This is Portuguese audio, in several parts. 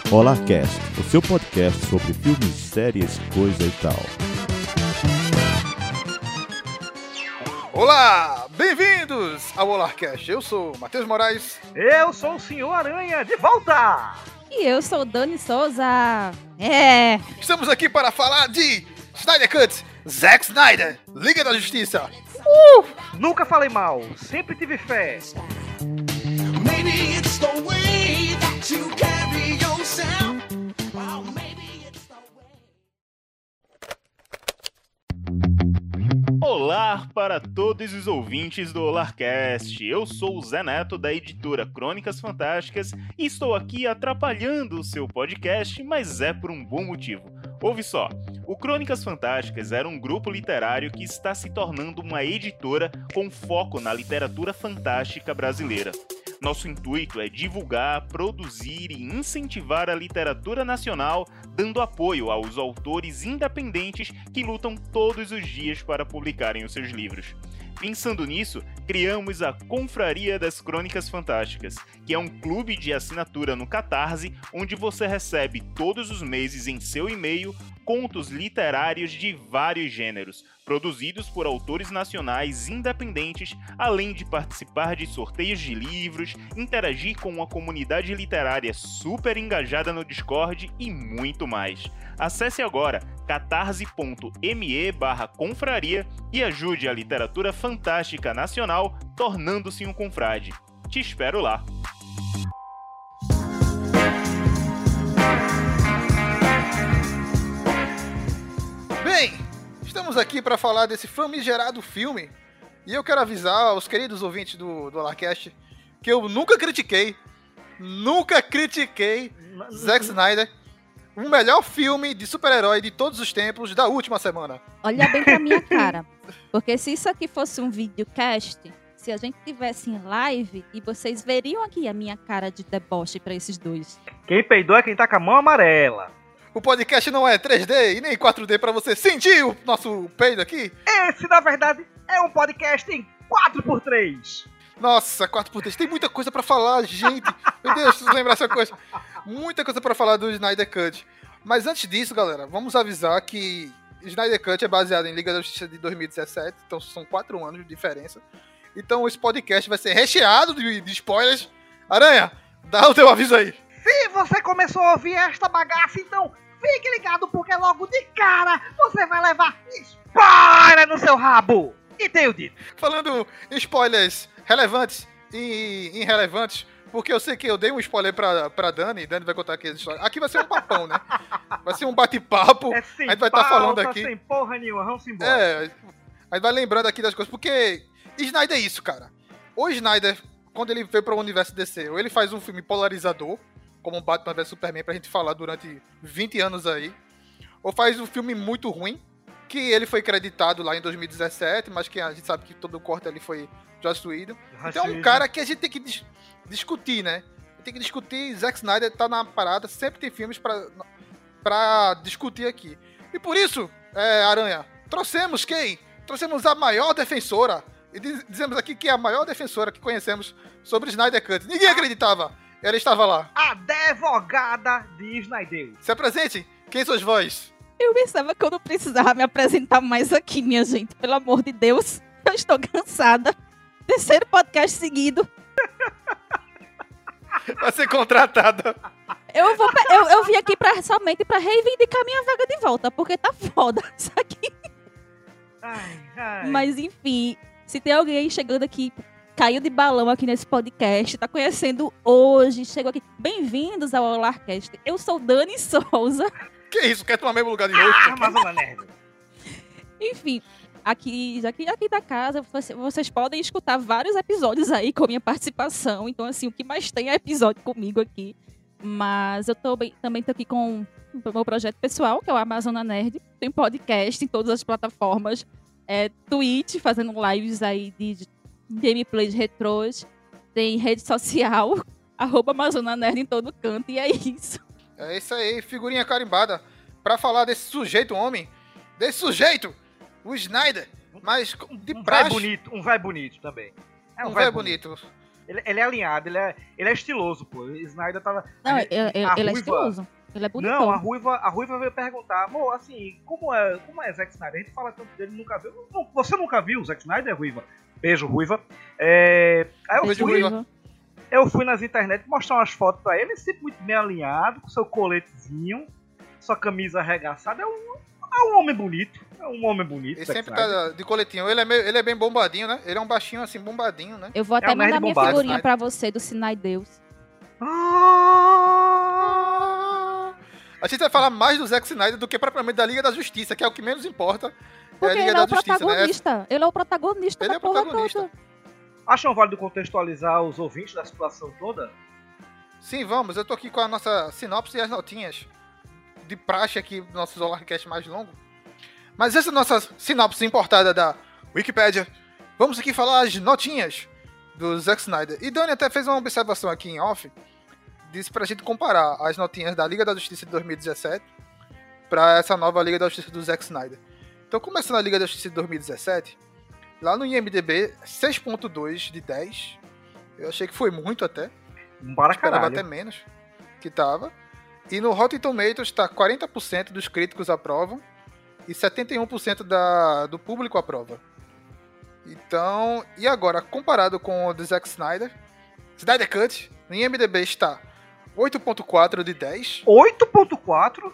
Olarcast, o seu podcast sobre filmes, séries, coisa e tal. Olá, bem-vindos ao Olarcast. Eu sou o Matheus Moraes. Eu sou o Senhor Aranha, de volta! E eu sou o Dani Souza. Estamos aqui para falar de Snyder Cut, Zack Snyder, Liga da Justiça. Nunca falei mal, sempre tive fé. Maybe it's the way that you carry yourself. Or maybe it's the way. Olá para todos os ouvintes do Olarcast. Eu sou o Zé Neto da editora Crônicas Fantásticas e estou aqui atrapalhando o seu podcast, mas é por um bom motivo. Ouve só, o Crônicas Fantásticas era um grupo literário que está se tornando uma editora com foco na literatura fantástica brasileira. Nosso intuito é divulgar, produzir e incentivar a literatura nacional, dando apoio aos autores independentes que lutam todos os dias para publicarem os seus livros. Pensando nisso, criamos a Confraria das Crônicas Fantásticas, que é um clube de assinatura no Catarse, onde você recebe todos os meses em seu e-mail contos literários de vários gêneros, produzidos por autores nacionais independentes, além de participar de sorteios de livros, interagir com uma comunidade literária super engajada no Discord e muito mais. Acesse agora catarse.me/confraria e ajude a literatura fantástica nacional tornando-se um confrade. Te espero lá! Bem, estamos aqui para falar desse famigerado filme. E eu quero avisar aos queridos ouvintes do Olarcast que eu nunca critiquei Zack Snyder, o melhor filme de super-herói de todos os tempos da última semana. Olha bem pra minha cara. Porque se isso aqui fosse um videocast, se a gente tivesse em live, e vocês veriam aqui a minha cara de deboche pra esses dois. Quem peidou é quem tá com a mão amarela. O podcast não é 3D e nem 4D para você sentir o nosso peido aqui. Esse, na verdade, é um podcast em 4x3. Nossa, 4x3. Tem muita coisa pra falar, gente. Meu Deus, preciso lembrar essa coisa. Muita coisa pra falar do Snyder Cut. Mas antes disso, galera, vamos avisar que Snyder Cut é baseado em Liga da Justiça de 2017. Então são 4 anos de diferença. Então esse podcast vai ser recheado de spoilers. Aranha, dá o teu aviso aí. Se você começou a ouvir esta bagaça, então fique ligado, porque logo de cara você vai levar spoiler no seu rabo. E tenho dito. Falando em spoilers relevantes e irrelevantes, porque eu sei que eu dei um spoiler pra Dani vai contar aqui as histórias. Aqui vai ser um papão, né? Vai ser um bate-papo. É sem A gente vai estar falando aqui. sem porra nenhuma, vamos embora. A gente vai lembrando aqui das coisas, porque Snyder é isso, cara. O Snyder, quando ele veio para o universo DC, ou ele faz um filme polarizador, como Batman vs Superman, pra gente falar durante 20 anos aí, ou faz um filme muito ruim, que ele foi creditado lá em 2017, mas que a gente sabe que todo o corte ali foi Joss Whedon. Então é um cara que a gente tem que discutir, né? Tem que discutir, Zack Snyder tá na parada, sempre tem filmes pra discutir aqui. E por isso, Aranha, trouxemos quem? Trouxemos a maior defensora, e dizemos aqui que é a maior defensora que conhecemos sobre Snyder Cut. Ninguém acreditava, ela estava lá. Advogada de Snyder. Se apresente, quem sois vós? Eu pensava que eu não precisava me apresentar mais aqui, minha gente. Pelo amor de Deus, eu estou cansada. Terceiro podcast seguido. Vai ser contratada. Eu vim aqui somente pra reivindicar minha vaga de volta, porque tá foda isso aqui. Ai. Mas enfim, se tem alguém chegando aqui, caiu de balão aqui nesse podcast, tá conhecendo hoje, chegou aqui. Bem-vindos ao Olarcast. Eu sou Dani Souza. Que isso? Quer tomar mesmo lugar de host? Amazona Nerd. Enfim, aqui da casa, vocês podem escutar vários episódios aí com minha participação. Então, assim, o que mais tem é episódio comigo aqui. Mas eu também tô aqui com o meu projeto pessoal, que é o Amazona Nerd. Tem podcast em todas as plataformas. Twitch, fazendo lives aí de gameplays retrôs. Tem rede social, @Amazona Nerd em todo canto. E é isso. É isso aí, figurinha carimbada. Pra falar desse sujeito, homem. Desse sujeito, o Snyder. Mas de praxe. Um vai bonito também. Um vai bonito. Ele é alinhado, ele é estiloso, pô. O Snyder tava. Não, a ele é ruiva- estiloso. Ele é bonitão. Não, a ruiva veio perguntar, amor, assim, como é Zack Snyder? A gente fala tanto dele, nunca viu. Não, você nunca viu o Zack Snyder, Ruiva? Beijo, Ruiva. Aí Beijo, Ruiva. eu fui nas internet mostrar umas fotos pra ele, sempre muito bem alinhado, com seu coletezinho, sua camisa arregaçada. É um homem bonito. É um homem bonito. Ele Zack sempre Snyder. tá de coletinho. Ele é bem bombadinho, né? Ele é um baixinho assim, bombadinho, né? Eu vou até um nerd mandar minha bombado, figurinha Snyder. pra você do Sinai Deus. A gente vai falar mais do Zack Snyder do que propriamente da Liga da Justiça, que é o que menos importa. É a Porque Liga ele é o da Justiça, né? protagonista. Ele é o protagonista Ele da é o porra protagonista. toda. Acham válido contextualizar os ouvintes da situação toda? Sim, vamos. Eu tô aqui com a nossa sinopse e as notinhas de praxe aqui do nosso Zolarcast mais longo. Mas essa é a nossa sinopse importada da Wikipédia. Vamos aqui falar as notinhas do Zack Snyder. E Dani até fez uma observação aqui em off. Disse pra gente comparar as notinhas da Liga da Justiça de 2017 pra essa nova Liga da Justiça do Zack Snyder. Então, começando a Liga da Justiça de 2017, lá no IMDb, 6.2 de 10. Eu achei que foi muito até. Para Esperava caralho. até menos que tava. E no Rotten Tomatoes tá 40% dos críticos aprovam e 71% do público aprova. Então, e agora, comparado com o do Zack Snyder Cut, no IMDb está 8.4 de 10, 8.4?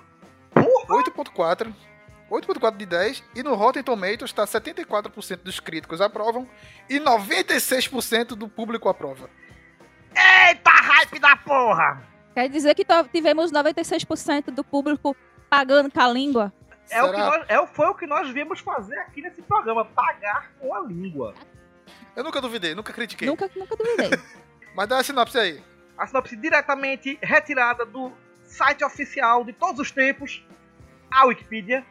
8.4 de 10, e no Rotten Tomatoes está 74% dos críticos aprovam e 96% do público aprova. Eita, hype da porra! Quer dizer que tivemos 96% do público pagando com a língua. Foi o que nós viemos fazer aqui nesse programa, pagar com a língua. Eu nunca duvidei, nunca critiquei. Nunca duvidei. Mas dá a sinopse aí. A sinopse diretamente retirada do site oficial de todos os tempos, a Wikipedia,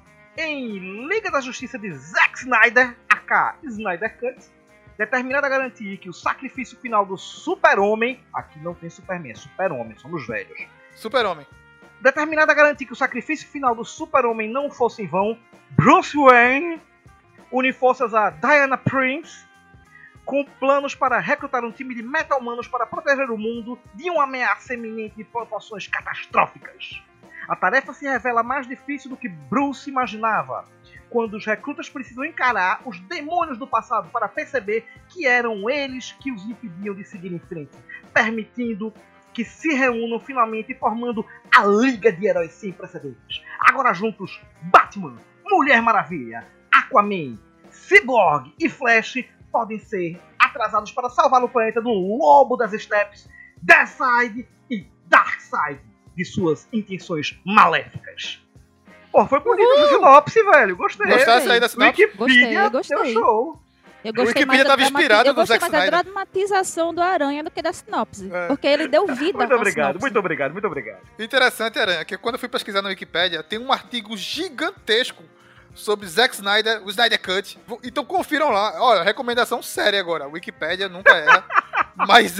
em Liga da Justiça de Zack Snyder, aka Snyder Cut, determinada a garantir que o sacrifício final do Super-Homem, aqui não tem Superman, é Super-Homem, somos velhos, Super-Homem. determinada a garantir que o sacrifício final do Super-Homem não fosse em vão, Bruce Wayne une forças a Diana Prince com planos para recrutar um time de meta-humanos para proteger o mundo de uma ameaça iminente de proporções catastróficas. A tarefa se revela mais difícil do que Bruce imaginava, quando os recrutas precisam encarar os demônios do passado para perceber que eram eles que os impediam de seguir em frente, permitindo que se reúnam finalmente formando a Liga de Heróis Sem Precedentes. Agora juntos, Batman, Mulher Maravilha, Aquaman, Cyborg e Flash podem ser atrasados para salvar o planeta do Lobo das Steppes, Deathside e Darkseid de suas intenções maléficas. Pô, foi bonito essa sinopse, velho. Gostei. Gostasse aí da sinopse? Wikipedia Gostei. deu show. Eu gostei Wikipedia mais da tava inspirado eu no gostei Zack mais da Snyder. dramatização do Aranha do que da sinopse. É. Porque ele deu vida Muito pra obrigado, sinopse. muito obrigado, muito obrigado. Interessante, Aranha, que quando eu fui pesquisar na Wikipédia, tem um artigo gigantesco sobre Zack Snyder, o Snyder Cut. Então confiram lá. Olha, recomendação séria agora. A Wikipédia nunca erra. Mas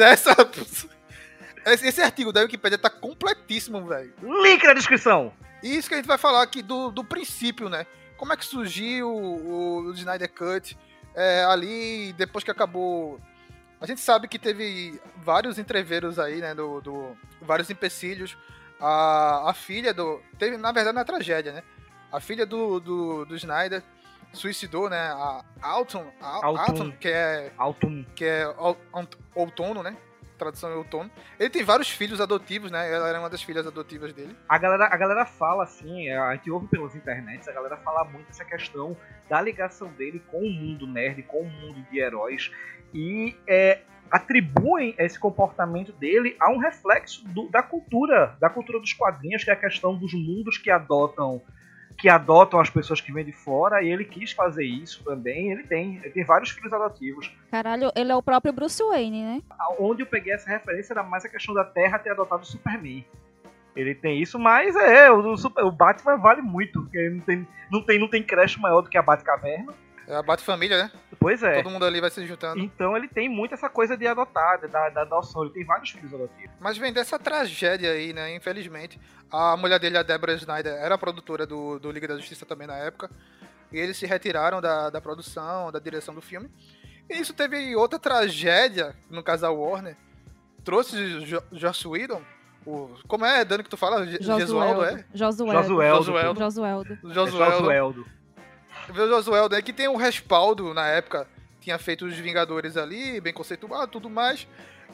esse artigo da Wikipédia tá completíssimo, velho. Link na descrição. E isso que a gente vai falar aqui do princípio, né? Como é que surgiu o Snyder Cut ali, depois que acabou... A gente sabe que teve vários entreveros aí, né? Vários empecilhos. A filha teve, na verdade, uma tragédia, né? A filha do Snyder suicidou, né? A Autumn, que é Autumn. outono, né? Tradução é outono. Ele tem vários filhos adotivos, né? Ela era uma das filhas adotivas dele. A galera fala assim, a gente ouve pelas internets, a galera fala muito essa questão da ligação dele com o mundo nerd, com o mundo de heróis, e atribuem esse comportamento dele a um reflexo da cultura dos quadrinhos, que é a questão dos mundos que adotam as pessoas que vêm de fora, e ele quis fazer isso também. Ele tem vários filhos adotivos. Caralho, ele é o próprio Bruce Wayne, né? Onde eu peguei essa referência era mais a questão da Terra ter adotado o Superman. Ele tem isso, mas o Batman vale muito, porque não tem creche maior do que a Batcaverna. É a Bat-família, né? Pois é. Todo mundo ali vai se juntando. Então ele tem muito essa coisa de adotar, da adoção. Ele tem vários filhos adotivos. Mas vem dessa tragédia aí, né? Infelizmente. A mulher dele, a Deborah Snyder, era produtora do Liga da Justiça também na época. E eles se retiraram da produção, da direção do filme. E isso teve outra tragédia, no caso a Warner. Trouxe Joss Whedon. Como é, Dani, que tu fala? Gesualdo, é? Josueldo. Josueldo. O Josueldo, que tem um respaldo na época. Tinha feito os Vingadores ali, bem conceituado, tudo mais.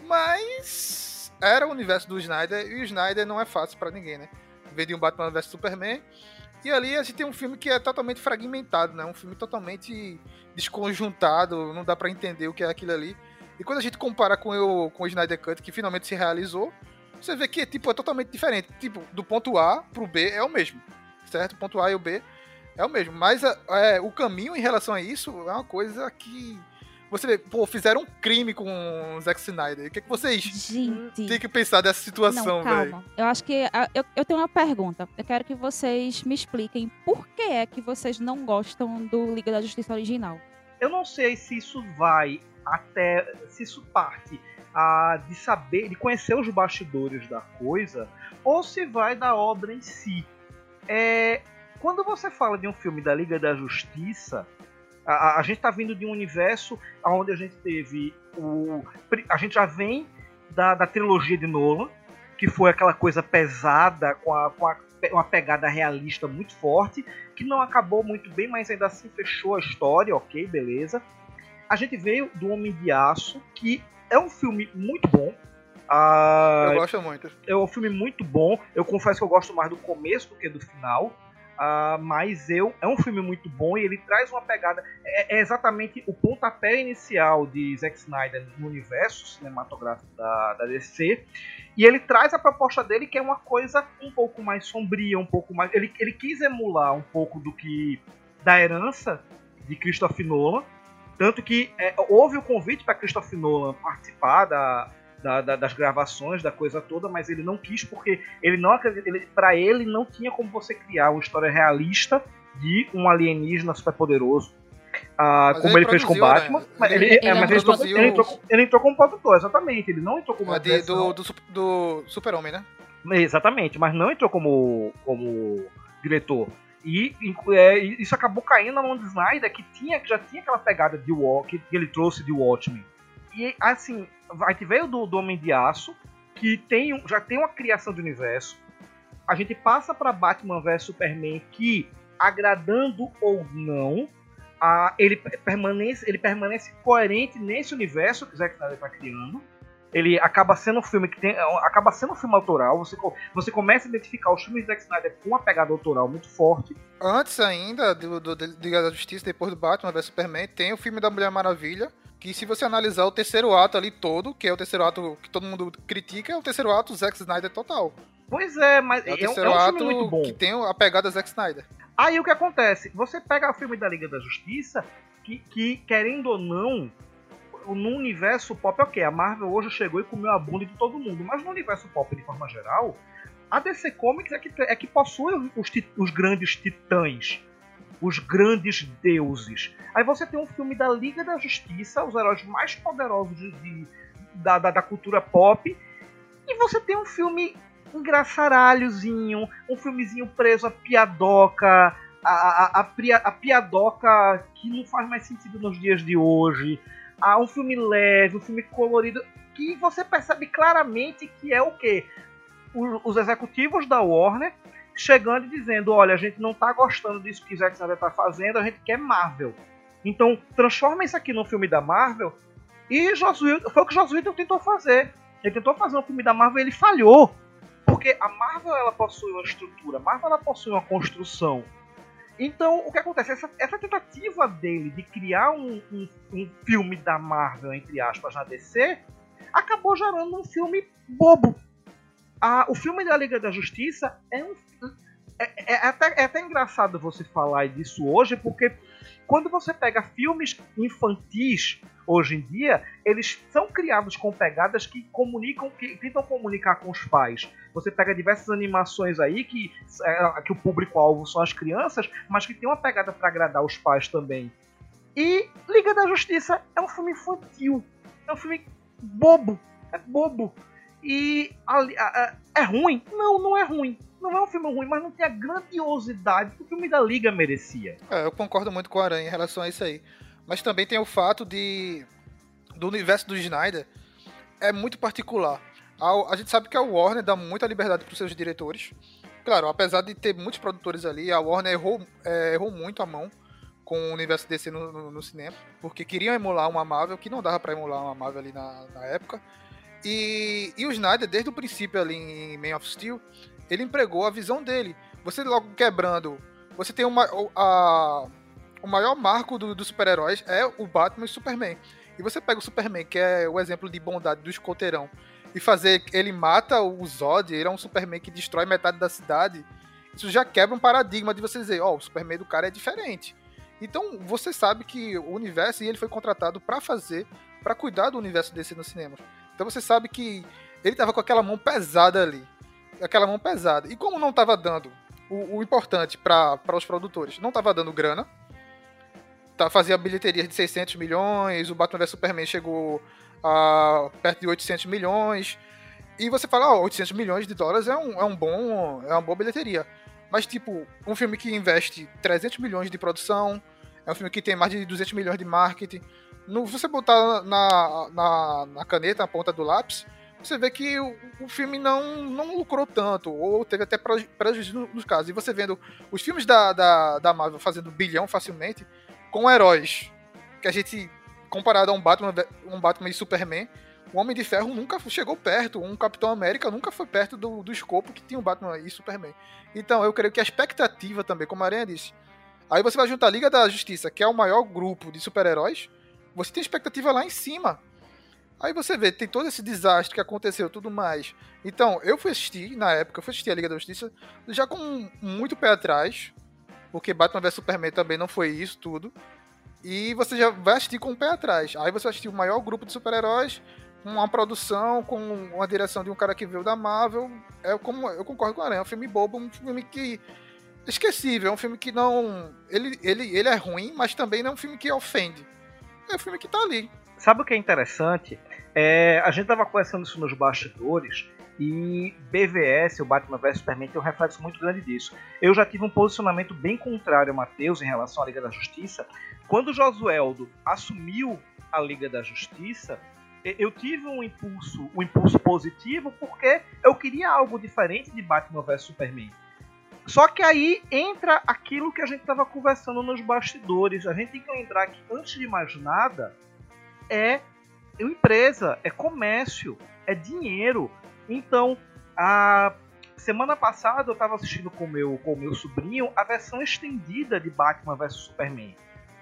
Mas era o universo do Snyder, e o Snyder não é fácil pra ninguém, né? Veio de um Batman vs Superman. E ali a gente tem um filme que é totalmente fragmentado, né? Um filme totalmente desconjuntado, não dá pra entender o que é aquilo ali. E quando a gente compara com o Snyder Cut, que finalmente se realizou, você vê que tipo, é totalmente diferente. Tipo, do ponto A pro B é o mesmo, certo? O ponto A e o B é o mesmo. Mas o caminho em relação a isso é uma coisa que... Você vê, pô, fizeram um crime com o Zack Snyder. O que vocês têm que pensar dessa situação, velho? Calma. Eu acho que... Eu tenho uma pergunta. Eu quero que vocês me expliquem por que é que vocês não gostam do Liga da Justiça original. Eu não sei se isso vai até... Se isso parte de saber, de conhecer os bastidores da coisa, ou se vai da obra em si. Quando você fala de um filme da Liga da Justiça... A gente tá vindo de um universo onde a gente teve a gente já vem da trilogia de Nolan, que foi aquela coisa pesada, com uma pegada realista muito forte, que não acabou muito bem, mas ainda assim fechou a história, ok, beleza. A gente veio do Homem de Aço, que é um filme muito bom. Eu gosto muito. É um filme muito bom. Eu confesso que eu gosto mais do começo do que do final. Mas é um filme muito bom e ele traz uma pegada. É exatamente o pontapé inicial de Zack Snyder no universo cinematográfico da DC. E ele traz a proposta dele, que é uma coisa um pouco mais sombria, um pouco mais. Ele quis emular um pouco da herança de Christopher Nolan. Tanto que houve o convite para Christopher Nolan participar das gravações, da coisa toda, mas ele não quis porque ele não acredita, para ele não tinha como você criar uma história realista de um alienígena superpoderoso, como ele fez com Batman. Né? Ele entrou como produtor, exatamente. Ele não entrou como do Super-Homem, né? Exatamente, mas não entrou como diretor. E isso acabou caindo na mão de Snyder, que já tinha aquela pegada que ele trouxe de Watchmen. E assim, a gente veio do Homem de Aço, que já tem uma criação de universo. A gente passa para Batman vs Superman, que, agradando ou não, ele permanece coerente nesse universo que o Zack Snyder está criando. Ele acaba sendo um filme acaba sendo um filme autoral. Você começa a identificar os filmes de Zack Snyder com uma pegada autoral muito forte. Antes ainda do Liga da Justiça, depois do Batman vs Superman, tem o filme da Mulher Maravilha, que se você analisar o terceiro ato ali todo, que é o terceiro ato que todo mundo critica, é o terceiro ato Zack Snyder total. Pois é, mas é um filme muito bom. Que tem a pegada Zack Snyder. Aí o que acontece? Você pega o filme da Liga da Justiça, que querendo ou não, no universo pop, ok, a Marvel hoje chegou e comeu a bunda de todo mundo, mas no universo pop de forma geral, a DC Comics é que possui os grandes titãs, os grandes deuses. Aí você tem um filme da Liga da Justiça, os heróis mais poderosos da cultura pop, e você tem um filme engraçaralhozinho, um filmezinho preso a piadoca, a piadoca que não faz mais sentido nos dias de hoje, um filme leve, um filme colorido, que você percebe claramente que é o quê? Os executivos da Warner chegando e dizendo, olha, a gente não tá gostando disso que o Zack Snyder tá fazendo, a gente quer Marvel. Então, transforma isso aqui num filme da Marvel. E foi o que o Joss Whedon tentou fazer. Ele tentou fazer um filme da Marvel e ele falhou. Porque a Marvel, ela possui uma estrutura, a Marvel, ela possui uma construção. Então, o que acontece? Essa tentativa dele de criar um filme da Marvel, entre aspas, na DC, acabou gerando um filme bobo. O filme da Liga da Justiça é até engraçado você falar disso hoje, porque quando você pega filmes infantis hoje em dia, eles são criados com pegadas que tentam comunicar com os pais. Você pega diversas animações aí que o público-alvo são as crianças, mas que tem uma pegada para agradar os pais também. E Liga da Justiça é um filme infantil, é um filme bobo, é bobo. E é ruim? Não é ruim. Não é um filme ruim, mas não tem a grandiosidade que o filme da Liga merecia. Eu concordo muito com o Aranha em relação a isso aí. mas também tem o fato do universo do Snyder é muito particular. A gente sabe que a Warner dá muita liberdade para os seus diretores. Claro, apesar de ter muitos produtores ali, a Warner errou muito a mão com o universo DC no cinema, porque queriam emular uma Marvel, que não dava para emular uma Marvel ali na época. E o Snyder, desde o princípio ali em Man of Steel, ele empregou a visão dele. Você logo quebrando, você tem o maior marco dos super-heróis é o Batman e o Superman. E você pega o Superman, que é o exemplo de bondade do escoteirão, e fazer ele mata o Zod, ele é um Superman que destrói metade da cidade, isso já quebra um paradigma de você dizer, o Superman do cara é diferente. Então você sabe que o universo, e ele foi contratado para cuidar do universo DC no cinema. Então você sabe que ele tava com aquela mão pesada ali, aquela mão pesada. E como não tava dando o importante para os produtores, não tava dando grana, fazia bilheterias de 600 milhões, o Batman vs Superman chegou a perto de 800 milhões, e você fala, 800 milhões de dólares é uma boa bilheteria. Mas, tipo, um filme que investe 300 milhões de produção, é um filme que tem mais de 200 milhões de marketing, você botar na caneta, na ponta do lápis, você vê que o filme não lucrou tanto, ou teve até prejuízo nos casos. E você vendo os filmes da Marvel fazendo bilhão facilmente, com heróis que a gente, comparado a um Batman e Superman, o Homem de Ferro nunca chegou perto, um Capitão América nunca foi perto do escopo que tinha o Batman e Superman. Então eu creio que a expectativa também, como a Aranha disse, aí você vai juntar a Liga da Justiça, que é o maior grupo de super-heróis, você tem expectativa lá em cima. Aí você vê, tem todo esse desastre que aconteceu e tudo mais. Então, eu fui assistir a Liga da Justiça já com muito pé atrás, porque Batman vs Superman também não foi isso tudo. E você já vai assistir com o pé atrás. Aí você vai assistir o maior grupo de super-heróis, com uma produção, com uma direção de um cara que veio da Marvel. Eu concordo com a Aranha, é um filme bobo, um filme que... esquecível, é um filme que não... Ele é ruim, mas também não é um filme que ofende. É um filme que tá ali. Sabe o que é interessante? A gente tava conversando isso nos bastidores, e BVS, o Batman vs Superman, tem um reflexo muito grande disso. Eu já tive um posicionamento bem contrário ao Matheus em relação à Liga da Justiça. Quando o Josueldo assumiu a Liga da Justiça, eu tive um impulso positivo, porque eu queria algo diferente de Batman vs Superman. Só que aí entra aquilo que a gente estava conversando nos bastidores. A gente tem que lembrar que, antes de mais nada, é empresa, é comércio, é dinheiro. Então, a semana passada eu estava assistindo com o meu sobrinho a versão estendida de Batman vs Superman.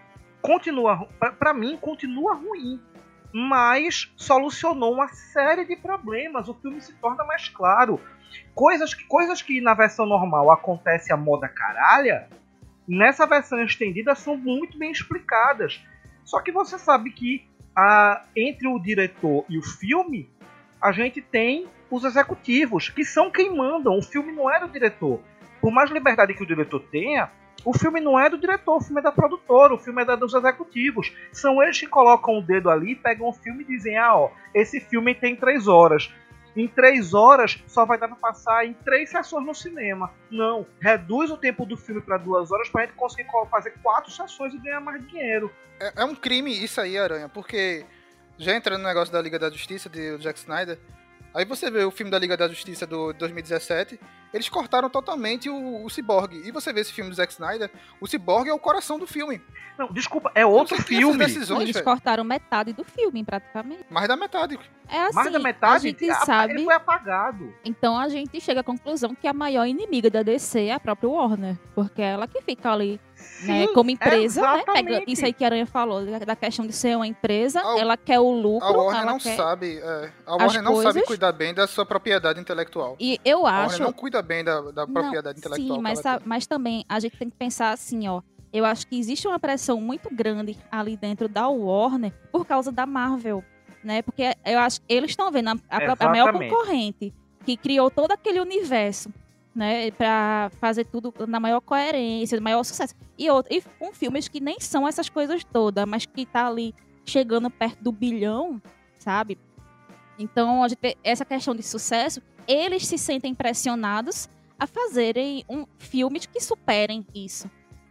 Para mim, continua ruim, mas solucionou uma série de problemas. O filme se torna mais claro. Coisas que na versão normal acontece a moda caralha, nessa versão estendida são muito bem explicadas. Só que você sabe que entre o diretor e o filme, a gente tem os executivos, que são quem mandam. O filme não é do diretor. Por mais liberdade que o diretor tenha, o filme não é do diretor, o filme é da produtora, o filme é dos executivos. São eles que colocam o dedo ali, pegam o filme e dizem, esse filme tem 3 horas. Em 3 horas só vai dar para passar em 3 sessões no cinema. Não, reduz o tempo do filme para 2 horas para a gente conseguir fazer 4 sessões e ganhar mais dinheiro. É um crime isso aí, Aranha, porque já entrando no negócio da Liga da Justiça, de Zack Snyder, aí você vê o filme da Liga da Justiça do 2017, eles cortaram totalmente o Cyborg. E você vê esse filme do Zack Snyder, o Cyborg é o coração do filme. Não, desculpa, é outro filme. Eles cortaram metade do filme, praticamente. Mais da metade. É assim, mais da metade, a gente sabe... ele foi apagado. Então a gente chega à conclusão que a maior inimiga da DC é a própria Warner, porque é ela que fica ali, né, como empresa, né? Pega isso aí que a Aranha falou, da questão de ser uma empresa, ela quer o lucro. A Warner ela não quer sabe, a Warner não sabe cuidar bem da sua propriedade intelectual. E eu acho... A Warner não cuida bem da propriedade intelectual. Sim, mas também a gente tem que pensar assim, eu acho que existe uma pressão muito grande ali dentro da Warner por causa da Marvel, né? Porque eu acho que eles estão vendo a maior concorrente que criou todo aquele universo, né? Pra fazer tudo na maior coerência, no maior sucesso. E com filmes que nem são essas coisas todas, mas que tá ali chegando perto do bilhão, sabe? Então, a gente, essa questão de sucesso, eles se sentem pressionados a fazerem filmes que superem isso.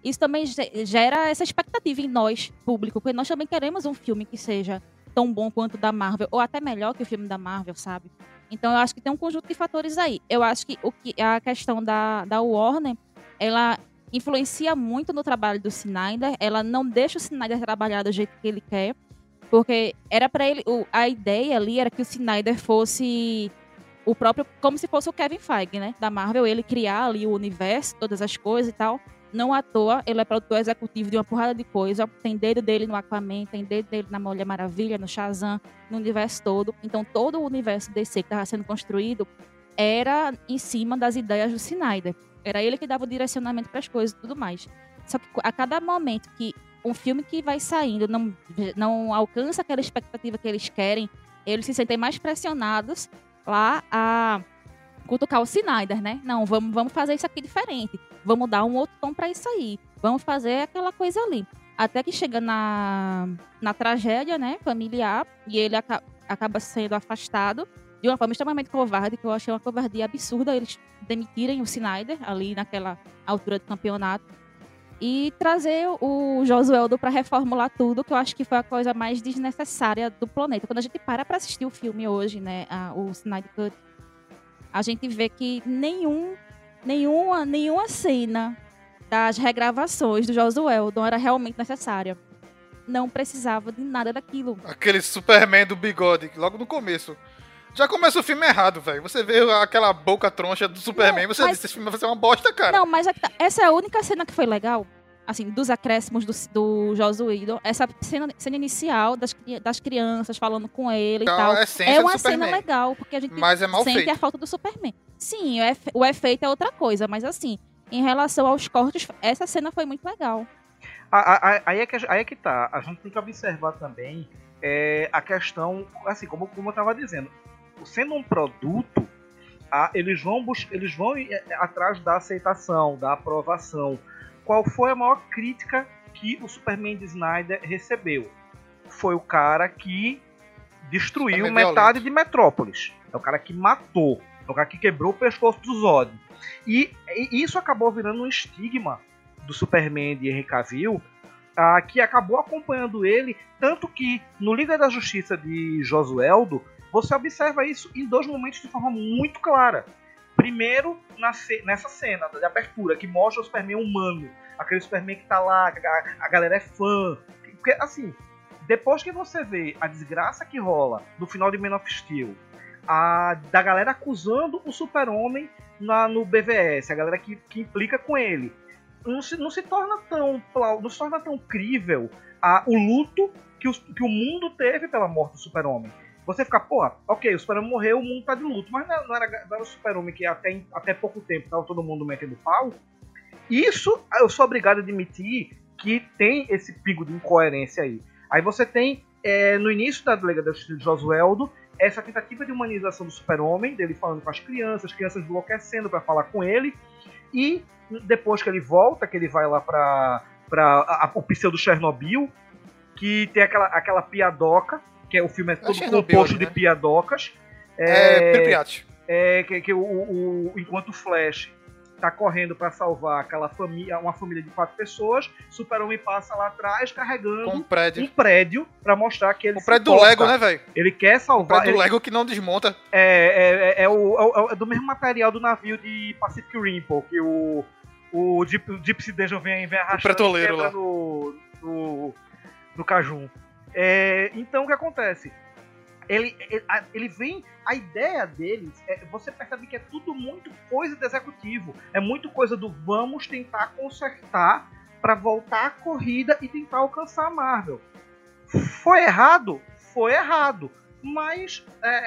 isso também gera essa expectativa em nós, público, porque nós também queremos um filme que seja tão bom quanto o da Marvel, ou até melhor que o filme da Marvel, sabe? Então eu acho que tem um conjunto de fatores aí. Eu acho que a questão da Warner, ela influencia muito no trabalho do Snyder, ela não deixa o Snyder trabalhar do jeito que ele quer, porque era para ele, a ideia ali era que o Snyder fosse o próprio, como se fosse o Kevin Feige, né, da Marvel, ele criar ali o universo, todas as coisas e tal. Não à toa, ele é produtor executivo de uma porrada de coisa. Tem dedo dele no Aquaman, tem dedo dele na Mulher Maravilha, no Shazam, no universo todo. Então, todo o universo DC que estava sendo construído era em cima das ideias do Snyder. Era ele que dava o direcionamento para as coisas e tudo mais. Só que a cada momento que um filme que vai saindo não alcança aquela expectativa que eles querem, eles se sentem mais pressionados lá a cutucar o Snyder, né? Não, vamos fazer isso aqui diferente. Vamos dar um outro tom pra isso aí. Vamos fazer aquela coisa ali. Até que chega na tragédia, né, familiar, e ele acaba sendo afastado de uma forma extremamente covarde, que eu achei uma covardia absurda eles demitirem o Snyder ali naquela altura do campeonato e trazer o Josueldo pra reformular tudo, que eu acho que foi a coisa mais desnecessária do planeta. Quando a gente para pra assistir o filme hoje, né, o Snyder Cut, a gente vê que nenhuma cena das regravações do Josueldo era realmente necessária. Não precisava de nada daquilo. Aquele Superman do bigode, logo no começo. Já começa o filme errado, velho. Você vê aquela boca troncha do Superman, Não, você mas- disse, esse filme vai ser uma bosta, cara. Não, mas essa é a única cena que foi legal. Assim, dos acréscimos do Josueldo. Essa cena inicial das crianças falando com ele e É tal. a essência É do uma cena Superman. legal, porque a gente Mas é mal sente feito. a falta do Superman. Sim, o efeito é outra coisa, mas assim, em relação aos cortes, essa cena foi muito legal. Aí é que tá. A gente tem que observar também a questão, assim, como eu estava dizendo, sendo um produto, eles vão atrás da aceitação, da aprovação. Qual foi a maior crítica que o Superman de Snyder recebeu? Foi o cara que destruiu Superman metade violento. de Metrópolis. É o cara que matou. É o cara que quebrou o pescoço do Zod. E isso acabou virando um estigma do Superman de Henry Cavill, que acabou acompanhando ele, tanto que no Liga da Justiça de Josueldo, você observa isso em dois momentos de forma muito clara. Primeiro, nessa cena de abertura, que mostra o Superman humano, aquele Superman que tá lá, que a galera é fã. Porque, assim, depois que você vê a desgraça que rola no final de Man of Steel, da galera acusando o Super-Homem no BVS, a galera que implica com ele, não se torna tão crível o luto que o mundo teve pela morte do Super-Homem. Você fica, porra, ok, o Super-Homem morreu, o mundo tá de luto, mas não era o Super-Homem que até pouco tempo tava todo mundo metendo pau. Isso eu sou obrigado a admitir que tem esse pingo de incoerência aí. Aí você tem, no início da Liga da Justiça de Josueldo, essa tentativa de humanização do Super-Homem, dele falando com as crianças enlouquecendo pra falar com ele, e depois que ele volta, que ele vai lá pra o pseudo Chernobyl, que tem aquela piadoca, que o filme é todo Chernobyl composto ali, né? de piadocas. Pripyat. Enquanto o Flash tá correndo pra salvar uma família de 4 pessoas, Super-Homem passa lá atrás carregando Com um prédio. um prédio pra mostrar que ele O prédio se do importa. Lego, né, velho? Ele quer O salvar. prédio do Lego que não desmonta. É do mesmo material do navio de Pacific Rim, pô, que o Gypsy Dungeon vem arrastando petroleiro e quebra lá. no Cajun. Então o que acontece? Ele vem, a ideia deles, você percebe que é tudo muito coisa do executivo, é muito coisa do vamos tentar consertar para voltar à corrida e tentar alcançar a Marvel. Foi errado? Foi errado. Mas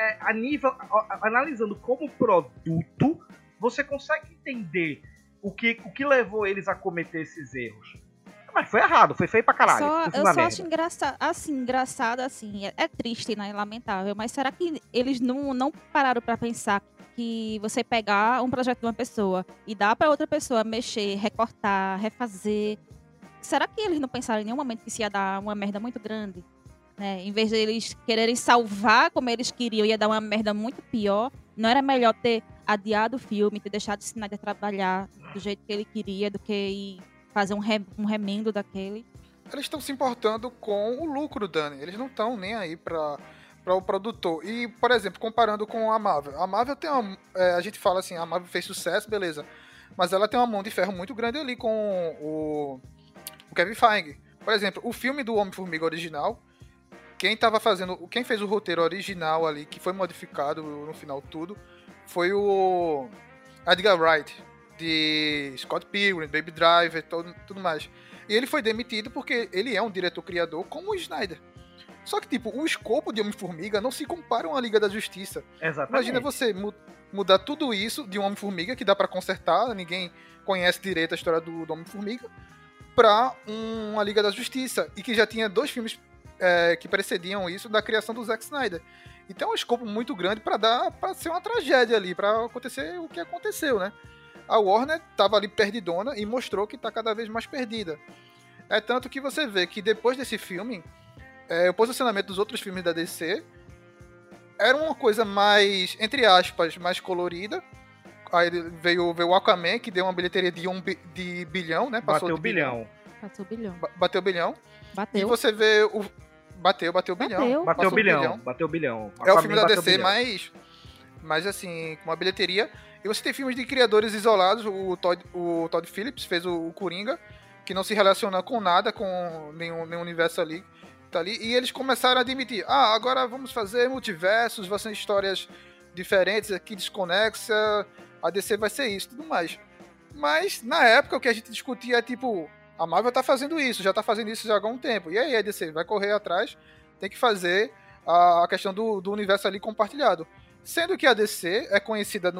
analisando como produto, você consegue entender o que levou eles a cometer esses erros. Mas foi errado, foi feio pra caralho. Eu só acho engraçado, assim, é triste, né, lamentável, mas será que eles não pararam pra pensar que você pegar um projeto de uma pessoa e dar pra outra pessoa mexer, recortar, refazer, será que eles não pensaram em nenhum momento que isso ia dar uma merda muito grande? Né? Em vez de eles quererem salvar como eles queriam, ia dar uma merda muito pior. Não era melhor ter adiado o filme, ter deixado o Snyder trabalhar do jeito que ele queria, do que ir fazer um remendo daquele. Eles estão se importando com o lucro, Dani. Eles não estão nem aí para o produtor. E, por exemplo, comparando com a Marvel. A Marvel tem uma... a gente fala assim, a Marvel fez sucesso, beleza. Mas ela tem uma mão de ferro muito grande ali com o Kevin Feige. Por exemplo, o filme do Homem-Formiga original, quem fez o roteiro original ali, que foi modificado no final tudo, foi o Edgar Wright, de Scott Pilgrim, Baby Driver, tudo mais. E ele foi demitido porque ele é um diretor-criador como o Snyder. Só que, tipo, o escopo de Homem-Formiga não se compara a uma Liga da Justiça. Exatamente. Imagina você mudar tudo isso de um Homem-Formiga, que dá pra consertar, ninguém conhece direito a história do Homem-Formiga, pra uma Liga da Justiça. E que já tinha 2 filmes que precediam isso da criação do Zack Snyder. Então é um escopo muito grande pra ser uma tragédia ali, pra acontecer o que aconteceu, né? A Warner tava ali perdidona e mostrou que tá cada vez mais perdida. É tanto que você vê que depois desse filme, o posicionamento dos outros filmes da DC era uma coisa mais, entre aspas, mais colorida. Aí veio o Aquaman, que deu uma bilheteria de bilhão, né? Bateu o bilhão. Bateu o bilhão. Bateu o bilhão. Bateu. E você vê o... Bateu o bilhão. Bateu o Passou bilhão. É o filme da DC mais assim, com uma bilheteria. E você tem filmes de criadores isolados. O Todd Phillips fez o Coringa, que não se relaciona com nada, com nenhum universo ali. Tá ali. E eles começaram a admitir, agora vamos fazer multiversos, vão ser histórias diferentes aqui, desconexa, a DC vai ser isso, tudo mais. Mas, na época, o que a gente discutia é tipo, a Marvel tá fazendo isso, já tá fazendo isso já há algum tempo. E aí a DC vai correr atrás, tem que fazer a questão do universo ali compartilhado. Sendo que a DC é conhecida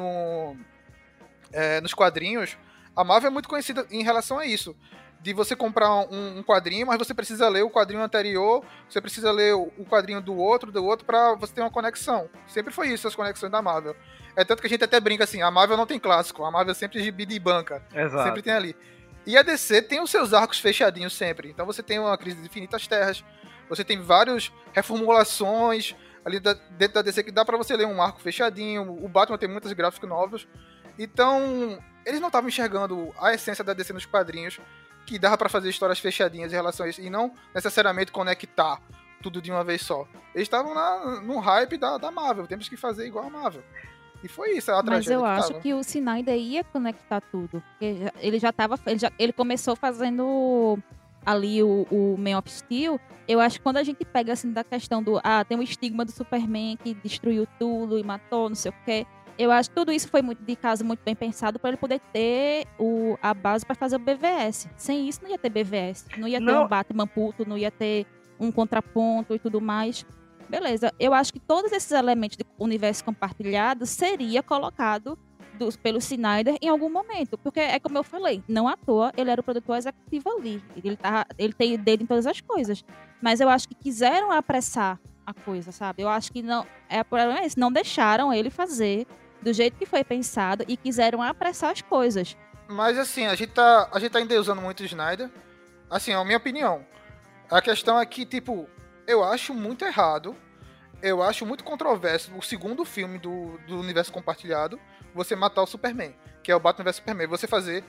nos quadrinhos, a Marvel é muito conhecida em relação a isso. De você comprar um quadrinho, mas você precisa ler o quadrinho anterior, você precisa ler o quadrinho do outro, pra você ter uma conexão. Sempre foi isso, as conexões da Marvel. É tanto que a gente até brinca assim, a Marvel não tem clássico, a Marvel sempre é gibi de banca. Exato. Sempre tem ali. E a DC tem os seus arcos fechadinhos sempre. Então você tem uma Crise de Infinitas Terras, você tem várias reformulações ali dentro da DC que dá pra você ler um arco fechadinho, o Batman tem muitos gráficos novos. Então, eles não estavam enxergando a essência da DC nos quadrinhos, que dava pra fazer histórias fechadinhas em relação a isso, e não necessariamente conectar tudo de uma vez só. Eles estavam no hype da Marvel, temos que fazer igual a Marvel. E foi isso, a Mas tragédia eu que acho tava. que o Snyder ia conectar tudo. Porque ele começou fazendo ali o Man of Steel. Eu acho que quando a gente pega assim da questão do tem um estigma do Superman que destruiu tudo e matou, não sei o quê. Eu acho que tudo isso foi muito bem pensado para ele poder ter a base para fazer o BVS. Sem isso, não ia ter BVS. Não ia ter um Batman puto, não ia ter um contraponto e tudo mais. Beleza. Eu acho que todos esses elementos de universo compartilhado seria colocado pelo Snyder em algum momento. Porque é como eu falei, não à toa ele era o produtor executivo ali. Ele tem dedo em todas as coisas. Mas eu acho que quiseram apressar a coisa, sabe? Eu acho que não. O problema é esse. Não deixaram ele fazer do jeito que foi pensado e quiseram apressar as coisas. Mas assim, a gente tá endeusando muito o Snyder. Assim, é a minha opinião. A questão é que, tipo, eu acho muito errado, eu acho muito controverso o segundo filme do universo compartilhado, você matar o Superman, que é o Batman vs Superman. Você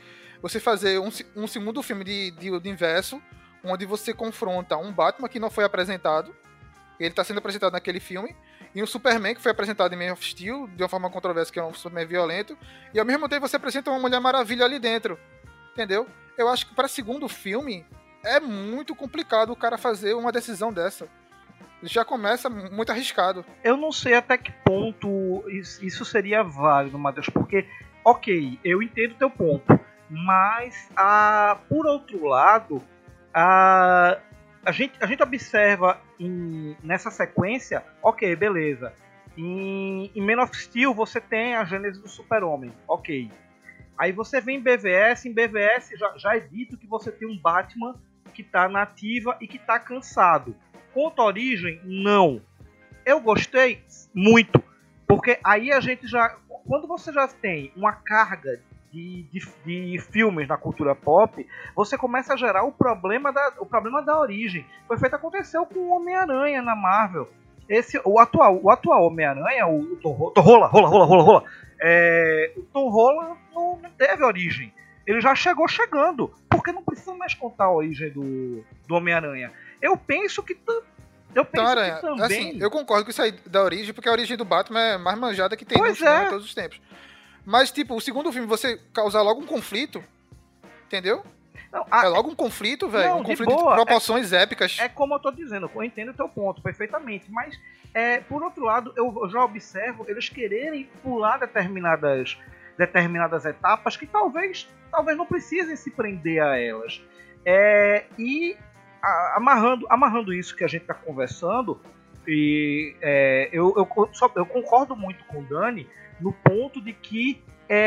fazer um segundo filme de universo, onde você confronta um Batman que não foi apresentado, ele está sendo apresentado naquele filme, e um Superman que foi apresentado em Man of Steel, de uma forma controversa, que é um Superman violento, e ao mesmo tempo você apresenta uma Mulher Maravilha ali dentro, entendeu? Eu acho que para segundo filme é muito complicado o cara fazer uma decisão dessa. Já começa muito arriscado. Eu não sei até que ponto isso seria válido, Matheus, porque, ok, eu entendo o teu ponto, mas, por outro lado, a gente observa nessa sequência, ok, beleza, em Man of Steel você tem a gênese do Super-Homem, ok. Aí você vem em BVS já é dito que você tem um Batman que tá na ativa e que tá cansado. Conta a origem? Não. Eu gostei muito, porque aí a gente já... Quando você já tem uma carga de filmes na cultura pop, você começa a gerar o problema da origem. Foi feito, aconteceu com o Homem-Aranha na Marvel. O atual Homem-Aranha, o Tom Holland, o Tom Holland não teve origem. Ele já chegou chegando. Porque não precisa mais contar a origem do Homem-Aranha. Eu penso que Então, Aranha, também... assim, eu concordo com isso aí da origem, porque a origem do Batman é mais manjada que tem no Pois cinema é. em todos os tempos. Mas, tipo, o segundo filme, você causar logo um conflito, entendeu? Não, É logo um conflito, velho. Não, Um de conflito de boa. proporções épicas. É como eu tô dizendo, eu entendo o teu ponto perfeitamente, mas por outro lado, eu já observo eles quererem pular determinadas etapas que talvez não precisem se prender a elas. Amarrando isso que a gente tá conversando, e eu concordo muito com o Dani no ponto de que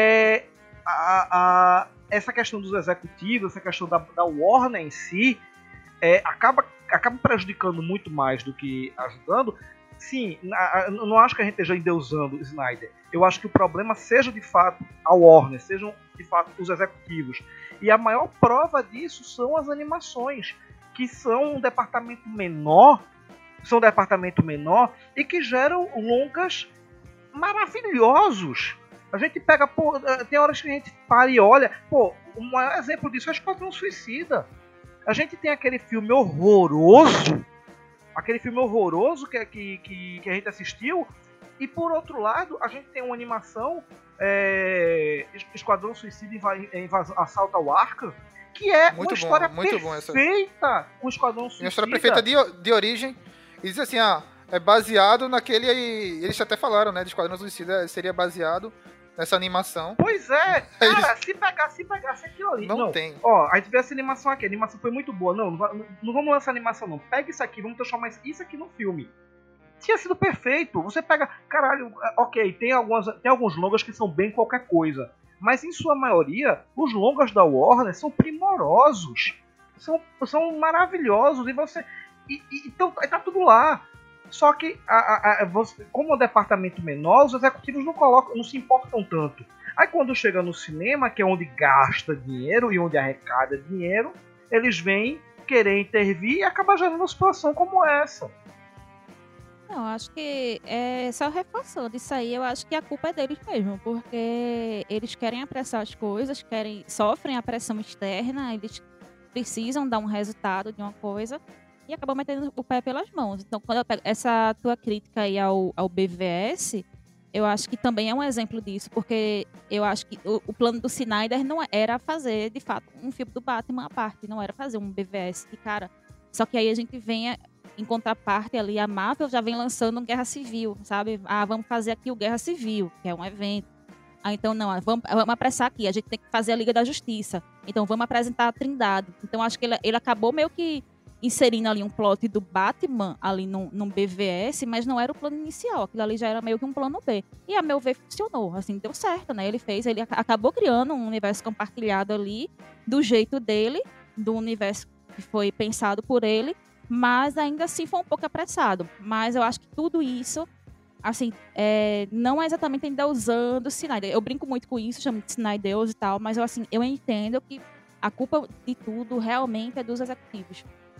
essa questão dos executivos, essa questão da Warner em si, acaba prejudicando muito mais do que ajudando. Sim, eu não acho que a gente esteja endeusando o Snyder. Eu acho que o problema seja de fato a Warner, sejam de fato os executivos. E a maior prova disso são as animações, que são um departamento menor e que geram longas maravilhosos. A gente pega, tem horas que a gente para e olha, o maior exemplo disso é o Esquadrão Suicida. A gente tem aquele filme horroroso que a gente assistiu, e por outro lado, a gente tem uma animação, Esquadrão Suicida Assalto ao Arkham, que é Muito uma história muito bom essa. perfeita com o Esquadrão Suicida. Uma história perfeita de origem. E diz assim, é baseado naquele aí. Eles até falaram, né? De Esquadrão Suicida seria baseado nessa animação. Pois é, cara, se pegasse aquilo ali. Não tem. Ó, a gente vê essa animação aqui, a animação foi muito boa. Não vamos lançar animação, não. Pega isso aqui, vamos transformar isso aqui no filme. Tinha sido perfeito. Você pega, caralho, ok, tem alguns longas que são bem qualquer coisa. Mas em sua maioria, os longas da Warner são primorosos. São maravilhosos. Então tá tudo lá. Só que, como é um departamento menor, os executivos não se importam tanto. Aí quando chega no cinema, que é onde gasta dinheiro e onde arrecada dinheiro, eles vêm querer intervir e acaba gerando uma situação como essa. Não, acho que só reforçando isso aí, eu acho que a culpa é deles mesmo, porque eles querem apressar as coisas, sofrem a pressão externa, eles precisam dar um resultado de uma coisa e acabam metendo o pé pelas mãos. Então, quando eu pego essa tua crítica aí ao BVS, eu acho que também é um exemplo disso, porque eu acho que o plano do Snyder não era fazer, de fato, um filme do Batman à parte, não era fazer um BVS, que, cara, só que aí a gente vem em contraparte ali, a Marvel já vem lançando um Guerra Civil, sabe? Vamos fazer aqui o Guerra Civil, que é um evento. Então, não, vamos apressar aqui, a gente tem que fazer a Liga da Justiça. Então, vamos apresentar a Trindade. Então, acho que ele acabou meio que inserindo ali um plot do Batman ali num BVS, mas não era o plano inicial. Aquilo ali já era meio que um plano B. E, a meu ver, funcionou. Assim, deu certo, né? Ele acabou criando um universo compartilhado ali, do jeito dele, do universo que foi pensado por ele, mas ainda assim foi um pouco apressado. Mas eu acho que tudo isso, assim, não é exatamente ainda usando o Snyder. Eu brinco muito com isso, chamo de Snydeus e tal, mas eu entendo que a culpa de tudo realmente é dos executivos.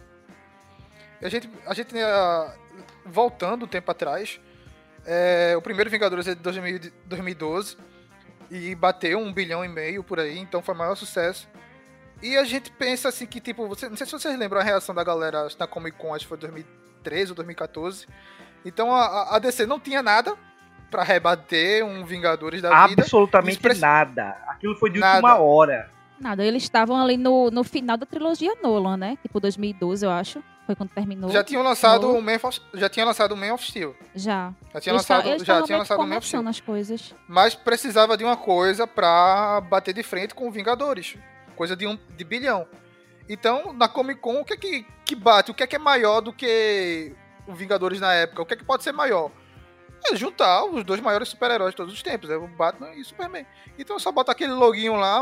A gente voltando um tempo atrás, o primeiro Vingadores é de 2012 e bateu 1,5 bilhão por aí, então foi o maior sucesso. E a gente pensa assim que, tipo, não sei se vocês lembram a reação da galera na Comic Con, acho que foi 2013 ou 2014. Então a DC não tinha nada pra rebater um Vingadores da vida. Absolutamente nada. Aquilo foi de última hora. Nada, eles estavam ali no final da trilogia Nolan, né? Tipo 2012, eu acho. Foi quando terminou. Já tinham lançado o Man of Steel. Já. Já tinha lançado o Man of Steel. As coisas. Mas precisava de uma coisa pra bater de frente com o Vingadores. Coisa de bilhão. Então, na Comic Con, o que é que bate? O que é maior do que o Vingadores na época? O que é que pode ser maior? É juntar os dois maiores super-heróis de todos os tempos, o Batman e o Superman. Então, só bota aquele loginho lá,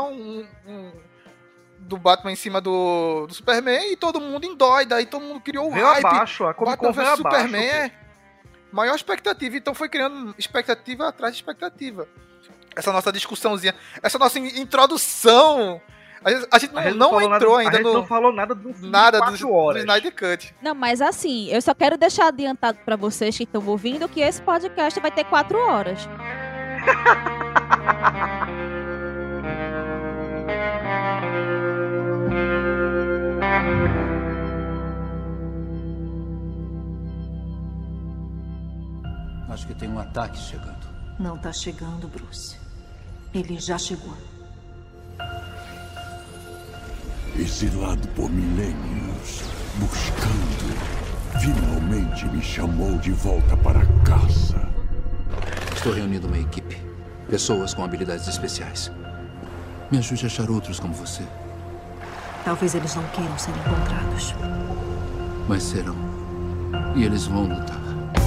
do Batman em cima do Superman, e todo mundo endoida, aí todo mundo criou o hype. Abaixo, a Comic Con Batman vs Superman maior expectativa, então foi criando expectativa atrás de expectativa. Essa nossa discussãozinha, essa nossa introdução, a gente não entrou ainda no... não falou nada do Snyder Cut. Não, mas assim, eu só quero deixar adiantado pra vocês que estão ouvindo que esse podcast vai ter 4 horas. que tem um ataque chegando. Não tá chegando, Bruce. Ele já chegou. Exilado por milênios, buscando, finalmente me chamou de volta para casa. Estou reunindo uma equipe. Pessoas com habilidades especiais. Me ajude a achar outros como você. Talvez eles não queiram ser encontrados. Mas serão. E eles vão lutar.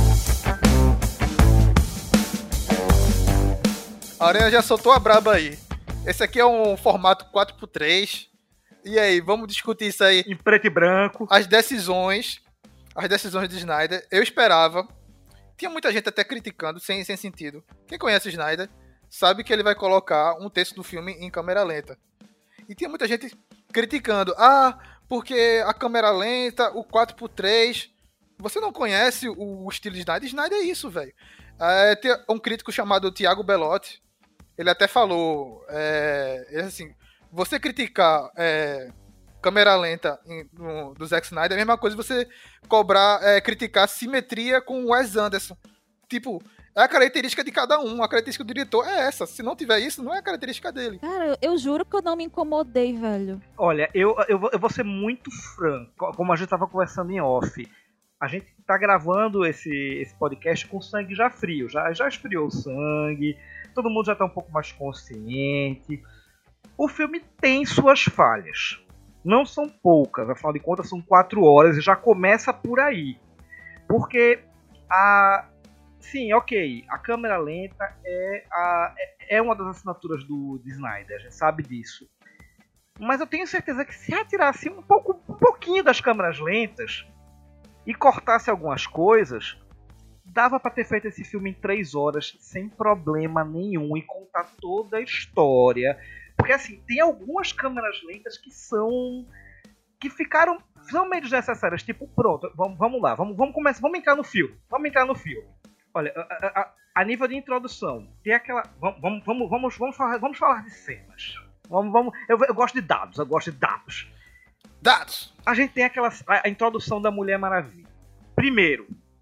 A Aranha já soltou a braba aí. Esse aqui é um formato 4x3. E aí, vamos discutir isso aí. Em preto e branco. As decisões de Snyder, eu esperava. Tinha muita gente até criticando, sem sentido. Quem conhece Snyder sabe que ele vai colocar um terço do filme em câmera lenta. E tinha muita gente criticando. Porque a câmera lenta, o 4x3... Você não conhece o estilo de Snyder? Snyder é isso, velho. Tem um crítico chamado Thiago Bellotti. Ele até falou... assim, você criticar câmera lenta do Zack Snyder é a mesma coisa que você criticar simetria com o Wes Anderson. Tipo, é a característica de cada um. A característica do diretor é essa. Se não tiver isso, não é a característica dele. Cara, eu juro que eu não me incomodei, velho. Olha, eu vou ser muito franco. Como a gente tava conversando em off. A gente tá gravando esse podcast com sangue já frio. Já esfriou o sangue. Todo mundo já tá um pouco mais consciente. O filme tem suas falhas. Não são poucas. Afinal de contas, são 4 horas e já começa por aí. Porque sim, ok. A câmera lenta é uma das assinaturas do Snyder. A gente sabe disso. Mas eu tenho certeza que se retirasse um pouquinho das câmeras lentas e cortasse algumas coisas, dava pra ter feito esse filme em 3 horas sem problema nenhum e contar toda a história. Porque assim, tem algumas câmeras lentas que são meio desnecessárias. Tipo, pronto, vamos lá, vamos começar, vamos entrar no filme. Olha, a nível de introdução, tem aquela, vamos falar de cenas. Eu gosto de dados, Dados! A gente tem a introdução da Mulher Maravilha. Primeiro,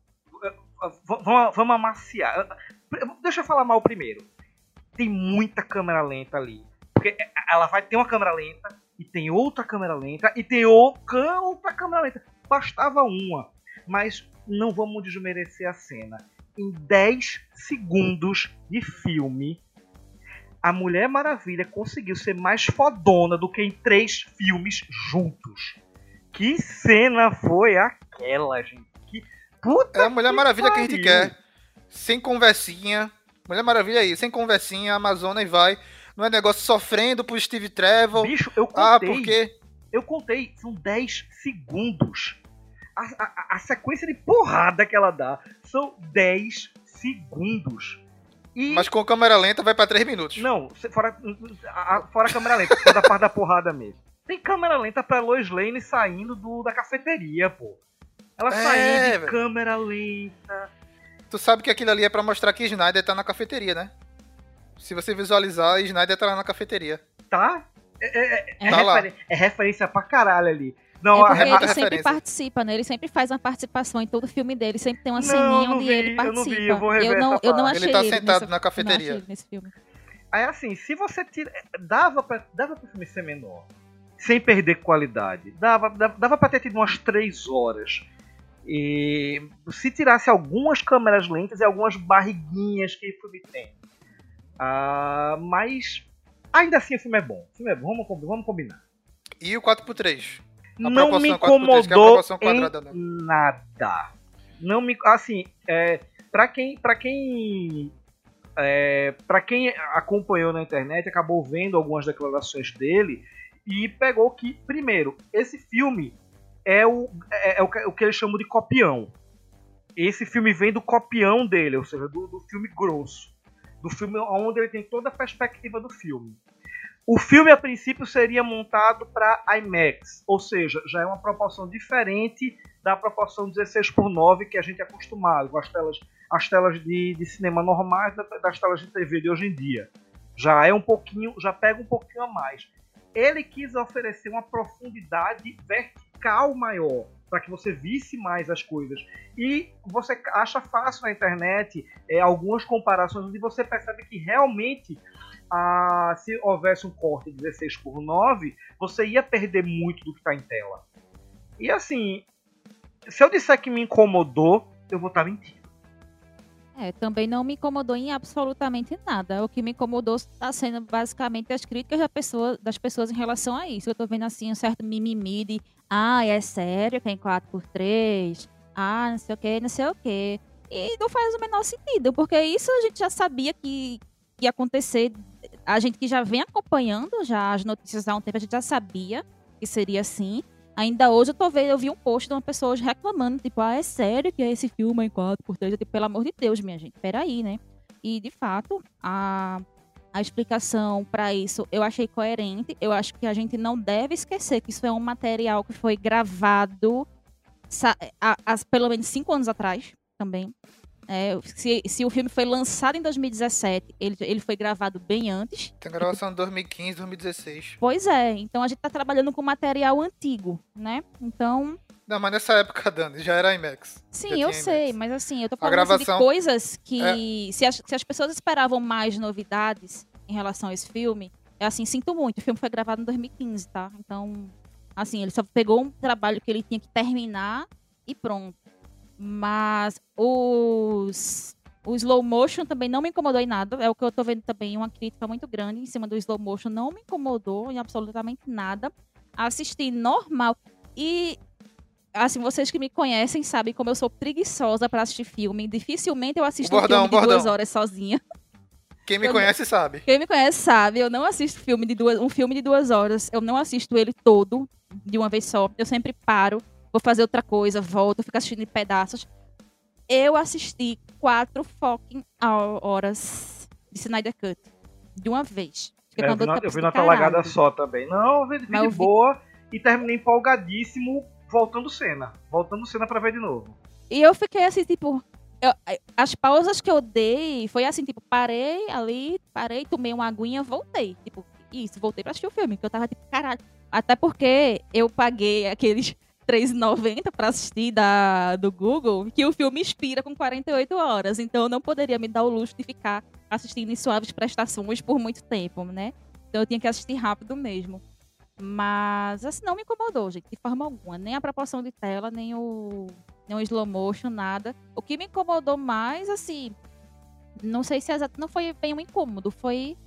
vamos amaciar. Deixa eu falar mal primeiro. Tem muita câmera lenta ali. Porque ela vai ter uma câmera lenta, e tem outra câmera lenta, e tem outra câmera lenta. Bastava uma. Mas não vamos desmerecer a cena. Em 10 segundos de filme, a Mulher Maravilha conseguiu ser mais fodona do que em 3 filmes juntos. Que cena foi aquela, gente? Que puta É a Mulher Maravilha que a gente pariu. quer. Sem conversinha. Mulher Maravilha aí, sem conversinha, a Amazona e vai. Não é negócio sofrendo pro Steve Trevor. Bicho, eu contei. Porque... Eu contei, são 10 segundos. A sequência de porrada que ela dá são 10 segundos. E... Mas com câmera lenta vai pra 3 minutos. Não, fora a câmera lenta, da parte da porrada mesmo. Tem câmera lenta pra Lois Lane saindo da cafeteria, pô. Ela saindo de velho. câmera lenta. Tu sabe que aquilo ali é pra mostrar que Snyder tá na cafeteria, né? Se você visualizar, Snyder tá lá na cafeteria. Tá? Tá lá. É referência pra caralho ali. Não, É porque muita ele sempre referência. participa, né? Ele sempre faz uma participação em todo filme dele. Sempre tem uma Não, ceninha eu não onde vi, ele eu não participa. vi, eu vou rever essa eu não parte. achei Ele tá ele sentado nessa- na cafeteria. eu não achei ele nesse filme. Aí assim, se você tira. Dava pro filme ser menor. Sem perder qualidade. Dava pra ter tido umas 3 horas. E se tirasse algumas câmeras lentas e algumas barriguinhas que o filme tem. Mas ainda assim o filme é bom. Vamos combinar. E o 4x3? A Não me proporção 4x3, que é a incomodou proporção em quadrada, né? nada. Não me, assim, para quem acompanhou na internet, acabou vendo algumas declarações dele e pegou que, primeiro, esse filme é o que eles chamam de copião. Esse filme vem do copião dele, ou seja, do filme grosso. Do filme onde ele tem toda a perspectiva do filme. O filme, a princípio, seria montado para IMAX, ou seja, já é uma proporção diferente da proporção 16:9 que a gente é acostumado, com as telas de cinema normais das telas de TV de hoje em dia. Já pega um pouquinho a mais. Ele quis oferecer uma profundidade vertical maior. para que você visse mais as coisas. E você acha fácil na internet algumas comparações onde você percebe que realmente se houvesse um corte 16:9, você ia perder muito do que está em tela. E assim, se eu disser que me incomodou, eu vou estar mentindo. Também não me incomodou em absolutamente nada. O que me incomodou está sendo basicamente as críticas das pessoas em relação a isso. Eu tô vendo assim um certo mimimi de é sério que é em 4:3? Não sei o que, não sei o que. E não faz o menor sentido, porque isso a gente já sabia que ia acontecer. A gente que já vem acompanhando já as notícias há um tempo, a gente já sabia que seria assim. Ainda hoje eu vi um post de uma pessoa hoje reclamando, tipo, é sério que é esse filme em 4:3? Eu, tipo, pelo amor de Deus, minha gente, peraí, né? E, de fato, a explicação para isso eu achei coerente. Eu acho que a gente não deve esquecer que isso é um material que foi gravado há pelo menos 5 anos atrás também. Se o filme foi lançado em 2017, ele foi gravado bem antes. Tem gravação de 2015, 2016. Pois é, então a gente tá trabalhando com material antigo, né? Então... Não, mas nessa época, Dani, já era IMAX. Sim, eu sei, mas assim, eu tô falando gravação... de coisas que... Se as pessoas esperavam mais novidades em relação a esse filme, assim, sinto muito, o filme foi gravado em 2015, tá? Então, assim, ele só pegou um trabalho que ele tinha que terminar e pronto. Mas o slow motion também não me incomodou em nada. É o que eu tô vendo também, uma crítica muito grande em cima do slow motion. Não me incomodou em absolutamente nada. Assisti normal. E, assim, vocês que me conhecem sabem como eu sou preguiçosa pra assistir filme. Dificilmente eu assisto um filme de 2 horas sozinha. Quem me conhece sabe. Quem me conhece sabe. Eu não assisto um filme de 2 horas. Eu não assisto ele todo de uma vez só. Eu sempre paro. Vou fazer outra coisa, volto, fico assistindo em pedaços. Eu assisti 4 fucking horas de Snyder Cut. De uma vez. Eu vi na talagada só também. Não, eu vi de boa e terminei empolgadíssimo voltando cena. Voltando cena pra ver de novo. E eu fiquei assim, tipo... as pausas que eu dei foi assim, tipo, parei, tomei uma aguinha, voltei. Tipo, voltei pra assistir o filme. Que eu tava tipo, caralho. Até porque eu paguei aqueles... R$3,90 para assistir do Google, que o filme expira com 48 horas. Então eu não poderia me dar o luxo de ficar assistindo em suaves prestações por muito tempo, né? Então eu tinha que assistir rápido mesmo. Mas assim, não me incomodou, gente, de forma alguma. Nem a proporção de tela, nem o slow motion, nada. O que me incomodou mais, assim... Não sei se não foi bem um incômodo, foi...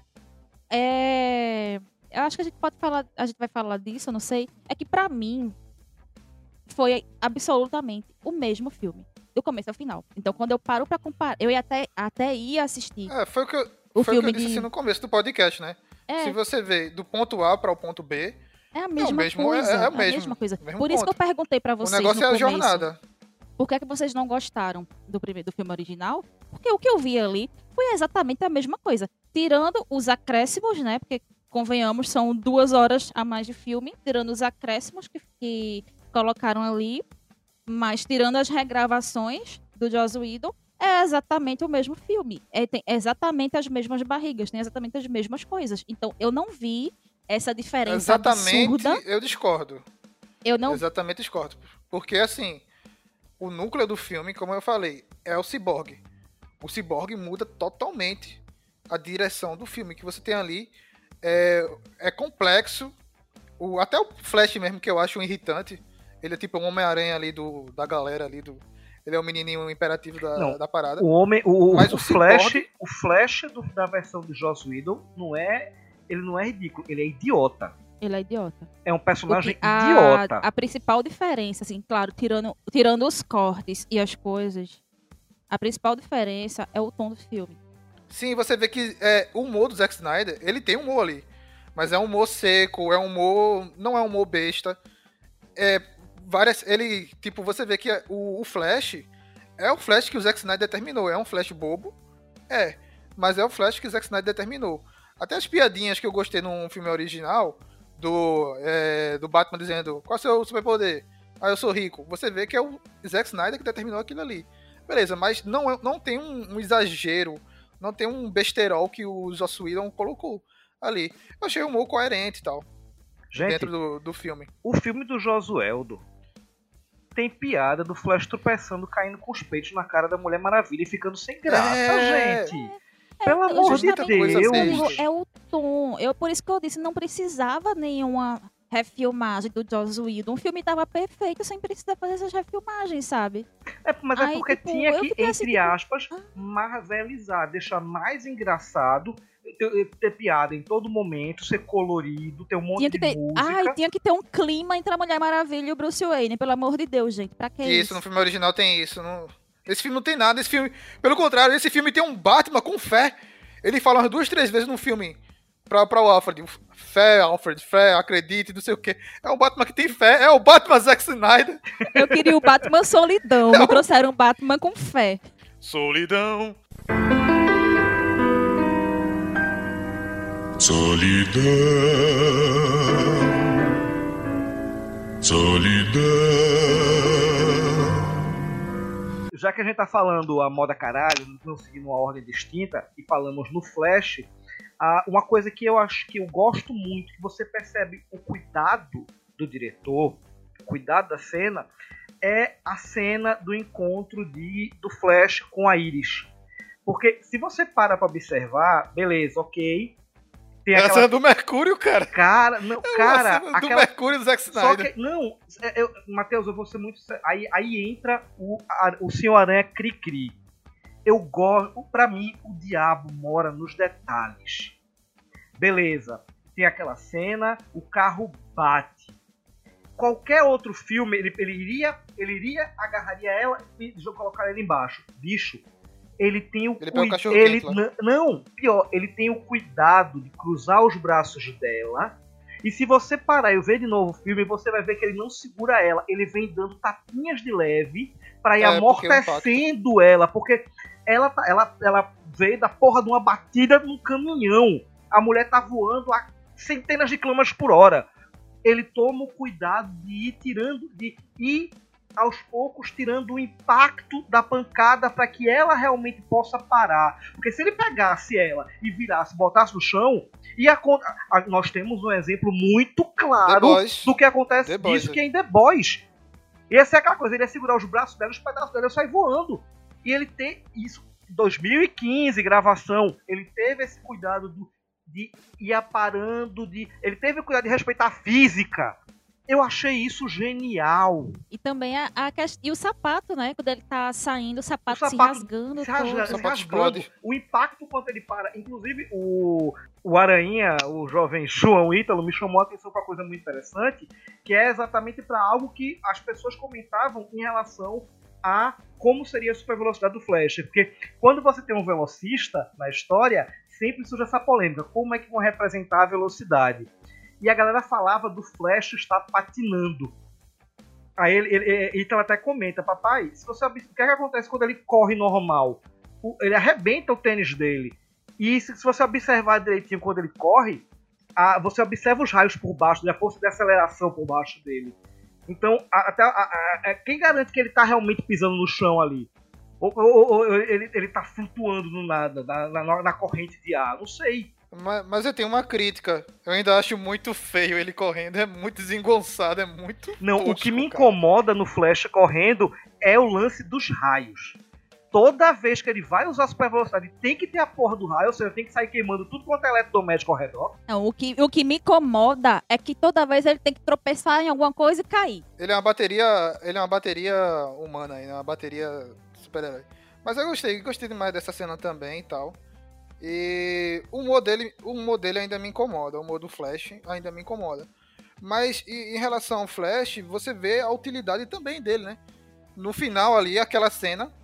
Eu acho que a gente vai falar disso, eu não sei. É que pra mim... foi absolutamente o mesmo filme, do começo ao final. Então, quando eu paro pra comparar, eu até ia assistir. Foi o que eu disse assim no começo do podcast, né? Se você vê do ponto A para o ponto B, é a mesma coisa. É a mesma coisa. Por isso que eu perguntei pra vocês. O negócio é a jornada. Por que vocês não gostaram do filme original? Porque o que eu vi ali foi exatamente a mesma coisa. Tirando os acréscimos, né? Porque, convenhamos, são 2 horas a mais de filme. Tirando os acréscimos que colocaram ali, mas tirando as regravações do Joss Whedon, é exatamente o mesmo filme. Tem exatamente as mesmas barrigas, tem exatamente as mesmas coisas. Então, eu não vi essa diferença absurda. Eu discordo. Eu não... Exatamente discordo. Porque, assim, o núcleo do filme, como eu falei, é o Cyborg. O Cyborg muda totalmente a direção do filme que você tem ali. É complexo. Até o Flash mesmo, que eu acho irritante. Ele é tipo um Homem-Aranha ali da galera ali do... Ele é o menininho imperativo da parada. O Flash da versão do Joss Whedon ele não é ridículo, ele é idiota. Ele é idiota. É um personagem idiota. A principal diferença, assim, claro, tirando os cortes e as coisas, a principal diferença é o tom do filme. Sim, você vê que o humor do Zack Snyder, ele tem humor ali. Mas é um humor seco, não é um humor besta. Você vê que o Flash é o Flash que o Zack Snyder determinou. É um Flash bobo, mas é o Flash que o Zack Snyder determinou. Até as piadinhas que eu gostei num filme original do Batman dizendo: qual é o seu superpoder? Eu sou rico. Você vê que é o Zack Snyder que determinou aquilo ali. Beleza, mas não tem um exagero, não tem um besterol que o Joss Whedon colocou ali. Eu achei o humor coerente e tal. Gente, dentro do filme. O filme do Josueldo tem piada do Flash tropeçando, caindo com os peitos na cara da Mulher Maravilha e ficando sem graça, gente. Pelo amor de justamente Deus. por isso que eu digo, é o tom. Por isso que eu disse, não precisava nenhuma refilmagem do Joss Whedon. O filme tava perfeito sem precisar fazer essas refilmagens, sabe? Mas é Aí, porque tipo, tinha eu que, fiquei entre assim, aspas, marvelizar, deixar mais engraçado, ter piada em todo momento, ser colorido, ter um monte Tinha que de ter, música. tinha que ter um clima entre a Mulher Maravilha e o Bruce Wayne, pelo amor de Deus, gente. Pra que Isso, no filme original tem isso. Esse filme não tem nada. Esse filme, pelo contrário, esse filme tem um Batman com fé. Ele fala umas 2, 3 vezes no filme pra o Alfred. Fé, Alfred, fé, acredite, não sei o quê. É um Batman que tem fé. É o Batman Zack Snyder. Eu queria o Batman solidão. Me trouxeram um Batman com fé. Solidão. Já que a gente tá falando a moda caralho, não seguindo uma ordem distinta, e falamos no Flash, uma coisa que eu acho que eu gosto muito, que você percebe o cuidado do diretor, o cuidado da cena, é a cena do encontro do Flash com a Iris. Porque se você para pra observar, beleza, ok. Tem Essa é do Mercúrio, cara. Cara, Do Mercúrio do Zack Snyder. Só que, Matheus, eu vou ser muito sério. Aí entra o Senhor Aranha Cri-Cri. Eu gosto, pra mim, o diabo mora nos detalhes. Beleza, tem aquela cena, o carro bate. Qualquer outro filme, ele iria, agarraria ela e colocaria ela embaixo. Bicho, ele tem o cuidado. Não, pior, ele tem o cuidado de cruzar os braços dela. E se você parar e ver de novo o filme, você vai ver que ele não segura ela. Ele vem dando tapinhas de leve pra ir amortecendo ela. Porque ela veio da porra de uma batida num caminhão. A mulher tá voando a centenas de quilômetros por hora. Ele toma o cuidado de ir tirando, de ir aos poucos tirando o impacto da pancada para que ela realmente possa parar. Porque se ele pegasse ela e virasse, botasse no chão, nós temos um exemplo muito claro do que acontece disso que é em The Boys. Ia ser aquela coisa, ele ia segurar os braços dela, os pedaços dela iam sair voando. E ele tem isso, em 2015, gravação, ele teve esse cuidado de ir parando, ele teve o cuidado de respeitar a física. Eu achei isso genial. E também e o sapato, né? Quando ele tá saindo, o sapato se rasgando. O impacto quando ele para. Inclusive, o Aranha, o jovem João Ítalo, me chamou a atenção para coisa muito interessante, que é exatamente para algo que as pessoas comentavam em relação a como seria a super velocidade do Flash. Porque quando você tem um velocista na história, sempre surge essa polêmica. Como é que vão representar a velocidade? E a galera falava do Flash estar patinando. Aí então até comenta, papai, se você o que é que acontece quando ele corre normal? Ele arrebenta o tênis dele. E se você observar direitinho quando ele corre, você observa os raios por baixo, a força de aceleração por baixo dele. Então, quem garante que ele está realmente pisando no chão ali? Ou ele está flutuando no nada, na corrente de ar? Não sei. Mas eu tenho uma crítica. Eu ainda acho muito feio ele correndo. É muito desengonçado, é muito Não, tosco, o que me cara. incomoda no Flash correndo é o lance dos raios. Toda vez que ele vai usar a super velocidade, tem que ter a porra do raio, ou seja, tem que sair queimando tudo quanto é eletrodoméstico ao redor. Não, o que me incomoda é que toda vez ele tem que tropeçar em alguma coisa e cair. Ele é uma bateria humana aí, uma bateria super-herói. Mas eu gostei demais dessa cena também e tal. E o humor dele ainda me incomoda, o humor do Flash ainda me incomoda. Mas em relação ao Flash, você vê a utilidade também dele, né? No final ali, aquela cena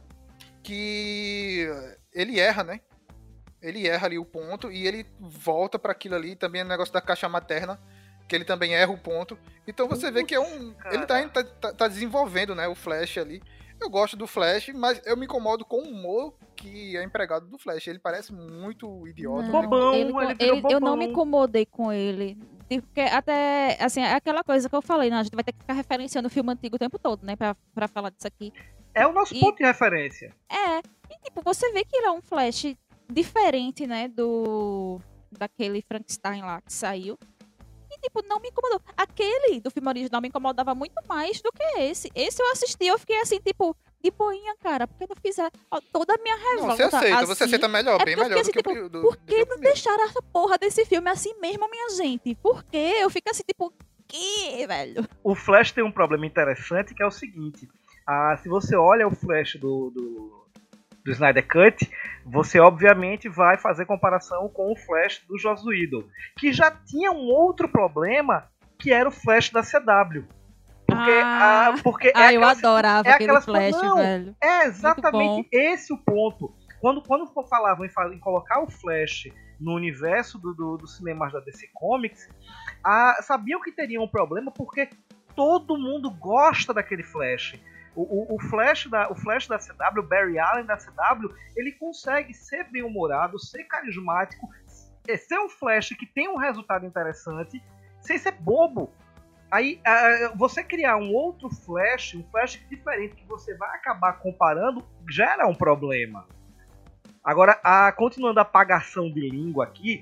que ele erra, né? Ele erra ali o ponto e ele volta para aquilo ali, também o negócio da caixa materna, que ele também erra o ponto. Então você vê que ele tá desenvolvendo, né, o Flash ali. Eu gosto do Flash, mas eu me incomodo com o humor que é empregado do Flash. Ele parece muito idiota. Não, bobão, eu não me incomodei com ele. Porque até, assim, é aquela coisa que eu falei, né? A gente vai ter que ficar referenciando o filme antigo o tempo todo, né? Pra falar disso aqui. É o nosso ponto de referência. E tipo, você vê que ele é um Flash diferente, né? Daquele Frankenstein lá que saiu. E E, tipo, não me incomodou. Aquele do filme original me incomodava muito mais do que esse. Esse eu assisti, eu fiquei assim, tipo, de boinha, cara. Porque não fizeram toda a minha Não, revolta. você assim, aceita melhor, bem porque eu melhor fiquei do que assim, o do por do que que o não primeiro. deixaram essa porra desse filme assim mesmo, minha gente? Por quê? Eu fico assim, tipo, que, velho? O Flash tem um problema interessante que é o seguinte. Se você olha o Flash do Snyder Cut, você obviamente vai fazer comparação com o Flash do Joss Whedon, que já tinha um outro problema, que era o Flash da CW. Porque é eu adorava aquele Flash, não, velho. É exatamente Muito esse o ponto. Quando falavam em colocar o Flash no universo dos cinemas da DC Comics, sabiam que teriam um problema porque todo mundo gosta daquele Flash. O Flash da CW, o Barry Allen da CW, ele consegue ser bem-humorado, ser carismático, ser um Flash que tem um resultado interessante, sem ser bobo. Aí, você criar um outro Flash, um Flash diferente, que você vai acabar comparando, gera um problema. Agora, continuando a apagação de língua aqui,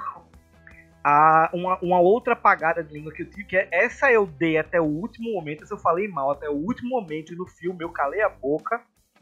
uma outra apagada de língua que eu tive, que essa eu dei até o último momento, essa eu falei mal até o último momento, e no filme eu calei a boca,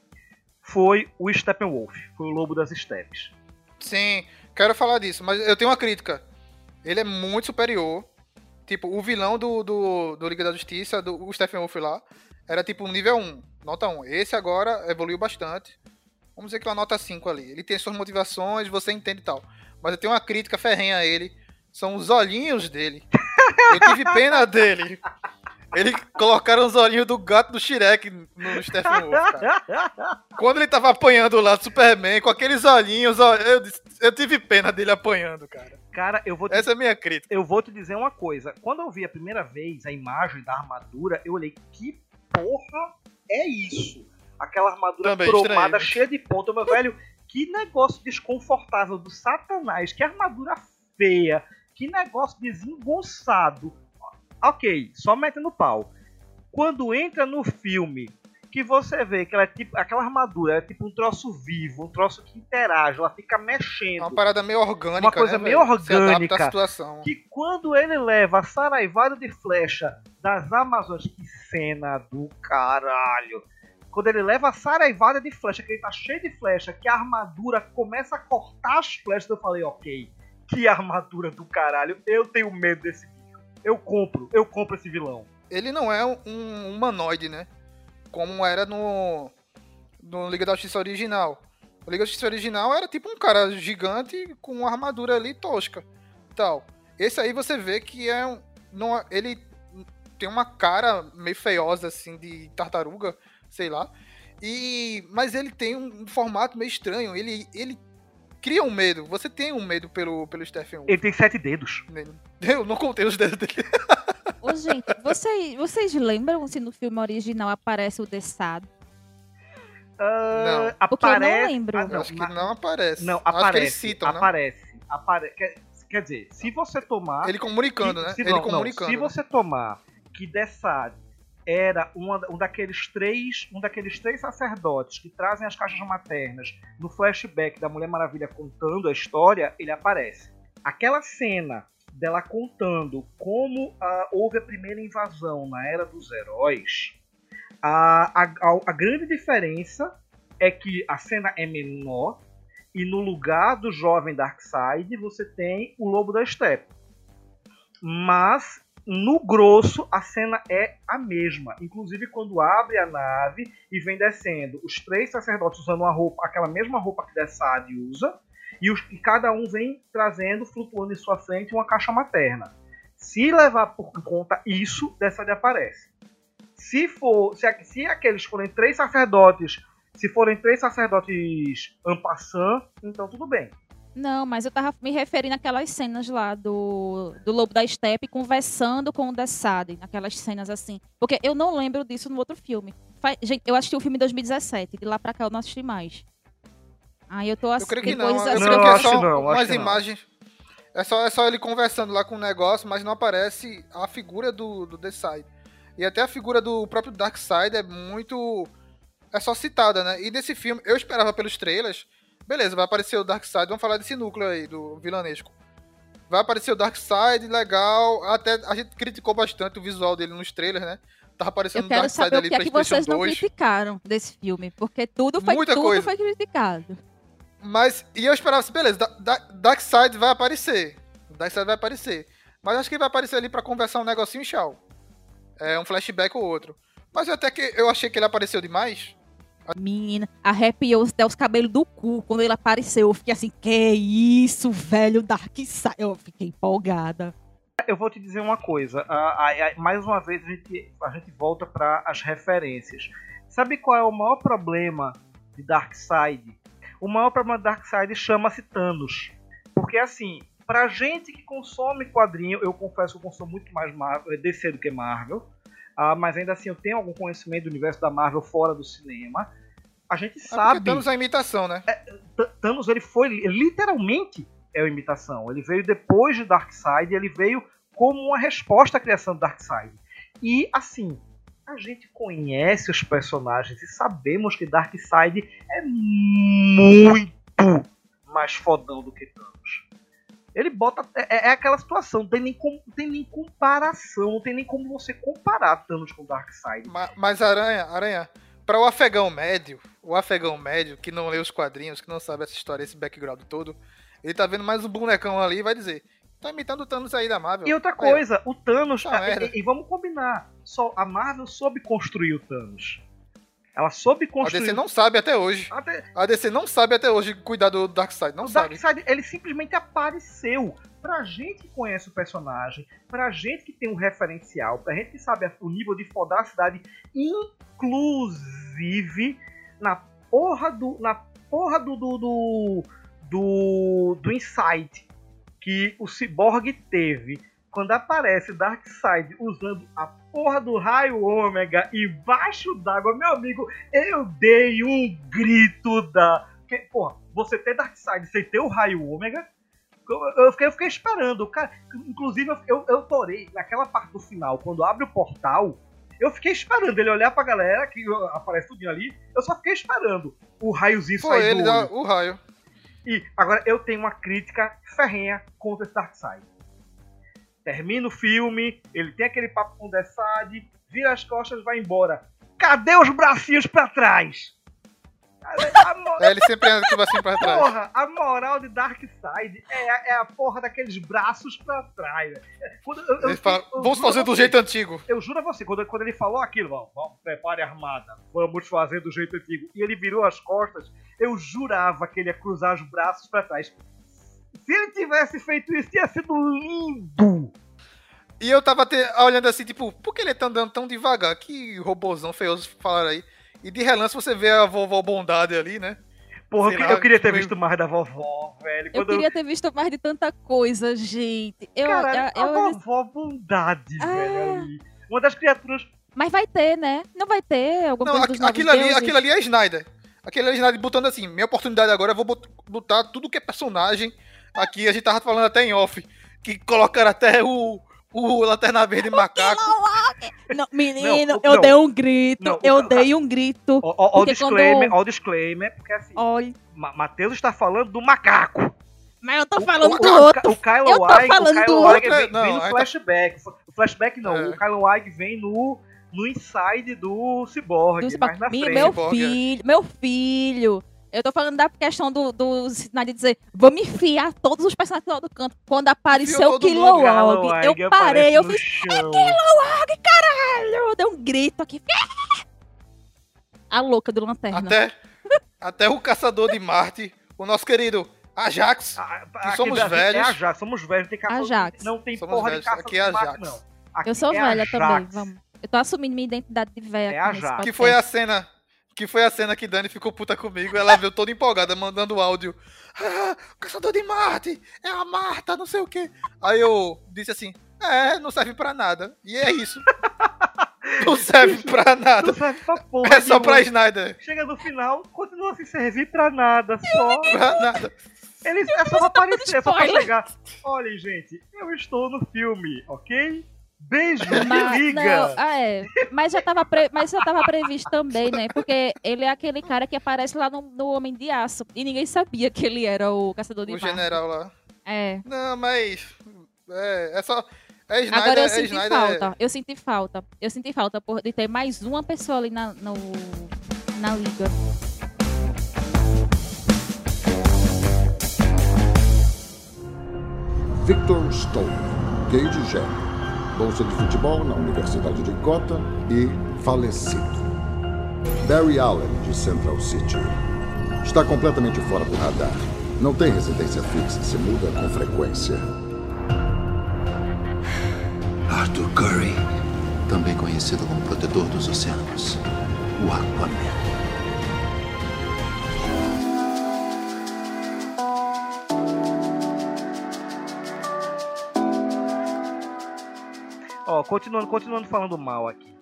foi o Steppenwolf, foi o Lobo das Steppes. Sim, quero falar disso, mas eu tenho uma crítica. Ele é muito superior. Tipo, o vilão do Liga da Justiça, o Steppenwolf lá, era tipo um nível 1, nota 1. Esse agora evoluiu bastante. Vamos dizer que é uma nota 5 ali. Ele tem suas motivações, você entende e tal. Mas eu tenho uma crítica ferrenha a ele. São os olhinhos dele. Eu tive pena dele. Eles colocaram os olhinhos do gato do Shrek no Steppenwolf, cara. Quando ele tava apanhando lá do Superman, com aqueles olhinhos, eu tive pena dele apanhando, cara. Cara, essa é a minha crítica. Eu vou te dizer uma coisa. Quando eu vi a primeira vez a imagem da armadura, eu olhei, que porra é isso? Aquela armadura Também cromada, estranho. cheia de ponta. Meu velho, que negócio desconfortável do Satanás. Que armadura feia. Que negócio desengonçado. Ok, só metendo pau. Quando entra no filme, que você vê que ela é tipo, aquela armadura é tipo um troço vivo, um troço que interage, ela fica mexendo. É uma parada meio orgânica, uma coisa né, meio velho? Se adapta orgânica. à situação. Que quando ele leva a saraivada de flecha das Amazonas, que cena do caralho. Quando ele leva a saraivada de flecha, que ele tá cheio de flecha, que a armadura começa a cortar as flechas, eu falei, ok, que armadura do caralho, eu tenho medo desse bicho. Eu compro esse vilão. Ele não é um humanoide, né? Como era no Liga da Justiça original. O Liga da Justiça original era tipo um cara gigante com uma armadura ali tosca e tal. Esse aí você vê que ele tem uma cara meio feiosa assim de tartaruga, sei lá. Mas ele tem um formato meio estranho. Ele cria um medo. Você tem um medo pelo Steppenwolf. Ele tem 7 dedos. Eu não contei os dedos dele. Ô, gente, vocês lembram se no filme original aparece o The Sad? Não. Porque eu não lembro. Acho que não aparece. Não, Acho que aparece. eles citam, Aparece. Quer dizer, se você tomar... Ele comunicando, né? Ele comunicando. Se você tomar que The Sad era um daqueles três sacerdotes que trazem as caixas maternas no flashback da Mulher Maravilha contando a história, ele aparece. Aquela cena dela contando como houve a primeira invasão na Era dos Heróis, a grande diferença é que a cena é menor e no lugar do jovem Darkseid você tem o Lobo da Steppe. Mas no grosso a cena é a mesma. Inclusive quando abre a nave e vem descendo os 3 sacerdotes usando aquela mesma roupa que Darkseid usa, e cada um vem trazendo, flutuando em sua frente, uma caixa materna. Se levar por conta isso, Darkseid aparece. Se aqueles forem 3 sacerdotes, se forem 3 sacerdotes en passant, então tudo bem. Não, mas eu tava me referindo àquelas cenas lá do Lobo da Steppe conversando com o Darkseid, naquelas cenas assim. Porque eu não lembro disso no outro filme. Gente, eu assisti o filme em 2017, de lá pra cá eu não assisti mais. Aí eu tô assim. Eu creio que depois, não. assim, Eu creio que é acho só que não, acho umas que não. imagens. É só ele conversando lá com o negócio, mas não aparece a figura do Darkseid. E até a figura do próprio Darkseid é muito... É só citada, né? E nesse filme, eu esperava pelos trailers... Beleza, vai aparecer o Darkseid, vamos falar desse núcleo aí, do vilanesco. vai aparecer o Darkseid, legal. Até a gente criticou bastante o visual dele nos trailers, né? Tava aparecendo Eu o quero Darkseid saber o ali que é que vocês PlayStation não 2. criticaram desse filme, porque tudo Muita coisa. foi criticado. Mas, e eu esperava assim, beleza, Darkseid vai aparecer. Darkseid vai aparecer. Mas acho que ele vai aparecer ali pra conversar um negocinho e tchau. É um flashback ou outro. Mas eu achei que ele apareceu demais. Menina, arrepiou até os cabelos do cu quando ele apareceu. Eu fiquei assim, que isso, velho, Darkseid. Eu fiquei empolgada. Eu vou te dizer uma coisa. Mais uma vez a gente volta para as referências. Sabe qual é o maior problema de Darkseid? O maior problema de Darkseid chama-se Thanos. Porque assim, pra gente que consome quadrinho, eu confesso que eu consumo muito mais Marvel, DC do que Marvel. Mas ainda assim eu tenho algum conhecimento do universo da Marvel fora do cinema. A gente sabe... Thanos é imitação, né? Thanos, ele foi literalmente é uma imitação. Ele veio depois de Darkseid, ele veio como uma resposta à criação do Darkseid. E assim, a gente conhece os personagens e sabemos que Darkseid é muito mais fodão do que Thanos. Ele bota... É aquela situação, não tem nem comparação, não tem nem como você comparar Thanos com Darkseid. Mas Aranha, para o afegão médio que não lê os quadrinhos, que não sabe essa história, esse background todo, ele tá vendo mais um bonecão ali e vai dizer, tá imitando o Thanos aí da Marvel. E outra coisa, o Thanos... merda. E vamos combinar, só a Marvel soube construir o Thanos. Ela soube construir... A DC não sabe até hoje. A DC não sabe até hoje cuidar do Darkseid, não sabe. O Darkseid, ele simplesmente apareceu. Pra gente que conhece o personagem, pra gente que tem um referencial, pra gente que sabe o nível de fodacidade, inclusive na porra do insight que o Cyborg teve quando aparece Darkseid usando a porra do raio ômega embaixo d'água, meu amigo, eu dei um grito porque, porra, você ter Darkseid sem ter o raio ômega, eu fiquei esperando. Cara, inclusive, eu torei naquela parte do final, quando abre o portal, eu fiquei esperando ele olhar pra galera, que aparece tudo ali, eu só fiquei esperando o raiozinho Foi sair ele do olho. o raio. E agora eu tenho uma crítica ferrenha contra esse Darkseid. Termina o filme, ele tem aquele papo com o Darkseid, vira as costas e vai embora. Cadê os bracinhos pra trás? Ele sempre anda com o bracinho pra trás. Porra, a moral de Darkseid é a porra daqueles braços pra trás. Ele fala, vamos fazer do jeito antigo. Eu juro a você, quando ele falou aquilo, vamos, prepare a armada, vamos fazer do jeito antigo, e ele virou as costas, eu jurava que ele ia cruzar os braços pra trás. Se ele tivesse feito isso, ia sido lindo. E eu tava olhando assim, tipo, por que ele tá andando tão devagar? Que robôzão feioso falaram aí. E de relance você vê a vovó Bondade ali, né? Porra, eu queria ter visto mais da vovó, velho. Eu queria ter visto mais de tanta coisa, gente. Caralho, a vovó Bondade, velho, ali. Uma das criaturas... Mas vai ter, né? Não vai ter alguma coisa dos aquilo ali é Snyder. Aquele é Snyder botando assim, minha oportunidade agora, eu vou botar tudo que é personagem. Aqui a gente tava falando até em off, que colocaram até o Lanterna Verde macaco. Não, menino, eu dei um grito. Dei um grito. Ó o disclaimer, porque assim, Matheus está falando do macaco. Mas eu tô falando do outro. O Kylo Weig vem no flashback. O flashback não, o Kylo Weig vem no inside do Cyborg, mais na frente. Meu filho. Eu tô falando da questão do Snyder dizer, vou me enfiar todos os personagens lá do canto. Quando apareceu o Kilowog, eu parei, eu fiz, é Kilowog, caralho! Eu dei um grito aqui. A louca do Lanterna. Até o Caçador de Marte, o nosso querido Ajax, que somos velhos. É Ajax, somos velhos, não tem porra de Caçador de Marte, não. Eu sou velha também, vamos. Eu tô assumindo minha identidade de velha. É Ajax. Que foi a cena que Dani ficou puta comigo. Ela veio toda empolgada, mandando áudio. Caçador de Marte! É a Marta, não sei o quê. Aí eu disse assim, não serve pra nada. E é isso. Não serve pra nada. Não serve pra porra. É só pra Snyder. Chega no final, continua sem servir pra nada. Pra nada. É só pra aparecer, é só pra chegar. Olha, gente, eu estou no filme, ok? Beijo, me liga! Mas já tava previsto também, né? Porque ele é aquele cara que aparece lá no Homem de Aço. E ninguém sabia que ele era o Caçador de Marte. O general lá. É. Não, mas É só. É Snyder, Agora eu é senti Snyder. falta. Eu senti falta de ter mais uma pessoa ali na liga. Victor Stone, gay de gênero, bolsa de futebol na Universidade de Gotham e falecido. Barry Allen, de Central City. Está completamente fora do radar. Não tem residência fixa, se muda com frequência. Arthur Curry, também conhecido como Protetor dos Oceanos, o Aquaman. Ó, continuando falando mal aqui.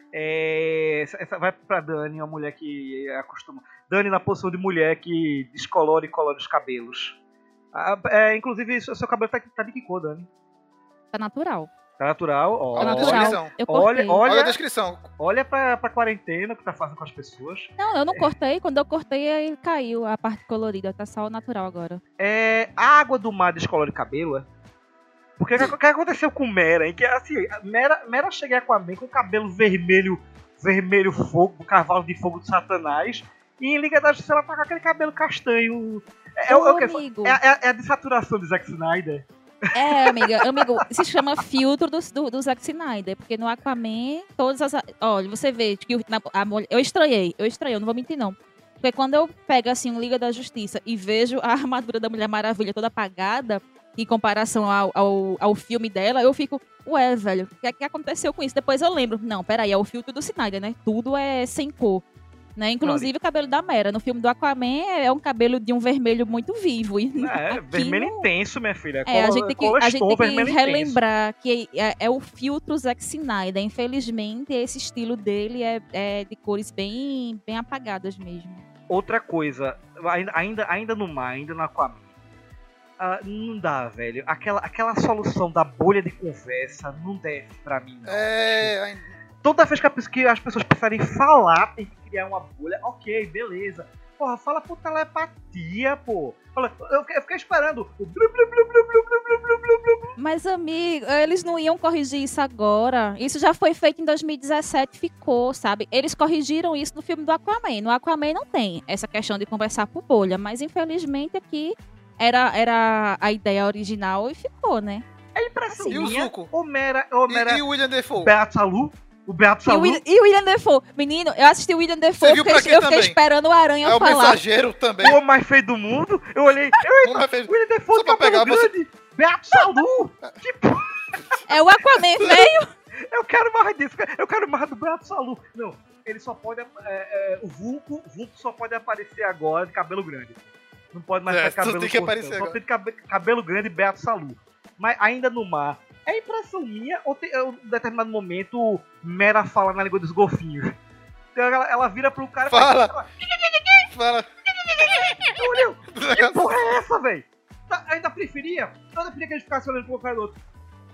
Essa vai pra Dani, uma mulher que acostuma. Dani na posição de mulher que descolora e colora os cabelos. Inclusive, seu cabelo tá de que cor, Dani? Tá natural. Tá natural? Ó, Tá natural. Eu cortei. Olha a descrição. Olha pra quarentena que tá fazendo com as pessoas. Não, eu não cortei. Quando eu cortei, aí caiu a parte colorida. Tá só o natural agora. A água do mar descolora o cabelo, é? Porque o que aconteceu com Mera, hein? Que assim, Mera chega com o cabelo vermelho fogo, cavalo de fogo de Satanás, e em Liga da Justiça ela tá com aquele cabelo castanho. Amigo. É a desaturação do Zack Snyder. Amigo, se chama filtro do Zack Snyder, porque no Aquaman, todas as... Olha, você vê que eu estranhei, eu não vou mentir não. Porque quando eu pego assim um Liga da Justiça e vejo a armadura da Mulher Maravilha toda apagada, em comparação ao filme dela, eu fico, ué, velho, o que aconteceu com isso? Depois eu lembro, não, peraí, é o filtro do Snyder, né? Tudo é sem cor. Né? Inclusive o cabelo da Mera. No filme do Aquaman é um cabelo de um vermelho muito vivo. E vermelho intenso, minha filha. A gente tem que relembrar que é o filtro Zack Snyder. Infelizmente, esse estilo dele é de cores bem apagadas mesmo. Outra coisa, ainda no mar, ainda no Aquaman. Não dá, velho. Aquela solução da bolha de conversa não desce pra mim, não. Toda vez que as pessoas precisarem falar, tem que criar uma bolha. Ok, beleza. Porra, fala por telepatia, pô. Eu fiquei esperando o blu, blu, blu, blu, blu, blu, blu, blu, blu. Mas, amigo, eles não iam corrigir isso agora. Isso já foi feito em 2017, ficou, sabe? Eles corrigiram isso no filme do Aquaman. No Aquaman não tem essa questão de conversar por bolha. Mas, infelizmente, aqui era a ideia original e ficou, né? É impressão minha. E o Zuko? E o William Dafoe? Beato Salu? O Beato Salu? E o William Dafoe. Menino, eu assisti o William Dafoe, eu fiquei esperando o Aranha falar. É o mensageiro também. O homem mais feio do mundo. Eu olhei. O William Dafoe só pra pegar grande. Beato Salu. É o Aquaman feio. Eu quero mais disso. Eu quero mais do Beato Salu. Não, ele só pode... o Vulco só pode aparecer agora de cabelo grande. Não pode mais ter cabelo grande. Só tem cabelo grande e Beato Salu. Mas ainda no mar... É impressão minha ou em um determinado momento Mera fala na língua dos golfinhos? Então ela vira pro cara e fala. Que porra é essa, velho? Eu ainda preferia que ele ficasse olhando pro cara do outro.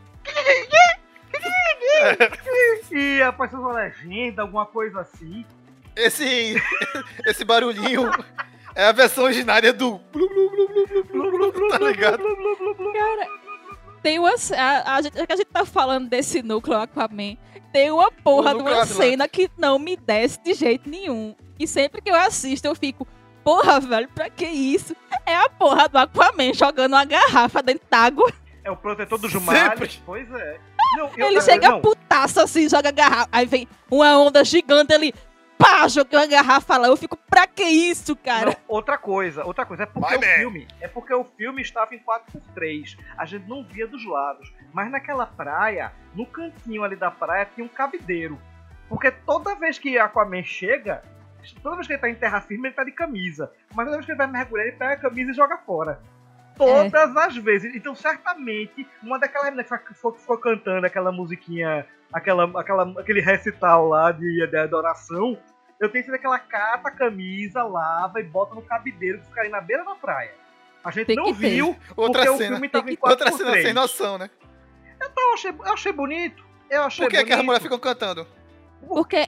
E apareceu uma legenda, alguma coisa assim. Esse barulhinho é a versão originária do blu blu blu blu blu blu, tá ligado? Cara, tem uma... A gente tá falando desse núcleo Aquaman. Tem uma porra de uma cena que não me desce de jeito nenhum. E sempre que eu assisto, eu fico... Porra, velho, pra que isso? É a porra do Aquaman jogando uma garrafa dentro d'água. É o protetor dos mares. Pois é. Não, ele chega putaço assim, joga a garrafa. Aí vem uma onda gigante, ele... Pá, joguei uma garrafa lá. Eu fico, pra que isso, cara? Não, outra coisa. É porque o filme estava em 4x3. A gente não via dos lados. Mas naquela praia, no cantinho ali da praia, tinha um cabideiro. Porque toda vez que Aquaman chega, toda vez que ele tá em terra firme, ele tá de camisa. Mas toda vez que ele vai mergulhar, ele pega a camisa e joga fora. Todas as vezes. Então, certamente, uma daquelas meninas que ficou cantando aquela musiquinha, aquele recital lá de adoração, eu tenho certeza que ela cata a camisa, lava e bota no cabideiro que fica ali na beira da praia. A gente não viu, porque o filme tava em 4x3. Outra cena sem noção, né? Então, eu achei bonito. Por que as mulheres ficam cantando? Porque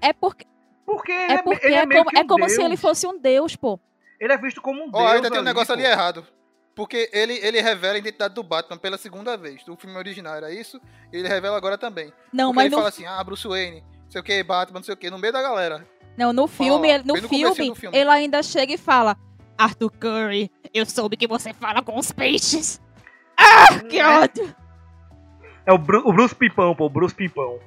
ele é meio que um como deus. se ele fosse um deus, pô. Ele é visto como um deus. Ainda tem um negócio ali errado. Porque ele revela a identidade do Batman pela segunda vez. Do filme original era isso, e ele revela agora também. Não, Porque mas ele fala assim, Bruce Wayne, não sei o que, Batman, não sei o que, no meio da galera. Não, no filme, Fala, bem no comecinho do filme. ele ainda chega e fala: Arthur Curry, eu soube que você fala com os peixes. Ah, que ódio! É o Bruce Pimpão, pô, o Bruce Pimpão.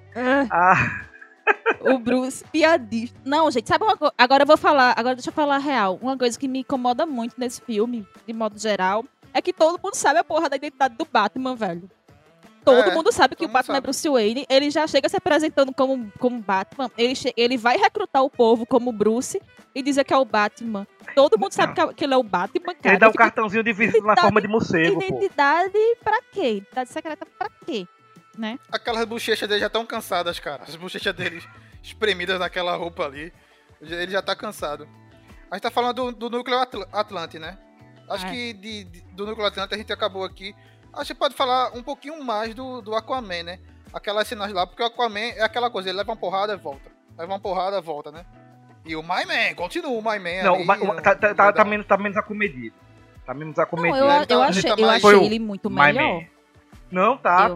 O Bruce, piadista. Não, gente, sabe uma coisa? Agora deixa eu falar a real. Uma coisa que me incomoda muito nesse filme, de modo geral, é que todo mundo sabe a porra da identidade do Batman, velho. Todo mundo sabe que o Batman é Bruce Wayne. Ele já chega se apresentando como Batman. Ele vai recrutar o povo como Bruce e dizer que é o Batman. Todo mundo sabe que ele é o Batman, cara. Ele dá um cartãozinho de visita na forma de morcego, pô. Identidade pra quê? Identidade secreta pra quê? Né? Aquelas bochechas dele já estão cansadas, cara. As bochechas dele espremidas naquela roupa ali. Ele já tá cansado. A gente tá falando do núcleo Atlante, né? Acho que do núcleo Atlante a gente acabou aqui. Acho que pode falar um pouquinho mais do Aquaman, né? Aquelas cenas lá, porque o Aquaman é aquela coisa, ele leva uma porrada e volta. Leva uma porrada e volta, né? E o My Man, continua o My Man. Não, ali, tá menos acomedido. Tá menos acomedido. Não, eu achei ele muito melhor. Não,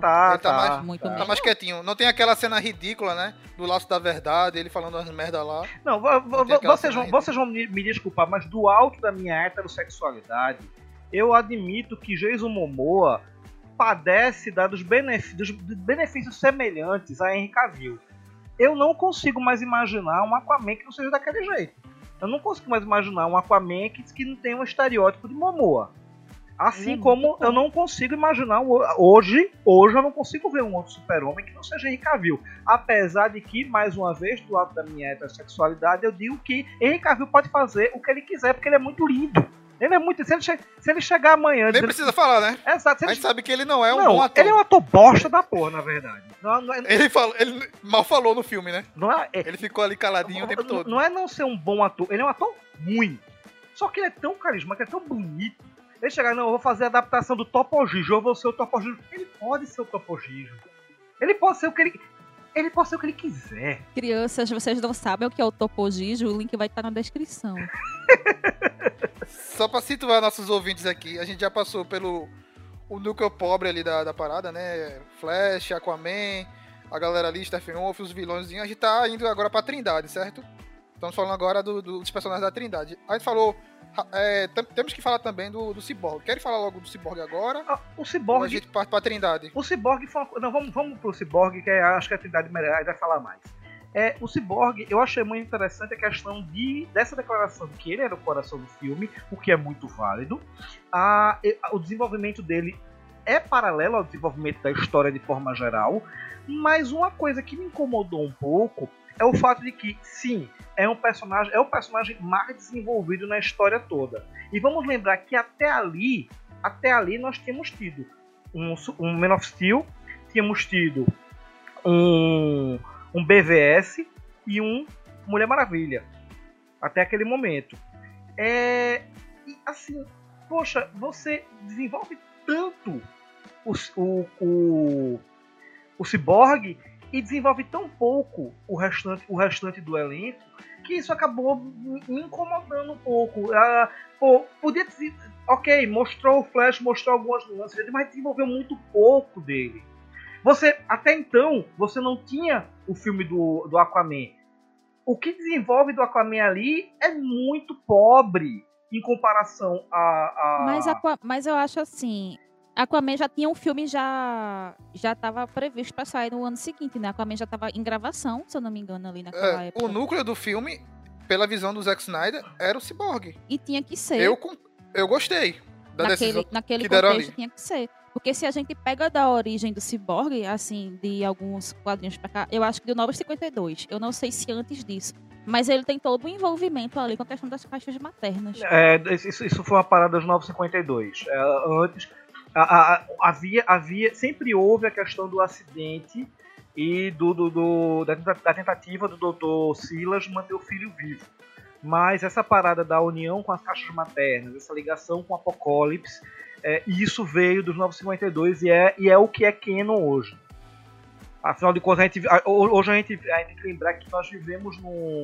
tá mais quietinho. Não tem aquela cena ridícula, né? Do laço da verdade, ele falando as merda lá. Não, vocês vão me desculpar, mas do alto da minha heterossexualidade, eu admito que Jason Momoa padece dos benefícios semelhantes a Henry Cavill. Eu não consigo mais imaginar um Aquaman que não seja daquele jeito. Eu não consigo mais imaginar um Aquaman que não tenha um estereótipo de Momoa. Assim como eu não consigo imaginar hoje eu não consigo ver um outro super-homem que não seja Henry Cavill. Apesar de que, mais uma vez, do lado da minha heterossexualidade, eu digo que Henry Cavill pode fazer o que ele quiser, porque ele é muito lindo. Ele é muito... Se ele chegar amanhã... Nem precisa falar, né? Exato. A gente sabe que ele não é um bom ator. Ele é um ator bosta da porra, na verdade. Ele mal falou no filme, né? Ele ficou ali caladinho o tempo todo. Não é não ser um bom ator. Ele é um ator ruim. Só que ele é tão carismático, é tão bonito. Ele chegar, não, eu vou fazer a adaptação do Topo Gigio, eu vou ser o Topo Gigio. Ele pode ser o Topo Gigio. Ele pode ser o que ele quiser. Crianças, vocês não sabem o que é o Topo Gigio, o link vai estar na descrição. Só pra situar nossos ouvintes aqui, a gente já passou pelo o núcleo pobre ali da parada, né? Flash, Aquaman, a galera ali, Steppenwolf, os vilõezinhos. A gente tá indo agora pra Trindade, certo? Estamos falando agora dos personagens da Trindade. A gente falou... temos que falar também do Cyborg. Querem falar logo do Cyborg agora? O Cyborg... Ou a gente parte pra Trindade? O Cyborg foi uma... Não, vamos pro Cyborg, que acho que a Trindade vai falar mais. O Cyborg, eu achei muito interessante a questão dessa declaração de que ele era o coração do filme, o que é muito válido. O desenvolvimento dele é paralelo ao desenvolvimento da história de forma geral, mas uma coisa que me incomodou um pouco é o fato de que, sim, é o personagem mais desenvolvido na história toda. E vamos lembrar que até ali nós tínhamos tido um Man of Steel, tínhamos tido um BVS e um Mulher Maravilha. Até aquele momento. E assim, poxa, você desenvolve tanto o Cyborg e desenvolve tão pouco o restante do elenco que isso acabou me incomodando um pouco. Podia dizer, ok, mostrou o Flash, mostrou algumas nuances, mas desenvolveu muito pouco dele. Até então, você não tinha o filme do Aquaman. O que desenvolve do Aquaman ali é muito pobre em comparação Mas eu acho assim... Aquaman já tinha um filme, já estava previsto para sair no ano seguinte, né? Aquaman já estava em gravação, se eu não me engano, ali naquela época. O núcleo do filme, pela visão do Zack Snyder, era o Cyborg. E tinha que ser. Eu gostei da decisão naquele que deram contexto ali. Tinha que ser. Porque se a gente pega da origem do Cyborg, assim, de alguns quadrinhos pra cá, eu acho que do Novos 52, eu não sei se antes disso, mas ele tem todo o envolvimento ali com a questão das caixas maternas. Isso foi uma parada dos Novos 52. Antes... sempre houve a questão do acidente e da tentativa do Dr. Silas manter o filho vivo. Mas essa parada da união com as caixas maternas, essa ligação com o Apocalipse, isso veio dos 952 e é o que é canon hoje. Afinal de contas, hoje a gente tem que lembrar que nós vivemos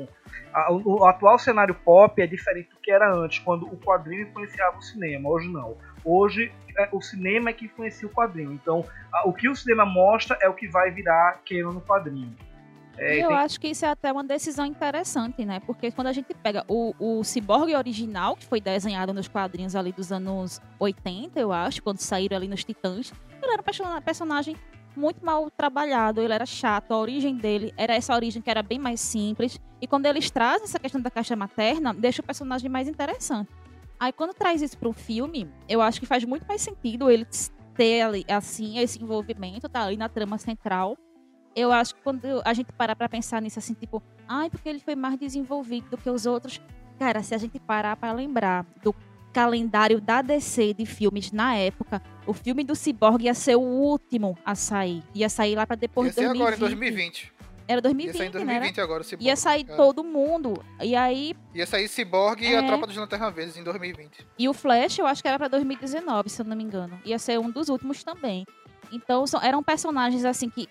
o atual cenário pop é diferente do que era antes, quando o quadrinho influenciava o cinema. Hoje não. Hoje o cinema é que influencia o quadrinho. Então, o que o cinema mostra é o que vai virar canon no quadrinho. Eu acho que isso é até uma decisão interessante, né? Porque quando a gente pega o Cyborg original, que foi desenhado nos quadrinhos ali dos anos 80, eu acho, quando saíram ali nos Titãs, ele era um personagem muito mal trabalhado, ele era chato, a origem dele era essa origem que era bem mais simples, e quando eles trazem essa questão da caixa materna, deixa o personagem mais interessante. Aí quando traz isso pro filme, eu acho que faz muito mais sentido ele ter ali, assim, esse envolvimento, tá ali na trama central. Eu acho que quando a gente parar pra pensar nisso assim, tipo, porque ele foi mais desenvolvido do que os outros. Cara, se a gente parar pra lembrar do calendário da DC de filmes na época, o filme do Cyborg ia ser o último a sair. Ia sair lá pra depois de 2020. Agora em 2020. Era 2020, ia sair em 2020 né? agora o Cyborg. Ia sair todo mundo. E aí... Ia sair Cyborg e a Tropa dos Lanterna Verdes em 2020. E o Flash, eu acho que era pra 2019, se eu não me engano. Ia ser um dos últimos também. Então, eram personagens, assim, que...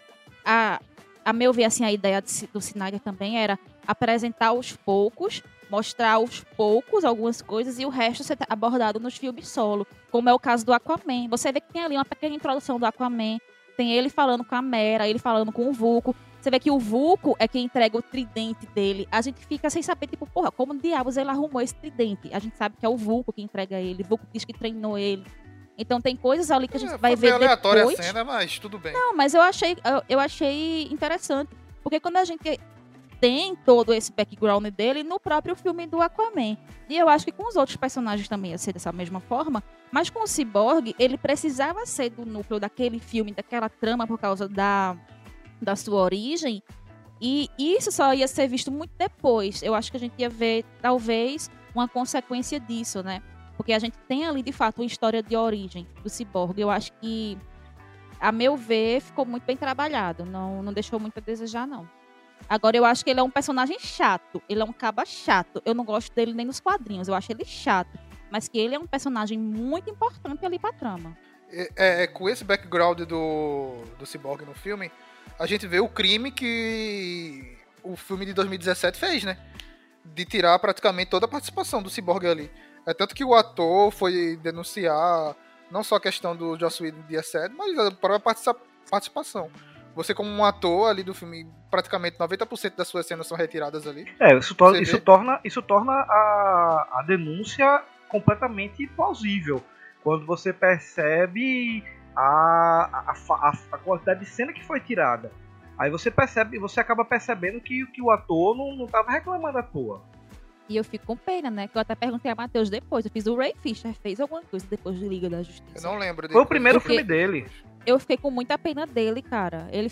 A meu ver, assim, a ideia do Snyder também era apresentar aos poucos, mostrar aos poucos algumas coisas e o resto ser abordado nos filmes solo, como é o caso do Aquaman. Você vê que tem ali uma pequena introdução do Aquaman, tem ele falando com a Mera, ele falando com o Vulco. Você vê que o Vulco é quem entrega o tridente dele. A gente fica sem saber, tipo, porra, como diabos ele arrumou esse tridente? A gente sabe que é o Vulco que entrega ele, o Vulco diz que treinou ele. Então tem coisas ali que a gente vai ver aleatória depois. A cena, mas tudo bem. Não, mas eu achei interessante. Porque quando a gente tem todo esse background dele no próprio filme do Aquaman. E eu acho que com os outros personagens também ia ser dessa mesma forma. Mas com o Cyborg, ele precisava ser do núcleo daquele filme, daquela trama por causa da sua origem. E isso só ia ser visto muito depois. Eu acho que a gente ia ver, talvez, uma consequência disso, né? Porque a gente tem ali, de fato, uma história de origem do Cyborg. Eu acho que, a meu ver, ficou muito bem trabalhado. Não deixou muito a desejar, não. Agora, eu acho que ele é um personagem chato. Ele é um caba chato. Eu não gosto dele nem nos quadrinhos. Eu acho ele chato. Mas que ele é um personagem muito importante ali pra trama. Com esse background do Cyborg no filme, a gente vê o crime que o filme de 2017 fez, né? De tirar praticamente toda a participação do Cyborg ali. É tanto que o ator foi denunciar não só a questão do Joss Whedon no dia 7, mas a própria participação. Você, como um ator ali do filme, praticamente 90% das suas cenas são retiradas ali. Isso torna a denúncia completamente plausível. Quando você percebe a quantidade de cena que foi tirada. Aí você acaba percebendo que o ator não estava reclamando à toa. E eu fico com pena, né? Que eu até perguntei a Matheus depois. Eu fiz o Ray Fisher, fez alguma coisa depois de Liga da Justiça. Eu não lembro dele. Foi o primeiro filme dele. Eu fiquei com muita pena dele, cara. Ele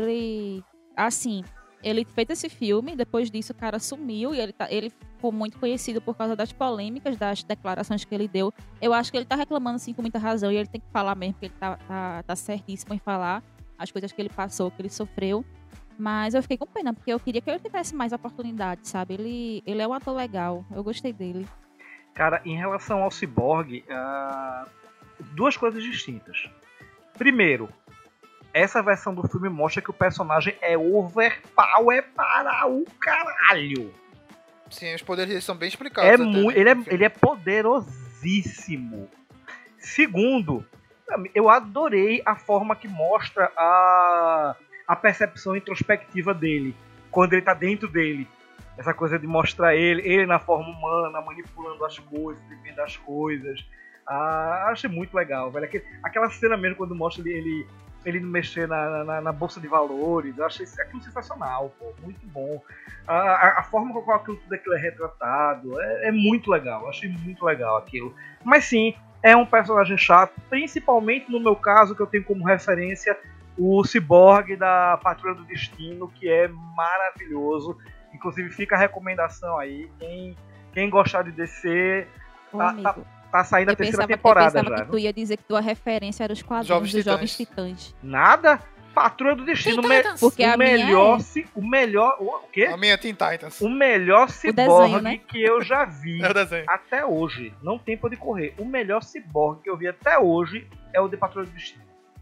fez esse filme, depois disso o cara sumiu e ele ficou muito conhecido por causa das polêmicas, das declarações que ele deu. Eu acho que ele tá reclamando, assim, com muita razão e ele tem que falar mesmo, porque ele tá certíssimo em falar as coisas que ele passou, que ele sofreu. Mas eu fiquei com pena, porque eu queria que ele tivesse mais oportunidade, sabe? Ele é um ator legal, eu gostei dele. Cara, em relação ao Cyborg, duas coisas distintas. Primeiro, essa versão do filme mostra que o personagem é overpower para o caralho. Sim, os poderes dele são bem explicados. Ele é poderosíssimo. Segundo, eu adorei a forma que mostra a percepção introspectiva dele, quando ele tá dentro dele. Essa coisa de mostrar ele na forma humana, manipulando as coisas, vivendo as coisas. Achei muito legal, velho. Aquela cena mesmo, quando mostra ele mexer na bolsa de valores, eu achei aquilo sensacional, pô, muito bom. A forma com qual tudo aquilo é retratado é muito legal, eu achei muito legal aquilo. Mas sim, é um personagem chato, principalmente no meu caso, que eu tenho como referência o Cyborg da Patrulha do Destino, que é maravilhoso. Inclusive fica a recomendação aí, quem gostar de DC, tá saindo a terceira temporada já. Eu pensava que tu ia dizer que tua referência era os quadrinhos dos Jovens Titãs. Nada? Patrulha do Destino. Porque a melhor. O quê? A minha é Teen Titans. O melhor Cyborg desenho, né? que eu já vi até hoje. Não tem pra onde correr. O melhor Cyborg que eu vi até hoje é o de Patrulha do Destino.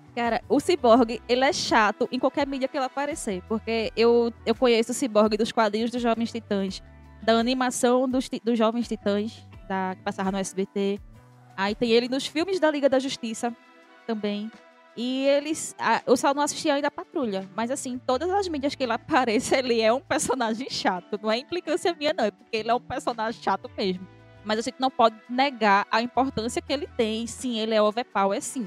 Cara, o Cyborg, ele é chato em qualquer mídia que ele aparecer. Porque eu conheço o Cyborg dos quadrinhos dos Jovens Titãs, da animação dos Jovens Titãs, que passava no SBT. Aí tem ele nos filmes da Liga da Justiça também. E eu só não assisti ainda a Patrulha. Mas assim, todas as mídias que ele aparece, ele é um personagem chato. Não é implicância minha, não. É porque ele é um personagem chato mesmo. Mas a gente não pode negar a importância que ele tem. Sim, ele é overpower, sim.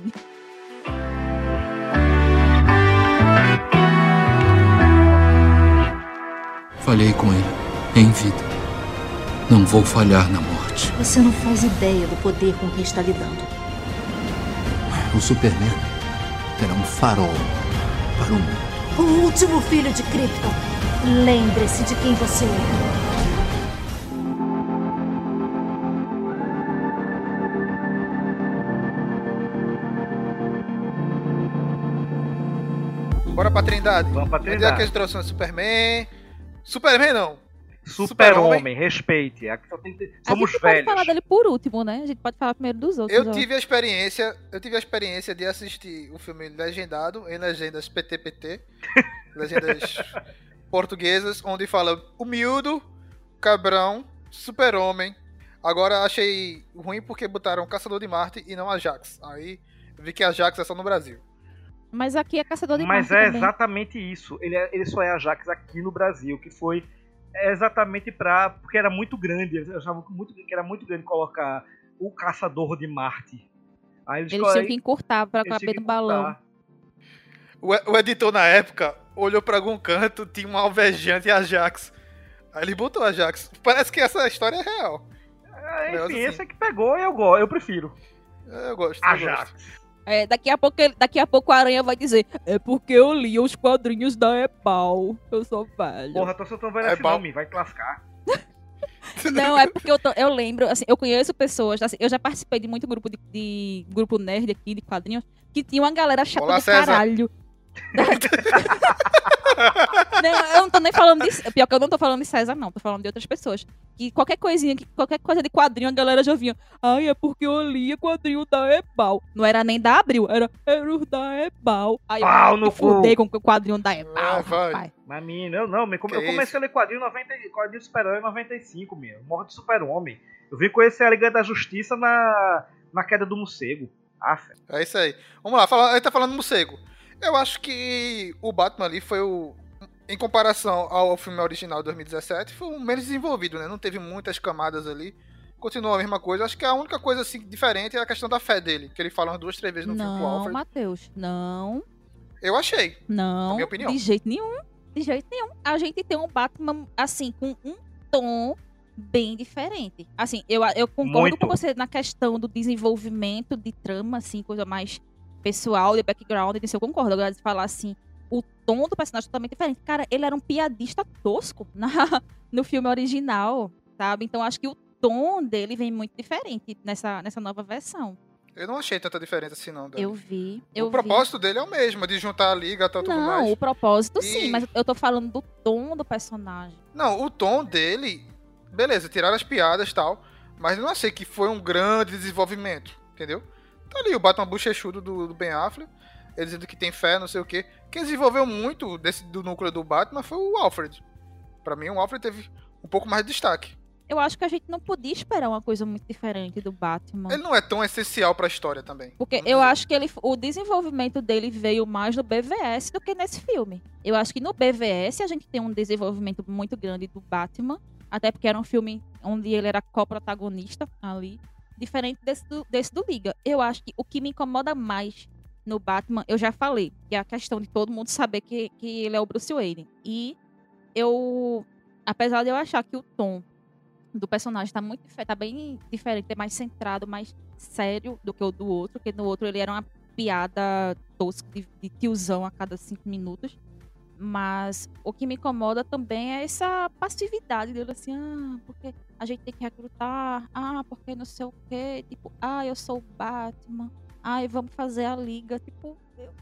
Falhei com ele, em vida. Não vou falhar na morte. Você não faz ideia do poder com que está lidando. O Superman era um farol para o mundo. O último filho de Krypton. Lembre-se de quem você é. Bora pra Trindade. Vamos pra Cadê Trindade. aquela introdução de Superman? Superman não. Super-Homem, respeite. Aqui só tem... Somos a gente velhos. pode falar dele por último, né? A gente pode falar primeiro dos outros. Eu tive a experiência de assistir o filme legendado, em legendas PTPT, legendas portuguesas, onde fala o miúdo, Cabrão, Super-Homem. Agora achei ruim porque botaram Caçador de Marte e não Ajax. Aí vi que Ajax é só no Brasil. Mas aqui é Caçador de Mas Marte é também. exatamente isso. Ele só é Ajax aqui no Brasil, que foi exatamente porque era muito grande. Eles achavam que era muito grande colocar o Caçador de Marte. Aí Eles tinham que encurtar pra caber no balão. O editor na época olhou pra algum canto, tinha um alvejante Ajax. Aí ele botou Ajax. Parece que essa história é real. Enfim, esse é que pegou e eu prefiro. Eu gosto. Ajax. Daqui a pouco a Aranha vai dizer: é porque eu li os quadrinhos da Ebal. Eu sou velho. Porra, tô tão velho assim, não, me vai te lascar. Não, é porque eu lembro, assim, eu conheço pessoas, assim, eu já participei de muito grupo de grupo nerd aqui, de quadrinhos, que tinha uma galera chata Olá, do César. caralho. Não, eu não tô nem falando de... Pior que eu não tô falando de César, não. Tô falando de outras pessoas. Que qualquer coisa de quadrinho, a galera já vinha. Ai, é porque eu lia quadrinho da Ebal. Não era nem da Abril, era o da Ebal. Aí Pau eu no me fudei cu. com o quadrinho da Ebal, vai. rapaz. Mas, menina, eu comecei a ler quadrinho de Super-Homem em 95, meu. Morte de Super-Homem. Eu vim conhecer a Liga da Justiça na queda do morcego. Aff. É isso aí. Vamos lá, a gente tá falando do morcego. Eu acho que o Batman ali foi em comparação ao filme original de 2017, foi o menos desenvolvido, né? Não teve muitas camadas ali. Continuou a mesma coisa. Acho que a única coisa assim diferente é a questão da fé dele, que ele fala umas 2, 3 vezes no filme com o Não, Alfred. Matheus, não. Eu achei. Não, Na minha opinião. de jeito nenhum. De jeito nenhum. A gente tem um Batman, assim, com um tom bem diferente. Assim, eu concordo Muito. com você na questão do desenvolvimento de trama, assim, coisa mais pessoal, de background, disso eu concordo. Agora, de falar assim, o tom do personagem é totalmente diferente. Cara, ele era um piadista tosco no filme original, sabe? Então, acho que o tom dele vem muito diferente nessa nova versão. Eu não achei tanta diferença assim, não. Dani. Eu vi. O propósito dele é o mesmo, de juntar a liga e tudo mais. Não, o propósito E- sim, mas eu tô falando do tom do personagem. Não, o tom dele, beleza, tiraram as piadas e tal, mas eu não achei que foi um grande desenvolvimento, entendeu? Tá ali o Batman bochechudo do Ben Affleck, ele dizendo que tem fé, não sei o quê. Quem desenvolveu muito do núcleo do Batman foi o Alfred. Pra mim, o Alfred teve um pouco mais de destaque. Eu acho que a gente não podia esperar uma coisa muito diferente do Batman. Ele não é tão essencial pra história também. Porque Vamos eu dizer. acho que o desenvolvimento dele veio mais no BVS do que nesse filme. Eu acho que no BVS a gente tem um desenvolvimento muito grande do Batman, até porque era um filme onde ele era co-protagonista ali, diferente desse do Liga. Eu acho que o que me incomoda mais no Batman, eu já falei, que é a questão de todo mundo saber que ele é o Bruce Wayne. E apesar de eu achar que o tom do personagem tá bem diferente, é mais centrado, mais sério do que o do outro, porque no outro ele era uma piada tosca de tiozão a cada 5 minutos. Mas o que me incomoda também é essa passividade dele, assim, porque a gente tem que recrutar, porque não sei o quê, tipo, eu sou o Batman, vamos fazer a liga, tipo,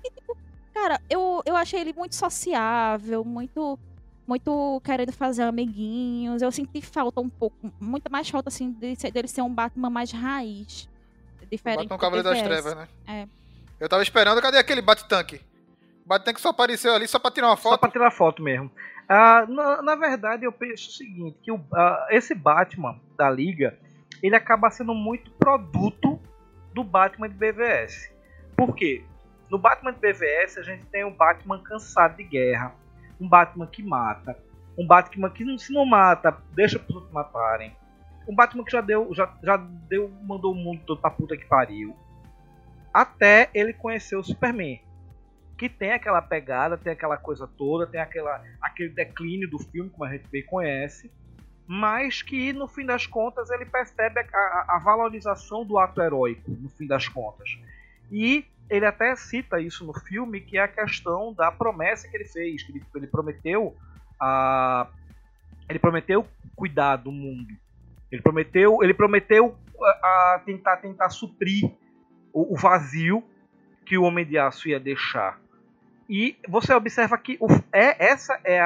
cara, eu achei ele muito sociável, muito querendo fazer amiguinhos. Eu senti falta um pouco, muita mais falta, assim, dele ser um Batman mais raiz. Diferente Batman do Cavaleiro das BVS. Trevas, né? É. Eu tava esperando, cadê aquele bate-tanque? O bate-tanque só apareceu ali só pra tirar uma Só foto. pra tirar foto mesmo. Na verdade, eu penso o seguinte, que esse Batman da Liga, ele acaba sendo muito produto do Batman de BVS. Por quê? No Batman de BVS, a gente tem um Batman cansado de guerra, um Batman que mata, um Batman que se não mata, deixa os outros matarem, um Batman que mandou o mundo todo pra puta que pariu, até ele conhecer o Superman, que tem aquela pegada, tem aquela coisa toda, tem aquele declínio do filme, como a gente bem conhece, mas que no fim das contas ele percebe a valorização do ato heróico, no fim das contas. E ele até cita isso no filme, que é a questão da promessa que ele fez, que ele prometeu cuidar do mundo. Ele prometeu tentar suprir o vazio que o Homem de Aço ia deixar. E você observa que essa é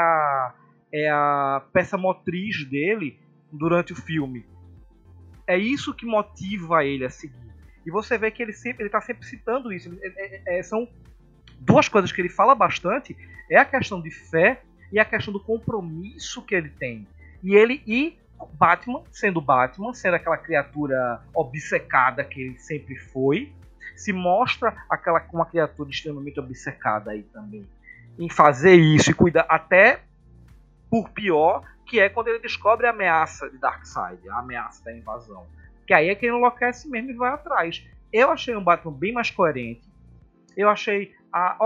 a peça motriz dele durante o filme. É isso que motiva ele a seguir. E você vê que ele está sempre citando isso. São duas coisas que ele fala bastante. É a questão de fé e a questão do compromisso que ele tem. E Batman, sendo aquela criatura obcecada que ele sempre foi, se mostra uma criatura extremamente obcecada aí também. Em fazer isso e cuidar até por pior, que é quando ele descobre a ameaça de Darkseid, a ameaça da invasão. Que aí é que ele enlouquece mesmo e vai atrás. Eu achei um Batman bem mais coerente. Eu achei,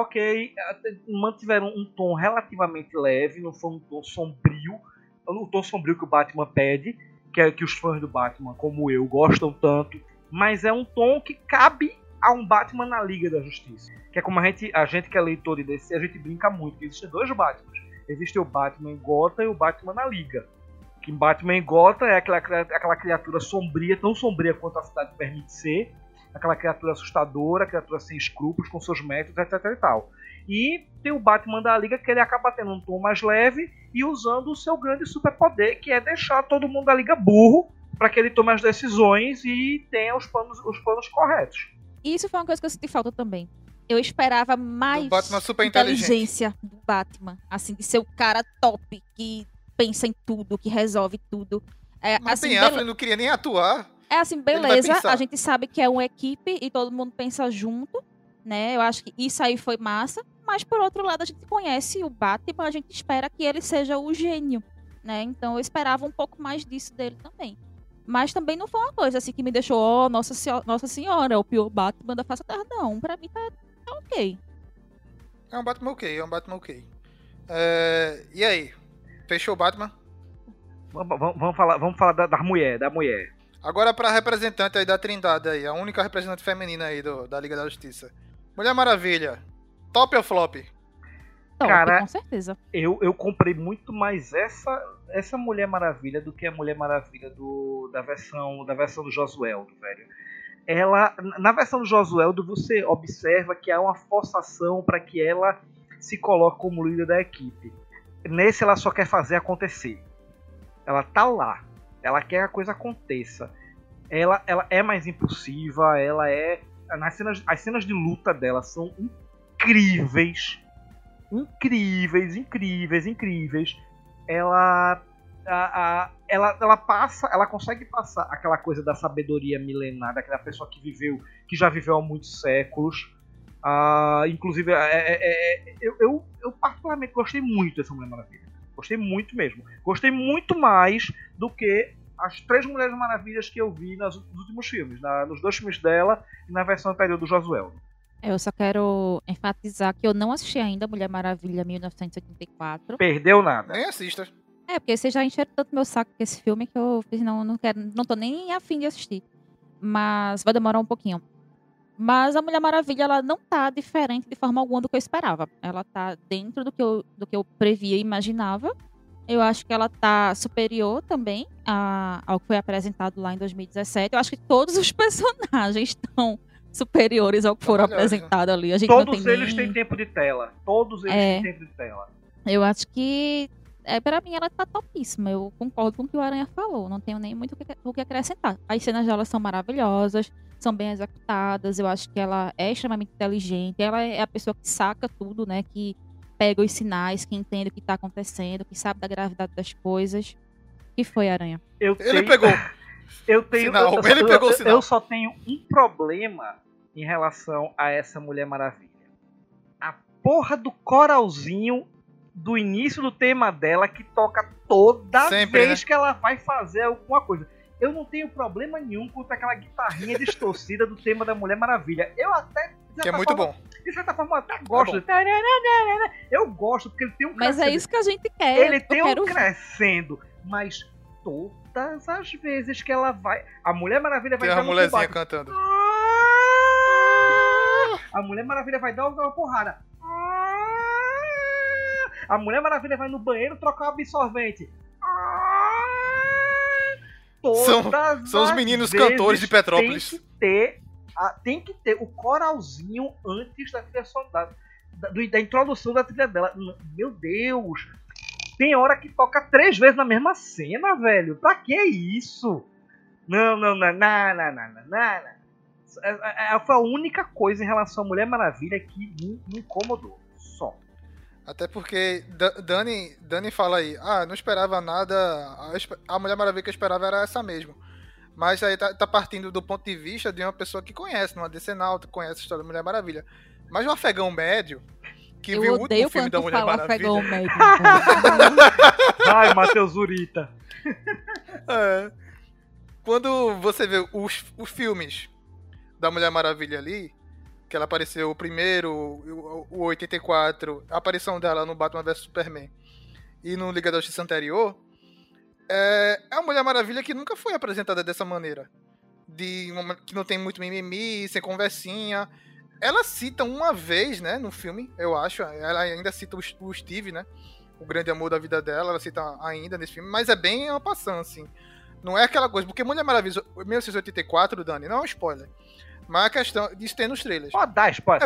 mantiveram um tom relativamente leve, não foi um tom sombrio. O tom sombrio que o Batman pede, que os fãs do Batman, como eu, gostam tanto. Mas é um tom que cabe a um Batman na Liga da Justiça. Que é como a gente que é leitor de DC, a gente brinca muito, que existem dois Batmans. Existe o Batman em Gotham e o Batman na Liga. Que Batman em Gotham é aquela criatura sombria, tão sombria quanto a cidade permite ser, aquela criatura assustadora, criatura sem escrúpulos, com seus métodos, etc e tal. E tem o Batman da Liga, que ele acaba tendo um tom mais leve e usando o seu grande superpoder, que é deixar todo mundo da Liga burro, para que ele tome as decisões e tenha os planos corretos. Isso foi uma coisa que eu senti falta também. Eu esperava mais inteligência do Batman, assim, de ser o cara top, que pensa em tudo, que resolve tudo. Mas assim, Ben Affleck não queria nem atuar. É assim, beleza, a gente sabe que é uma equipe e todo mundo pensa junto, né? Eu acho que isso aí foi massa, mas por outro lado a gente conhece o Batman, a gente espera que ele seja o gênio, né? Então eu esperava um pouco mais disso dele também. Mas também não foi uma coisa assim que me deixou, Nossa Senhora, é o pior Batman da face da Terra, não. Pra mim tá ok. É um Batman ok. E aí? Fechou o Batman? Vamos falar da mulher. Agora pra representante aí da Trindade aí, a única representante feminina aí da Liga da Justiça. Mulher Maravilha. Top ou flop? Top, cara, com certeza. Eu comprei muito mais essa Mulher Maravilha do que a Mulher Maravilha da versão do Josueldo, velho. Na versão do Josueldo, você observa que há uma forçação para que ela se coloque como líder da equipe. Nesse, ela só quer fazer acontecer. Ela tá lá. Ela quer que a coisa aconteça. Ela é mais impulsiva. As cenas de luta dela são incríveis. Incríveis. Ela consegue passar aquela coisa da sabedoria milenar, daquela pessoa que já viveu há muitos séculos. Inclusive, eu particularmente gostei muito dessa Mulher Maravilha. Gostei muito mesmo. Gostei muito mais do que as 3 Mulheres Maravilhas que eu vi nos últimos filmes, nos 2 filmes dela e na versão anterior do Josueldo. Eu só quero enfatizar que eu não assisti ainda Mulher Maravilha 1984. Perdeu nada. Nem assista. Porque vocês já encheram tanto meu saco com esse filme que eu não tô nem afim de assistir. Mas vai demorar um pouquinho. Mas a Mulher Maravilha, ela não tá diferente de forma alguma do que eu esperava. Ela tá dentro do que eu previa e imaginava. Eu acho que ela tá superior também ao que foi apresentado lá em 2017. Eu acho que todos os personagens estão superiores ao que foram apresentados ali. A gente todos eles têm tempo de tela. Eu acho que, pra mim, ela tá topíssima. Eu concordo com o que o Aranha falou. Não tenho nem muito o que acrescentar. As cenas dela são maravilhosas. são bem executadas. Eu acho que ela é extremamente inteligente. Ela é a pessoa que saca tudo, né? Que pega os sinais, que entende o que tá acontecendo, que sabe da gravidade das coisas. O que foi, Aranha? Ele pegou. Ele pegou o sinal. Eu só tenho um problema em relação a essa Mulher Maravilha. A porra do coralzinho do início do tema dela que toca toda Sempre, vez né? que ela vai fazer alguma coisa. Eu não tenho problema nenhum com aquela guitarrinha distorcida do tema da Mulher Maravilha. Eu até... Que é muito bom. De certa forma, eu até gosto. Eu gosto, porque ele tem um Mas crescendo. é isso que a gente quer. Ele eu tem quero um crescendo. Mas todas as vezes que ela vai... A Mulher Maravilha vai Tem dar uma no mulherzinha combate. cantando. A Mulher Maravilha vai dar uma porrada. A Mulher Maravilha vai no banheiro trocar o absorvente. São os meninos cantores de Petrópolis. Tem que ter o coralzinho antes da trilha sonora, da introdução da trilha dela. Meu Deus! Tem hora que toca 3 vezes na mesma cena, velho. Pra que isso? Não. Foi a única coisa em relação à Mulher Maravilha que me incomodou. Só. Até porque Dani fala aí, não esperava nada, a Mulher Maravilha que eu esperava era essa mesmo. Mas aí tá partindo do ponto de vista de uma pessoa que conhece, numa decenalta, conhece a história da Mulher Maravilha. Mas um afegão médio, que eu viu o odeio último filme da quando tu Mulher fala Maravilha... afegão médio. Ai, Matheus Zurita. Quando você vê os filmes da Mulher Maravilha ali, que ela apareceu o primeiro, o 84, a aparição dela no Batman vs Superman e no Liga da Justiça anterior, é a Mulher Maravilha que nunca foi apresentada dessa maneira. Que não tem muito mimimi, sem conversinha. Ela cita uma vez, né, no filme, eu acho, ela ainda cita o Steve, né, o grande amor da vida dela, ela cita ainda nesse filme, mas é bem uma passão, assim. Não é aquela coisa, porque Mulher Maravilha 1984, Dani, não é um spoiler. Mas a questão disso tem nos trailers. Pode dar spoiler.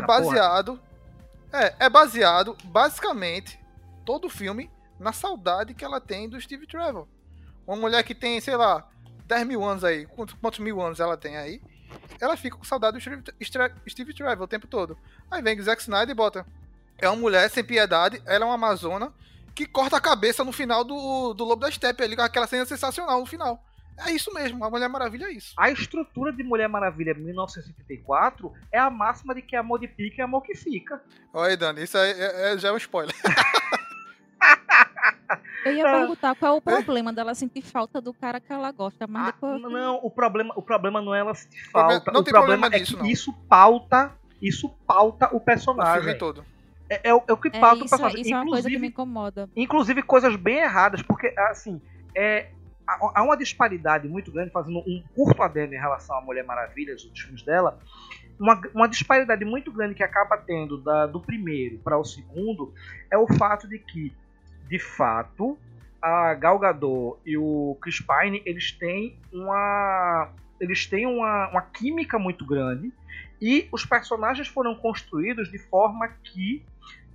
É baseado, basicamente, todo o filme na saudade que ela tem do Steve Trevor. Uma mulher que tem, sei lá, 10 mil anos aí, quantos mil anos ela tem aí, ela fica com saudade do Steve Trevor o tempo todo. Aí vem o Zack Snyder e bota. É uma mulher sem piedade, ela é uma amazona que corta a cabeça no final do Lobo da Steppe ali, com aquela cena sensacional no final. É isso mesmo, a Mulher Maravilha é isso. A estrutura de Mulher Maravilha 1984 é a máxima de que amor de pica é amor que fica. Olha aí, Dani, isso aí já é um spoiler. Eu ia perguntar qual é o problema dela sentir falta do cara que ela gosta, mas depois... Não, o problema não é ela sentir falta. Não o tem problema problema é disso, que não. isso pauta o personagem. O filme todo. É o que pauta o personagem. Isso é uma coisa que me incomoda. Inclusive coisas bem erradas, porque, assim, há uma disparidade muito grande, fazendo um curto adendo em relação à Mulher Maravilha, os filmes dela, uma disparidade muito grande que acaba tendo do primeiro para o segundo, é o fato de que, de fato, a Gal Gadot e o Chris Pine, eles têm uma química muito grande, e os personagens foram construídos de forma que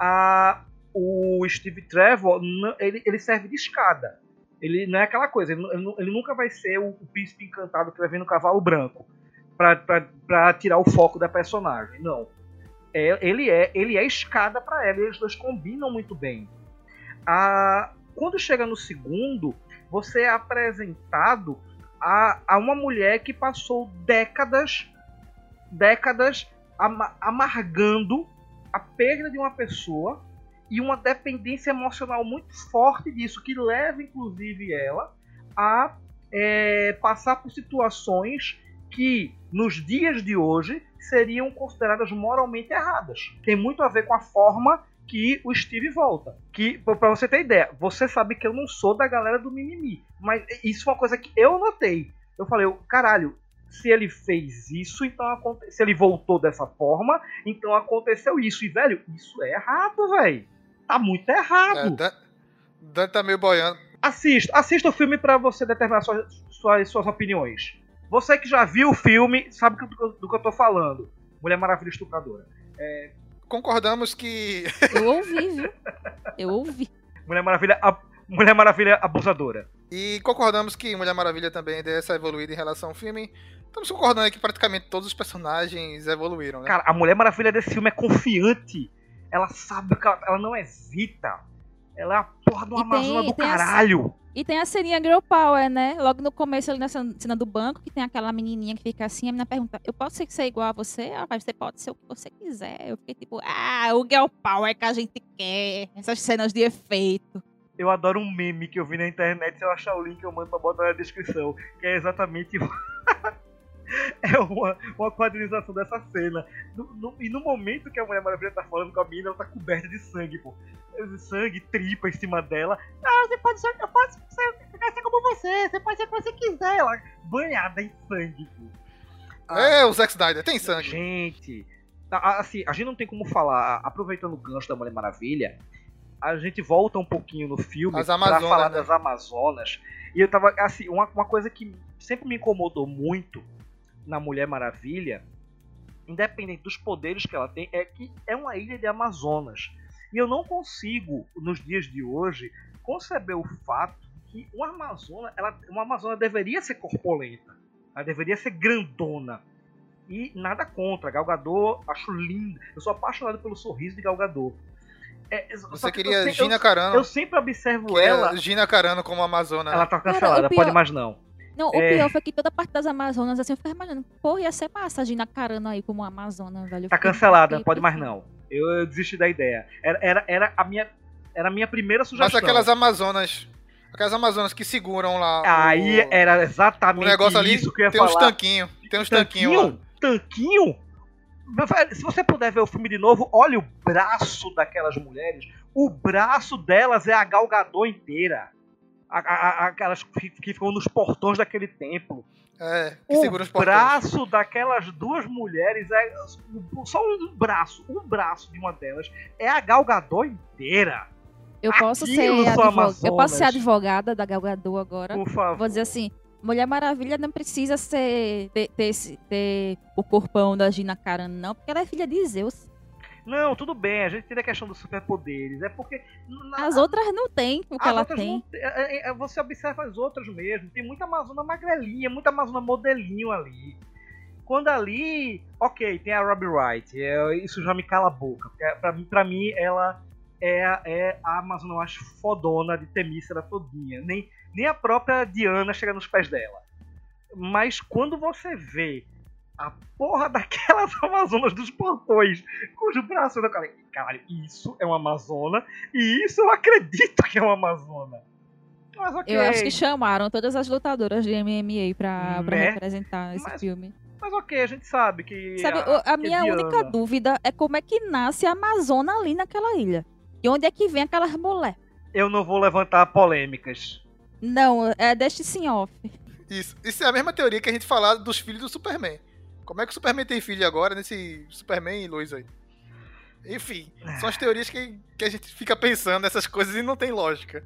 o Steve Trevor, ele serve de escada. Ele não é aquela coisa, ele nunca vai ser o príncipe encantado que vai vir no cavalo branco pra tirar o foco da personagem. Não. Ele é escada pra ela, e eles dois combinam muito bem. Quando chega no segundo, você é apresentado a uma mulher que passou décadas amargando a perda de uma pessoa e uma dependência emocional muito forte disso, que leva inclusive ela a passar por situações que nos dias de hoje seriam consideradas moralmente erradas. Tem muito a ver com a forma que o Steve volta. Que, pra você ter ideia, você sabe que eu não sou da galera do mimimi, mas isso é uma coisa que eu notei. Eu falei, caralho, se ele fez isso, então se ele voltou dessa forma, então aconteceu isso. E, velho, isso é errado, velho. Tá muito errado. Dan tá meio boiando. Assista o filme pra você determinar suas opiniões. Você que já viu o filme, sabe do que eu tô falando. Mulher Maravilha Estupradora. Concordamos que... Eu ouvi, viu? Eu ouvi. Mulher Maravilha Abusadora. E concordamos que Mulher Maravilha também deu essa evoluída em relação ao filme. Estamos concordando aí que praticamente todos os personagens evoluíram, né? Cara, a Mulher Maravilha desse filme é confiante. Ela sabe que ela não hesita. Ela é a porra de uma Amazona do caralho. E tem a ceninha Girl Power, né? Logo no começo, ali nessa cena do banco, que tem aquela menininha que fica assim, a menina pergunta, eu posso ser igual a você? Ah, mas você pode ser o que você quiser. Eu fiquei tipo, o Girl Power que a gente quer. Essas cenas de efeito. Eu adoro um meme que eu vi na internet, se eu achar o link eu mando pra botar na descrição, que é exatamente é uma quadrinização dessa cena. E no momento que a Mulher Maravilha tá falando com a menina, ela tá coberta de sangue, pô. Sangue, tripa em cima dela. Ah, você pode ser, eu posso ser como você pode ser o que você quiser. Ela banhada em sangue, pô. O Zack Snyder, tem sangue. Gente, assim, a gente não tem como falar, aproveitando o gancho da Mulher Maravilha, a gente volta um pouquinho no filme pra falar das Amazonas. E eu tava, assim, uma coisa que sempre me incomodou muito na Mulher Maravilha, independente dos poderes que ela tem, é que é uma ilha de Amazonas. E eu não consigo, nos dias de hoje, conceber o fato que uma Amazona deveria ser corpulenta. Ela deveria ser grandona. E nada contra. Gal Gadot, acho linda. Eu sou apaixonado pelo sorriso de Gal Gadot. Você queria Gina Carano. Eu sempre observo ela. Gina Carano como Amazona. Ela tá cancelada, pode mais não. Não, o pior foi que toda parte das Amazonas, assim, eu ficava imaginando, porra, ia ser massa a Gina Carano aí como Amazona, velho. Tá cancelada, pode mais não. Eu desisti da ideia. Era a minha primeira sugestão. Mas aquelas Amazonas que seguram lá. Aí era exatamente o negócio ali, isso que eu ia tem falar. Tem uns tanquinhos lá. Tanquinho? Se você puder ver o filme de novo, olha o braço daquelas mulheres. O braço delas é a Gal Gadot inteira. Aquelas que ficam nos portões daquele templo. Que seguram os portões. O braço daquelas duas mulheres é só um braço de uma delas é a Gal Gadot inteira. Eu posso ser advogada da Gal Gadot agora. Por favor. Vou dizer assim, Mulher Maravilha não precisa ter o corpão da Gina Carano, não, porque ela é filha de Zeus. Não, tudo bem, a gente tem a questão dos superpoderes. É porque. As outras não tem o que ela tem. Você observa as outras mesmo. Tem muita Amazona magrelinha, muita Amazona modelinho ali. Quando ali. Ok, tem a Robbie Wright. Isso já me cala a boca. Porque pra mim, ela é a Amazona, eu acho, fodona de Temícera todinha. Nem a própria Diana chega nos pés dela. Mas quando você vê a porra daquelas Amazonas dos portões, cujo braço eu falei, caralho, isso é uma Amazona e isso eu acredito que é uma Amazona. Mas ok. Eu acho que chamaram todas as lutadoras de MMA pra representar esse filme. Mas ok, a gente sabe que... Sabe, a minha única dúvida é como é que nasce a Amazona ali naquela ilha. E onde é que vem aquelas mulheres? Eu não vou levantar polêmicas. Não, deixa sim off. Isso é a mesma teoria que a gente falava dos filhos do Superman. Como é que o Superman tem filho agora nesse Superman e Lois aí? Enfim, são as teorias que a gente fica pensando nessas coisas e não tem lógica.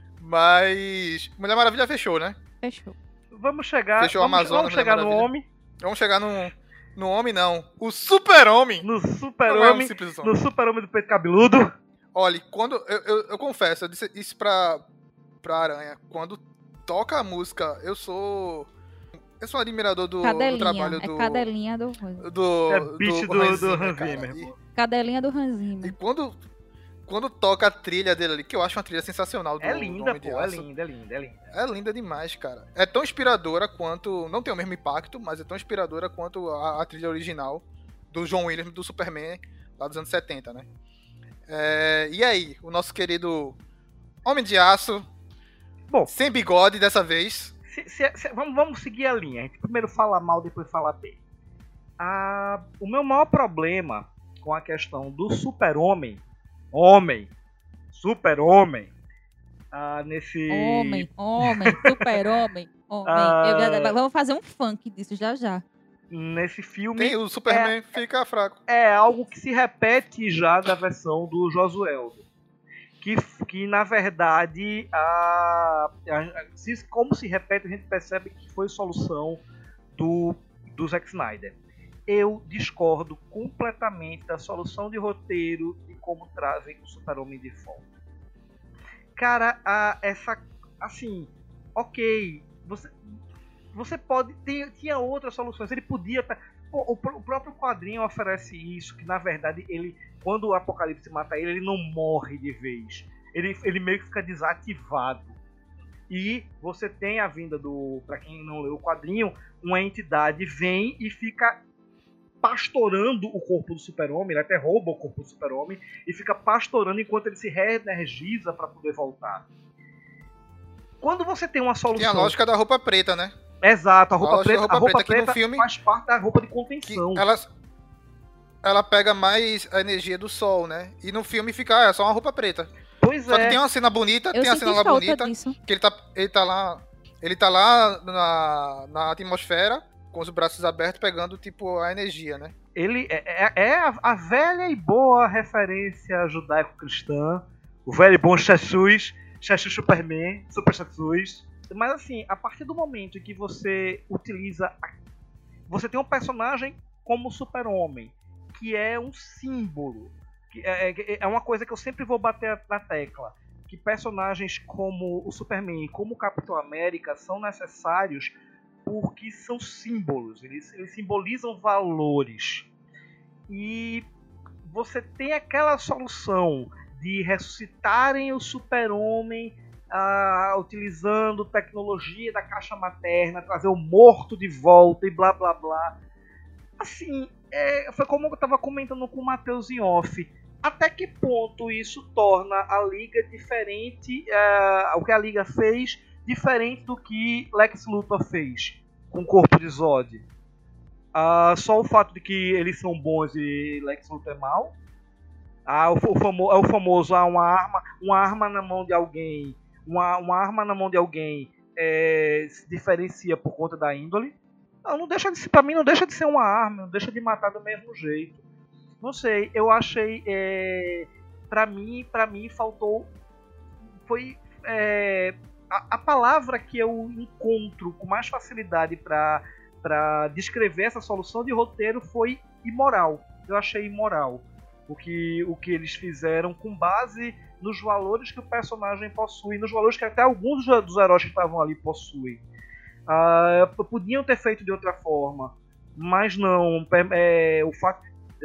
Mas Mulher Maravilha fechou, né? Fechou. Vamos chegar, fechou vamos chegar no Homem. Vamos chegar no Homem, não. O Super-Homem. No Super-Homem. No Super-Homem do peito cabeludo. Olha, quando... Eu confesso, eu disse isso pra Aranha. Quando toca a música, eu sou um admirador do trabalho do... Cadelinha do bicho do Hans Zimmer. Cadelinha do Hans Zimmer. E quando toca a trilha dele ali, que eu acho uma trilha sensacional. É linda, pô. É linda. É linda demais, cara. É tão inspiradora quanto... Não tem o mesmo impacto, mas é tão inspiradora quanto a trilha original do John Williams, do Superman, lá dos anos 70, né? E aí, o nosso querido Homem de Aço, bom, sem bigode dessa vez. Vamos seguir a linha. A gente primeiro fala mal, depois fala bem. O meu maior problema com a questão do Super-Homem, Super-Homem, nesse... Homem, Super-Homem, vamos fazer um funk disso já. Nesse filme... O Superman fica fraco. É algo que se repete já da versão do Josueldo. Que na verdade, como se repete, a gente percebe que foi solução do Zack Snyder. Eu discordo completamente da solução de roteiro e como trazem o Super-Homem de volta. Cara, assim, ok, você pode... Tinha outras soluções, ele podia... O próprio quadrinho oferece isso, que na verdade, quando o Apocalipse mata ele não morre de vez. Ele meio que fica desativado. E você tem a vinda pra quem não leu o quadrinho, uma entidade vem e fica pastorando o corpo do Super-Homem, ele até rouba o corpo do Super-Homem e fica pastorando enquanto ele se reenergiza para poder voltar. Quando você tem uma solução... Tem a lógica da roupa preta, né? Exato, a roupa preta no filme, faz parte da roupa de contenção. Ela pega mais a energia do sol, né? E no filme fica, é só uma roupa preta. Pois Só que tem uma cena bonita, tem a cena lá bonita, que ele tá lá na atmosfera, com os braços abertos, pegando, tipo, a energia, né? Ele é a velha e boa referência judaico-cristã, o velho e bom Jesus Superman, Super Jesus. Mas assim, a partir do momento em que você utiliza... Você tem um personagem como o Super-Homem, que é um símbolo. É uma coisa que eu sempre vou bater na tecla. Que personagens como o Superman e como o Capitão América são necessários porque são símbolos. Eles simbolizam valores. E você tem aquela solução de ressuscitarem o Super-Homem utilizando tecnologia da caixa materna, trazer o morto de volta e blá blá blá. Assim, foi como eu estava comentando com o Matheus em off. Até que ponto isso torna a Liga diferente, o que a Liga fez, diferente do que Lex Luthor fez com o corpo de Zod? Só o fato de que eles são bons e Lex Luthor é mau? O famoso uma arma na mão de alguém. Uma arma na mão de alguém se diferencia por conta da índole. Não deixa de ser, pra mim não deixa de ser uma arma, não deixa de matar do mesmo jeito. Não sei, eu achei, pra mim faltou, foi a palavra que eu encontro com mais facilidade pra descrever essa solução de roteiro foi imoral. Eu achei imoral o que eles fizeram com base nos valores que o personagem possui, nos valores que até alguns dos heróis que estavam ali possuem. Podiam ter feito de outra forma, mas não. O fato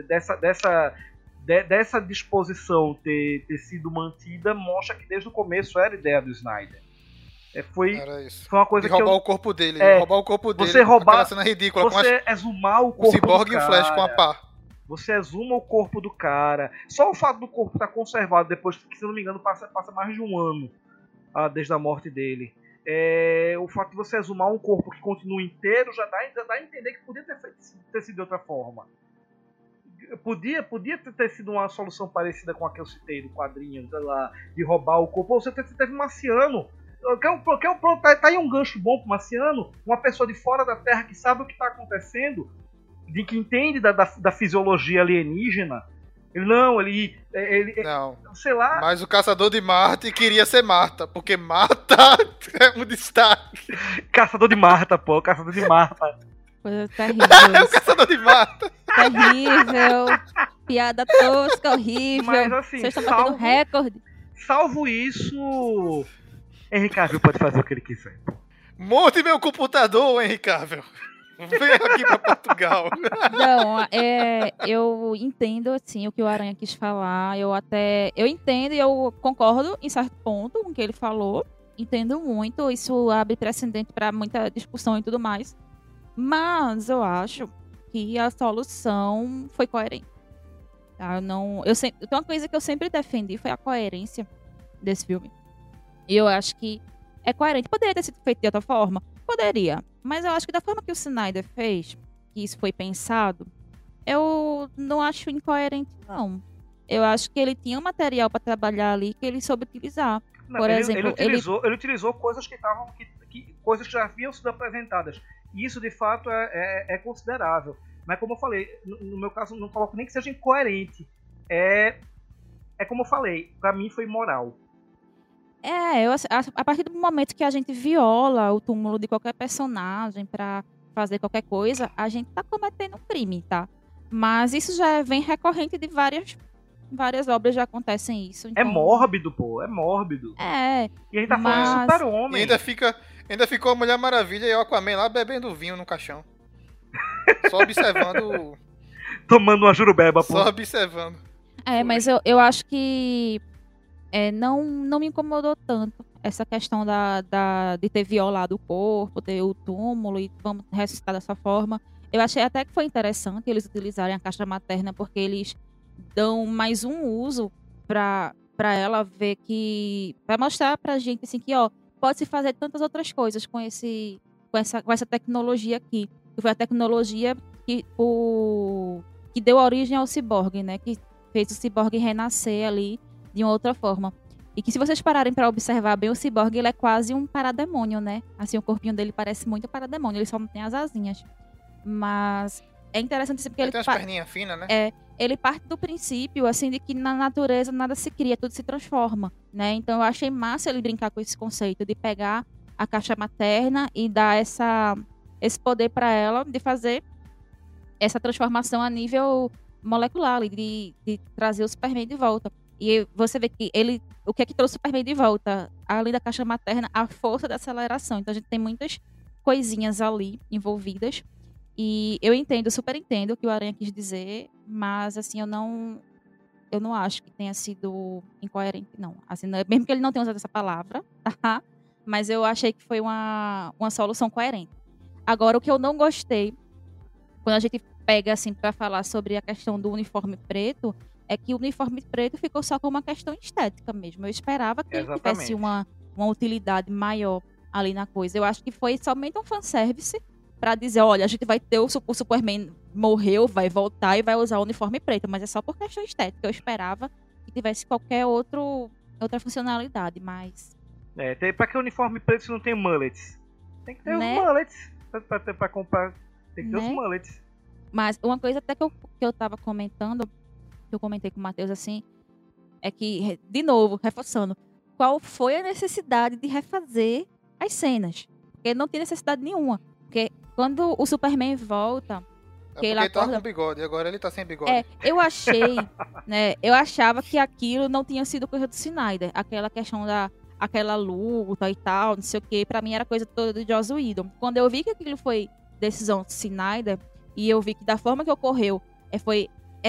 dessa disposição ter sido mantida mostra que desde o começo era a ideia do Snyder. Foi uma coisa de roubar o corpo dele. Roubar o corpo dele. Você roubar, aquela cena ridícula. Você exumar o corpo do Cyborg cara. E o Flash com a pá. Você exuma o corpo do cara. Só o fato do corpo estar conservado depois que, se não me engano, passa mais de um ano desde a morte dele. O fato de você exumar um corpo que continua inteiro já dá a entender que podia ter sido de outra forma. Podia ter sido uma solução parecida com a que eu citei do quadrinho, lá, de roubar o corpo. Você teve um Marciano. Tá aí um gancho bom pro Marciano. Uma pessoa de fora da Terra que sabe o que está acontecendo, de que entende da fisiologia alienígena. Não, sei lá. Mas o Caçador de Marte queria ser Marta, porque Marta é um destaque. Caçador de Marta, pô, Caçador de Marta. Coisa terrível. É o Caçador de Marta. Terrível. Piada tosca, horrível. Mas assim, vocês estão batendo recorde. Salvo isso, Henry Cavill pode fazer o que ele quiser. Monte meu computador, Henry Cavill. Vem aqui pra Portugal. Não, eu entendo, assim, o que o Aranha quis falar. Eu entendo e eu concordo em certo ponto com o que ele falou. Entendo muito. Isso abre precedente para muita discussão e tudo mais. Mas eu acho que a solução foi coerente. Tá? Então, uma coisa que eu sempre defendi foi a coerência desse filme. E eu acho que é coerente. Poderia ter sido feito de outra forma? Poderia. Mas eu acho que da forma que o Snyder fez, que isso foi pensado, eu não acho incoerente, não. Eu acho que ele tinha um material para trabalhar ali que ele soube utilizar. Por exemplo, ele utilizou coisas coisas que já haviam sido apresentadas. E isso, de fato, é considerável. Mas, como eu falei, no meu caso, não coloco nem que seja incoerente. É como eu falei, pra mim foi imoral. A partir do momento que a gente viola o túmulo de qualquer personagem pra fazer qualquer coisa, a gente tá cometendo um crime, tá? Mas isso já vem recorrente de várias obras, já acontecem isso. Então... É mórbido, pô. É mórbido. E a gente tá falando de Super-Homem. E ainda fica Ainda ficou a Mulher Maravilha e o Aquaman lá bebendo vinho no caixão. Só observando. Tomando uma jurubeba, pô. Só observando. Mas eu acho que não me incomodou tanto essa questão de ter violado o corpo, ter o túmulo e vamos ressuscitar dessa forma. Eu achei até que foi interessante eles utilizarem a caixa materna, porque eles dão mais um uso pra ela ver que... Pra mostrar pra gente, assim, que, ó, pode-se fazer tantas outras coisas com essa tecnologia aqui. Que foi a tecnologia que deu origem ao ciborgue, né? Que fez o ciborgue renascer ali de uma outra forma. E que se vocês pararem pra observar bem, o ciborgue, ele é quase um parademônio, né? Assim, o corpinho dele parece muito um parademônio, ele só não tem as asinhas. Mas é interessante porque ele tem umas perninhas finas, né? Ele parte do princípio, assim, de que na natureza nada se cria, tudo se transforma, né? Então eu achei massa ele brincar com esse conceito de pegar a caixa materna e dar esse poder para ela de fazer essa transformação a nível molecular, de trazer o Superman de volta. E você vê que o que é que trouxe o Superman de volta? Além da caixa materna, a força da aceleração. Então a gente tem muitas coisinhas ali envolvidas. E eu super entendo o que o Aranha quis dizer, mas assim, eu não acho que tenha sido incoerente, não. Assim, mesmo que ele não tenha usado essa palavra, tá? Mas eu achei que foi uma solução coerente. Agora, o que eu não gostei, quando a gente pega assim para falar sobre a questão do uniforme preto, é que o uniforme preto ficou só com uma questão estética mesmo. Eu esperava que ele tivesse uma utilidade maior ali na coisa. Eu acho que foi somente um fanservice pra dizer, olha, a gente vai ter o Superman morreu, vai voltar e vai usar o uniforme preto, mas é só por questão estética. Eu esperava que tivesse qualquer outra funcionalidade, mas... Pra que o uniforme preto se não tem mullets? Tem que ter os mullets. Pra comprar, tem que ter os mullets. Mas uma coisa até que eu tava comentando, que eu comentei com o Matheus, assim, é que, de novo, reforçando, qual foi a necessidade de refazer as cenas? Porque não tem necessidade nenhuma. Porque quando o Superman volta... Porque ele tava com bigode, agora ele tá sem bigode. Eu achei, né? Eu achava que aquilo não tinha sido coisa do Snyder. Aquela questão aquela luta e tal, não sei o que. Pra mim era coisa toda de Joss Whedon. Quando eu vi que aquilo foi decisão do Snyder, e eu vi que da forma que ocorreu, foi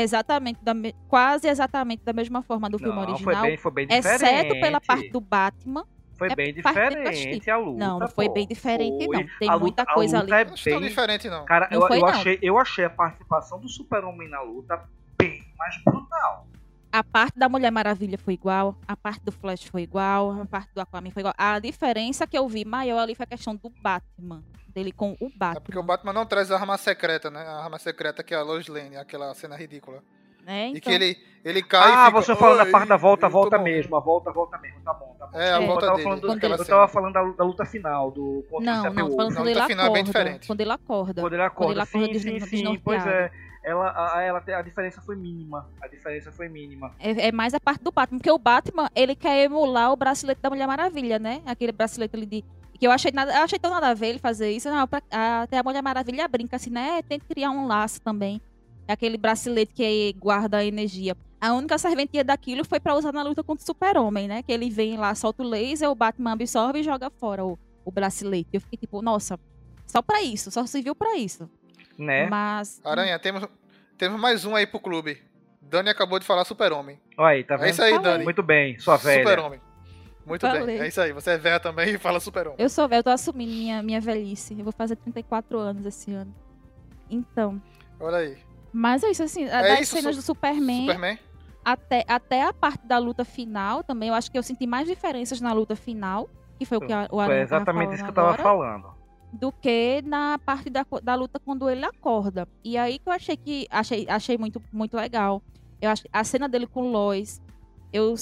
quase exatamente da mesma forma do filme original. Foi bem diferente. Exceto pela parte do Batman. Foi bem diferente a luta. Não foi bem diferente, não. Tem muita coisa ali. Não é tão diferente, não. Cara, eu achei a participação do Super-Homem na luta bem mais brutal. A parte da Mulher Maravilha foi igual, a parte do Flash foi igual, a parte do Aquaman foi igual. A diferença que eu vi maior ali foi a questão do Batman, dele com o Batman. É porque o Batman não traz a arma secreta, né? A arma secreta que é a Lois Lane, aquela cena ridícula. Então... E que ele cai e fica... você falando da parte da volta mesmo, a volta mesmo, tá bom. A volta dele. Eu tava falando da luta final, do contra o Não, Steppenwolf. falando quando ele final é bem diferente. Quando ele acorda. Sim, pois é. A diferença foi mínima. É mais a parte do Batman, porque o Batman, ele quer emular o bracelete da Mulher Maravilha, né? Aquele bracelete ali que eu achei tão nada a ver ele fazer isso. Não, até a Mulher Maravilha brinca assim, né? Tenta criar um laço também. É aquele bracelete que guarda a energia. A única serventia daquilo foi pra usar na luta contra o Super-Homem, né? Que ele vem lá, solta o laser, o Batman absorve e joga fora o bracelete. Eu fiquei tipo, nossa, só pra isso, só serviu pra isso. Né? Mas... Aranha, temos mais um aí pro clube. Dani acabou de falar Super-Homem. Olha aí, tá vendo? É isso aí, Dani. Muito bem, sua velha. Super-Homem. Muito bem, é isso aí. Você é velha também e fala Super-Homem. Eu sou velha, eu tô assumindo minha velhice. Eu vou fazer 34 anos esse ano. Então... Olha aí. Mas é isso, assim, das cenas do Superman até a parte da luta final também, eu acho que eu senti mais diferenças na luta final, que foi o que o Aranha foi exatamente isso que eu tava falando. Do que na parte da luta quando ele acorda. E aí que eu achei muito, muito legal. Eu acho a cena dele com Lois, eu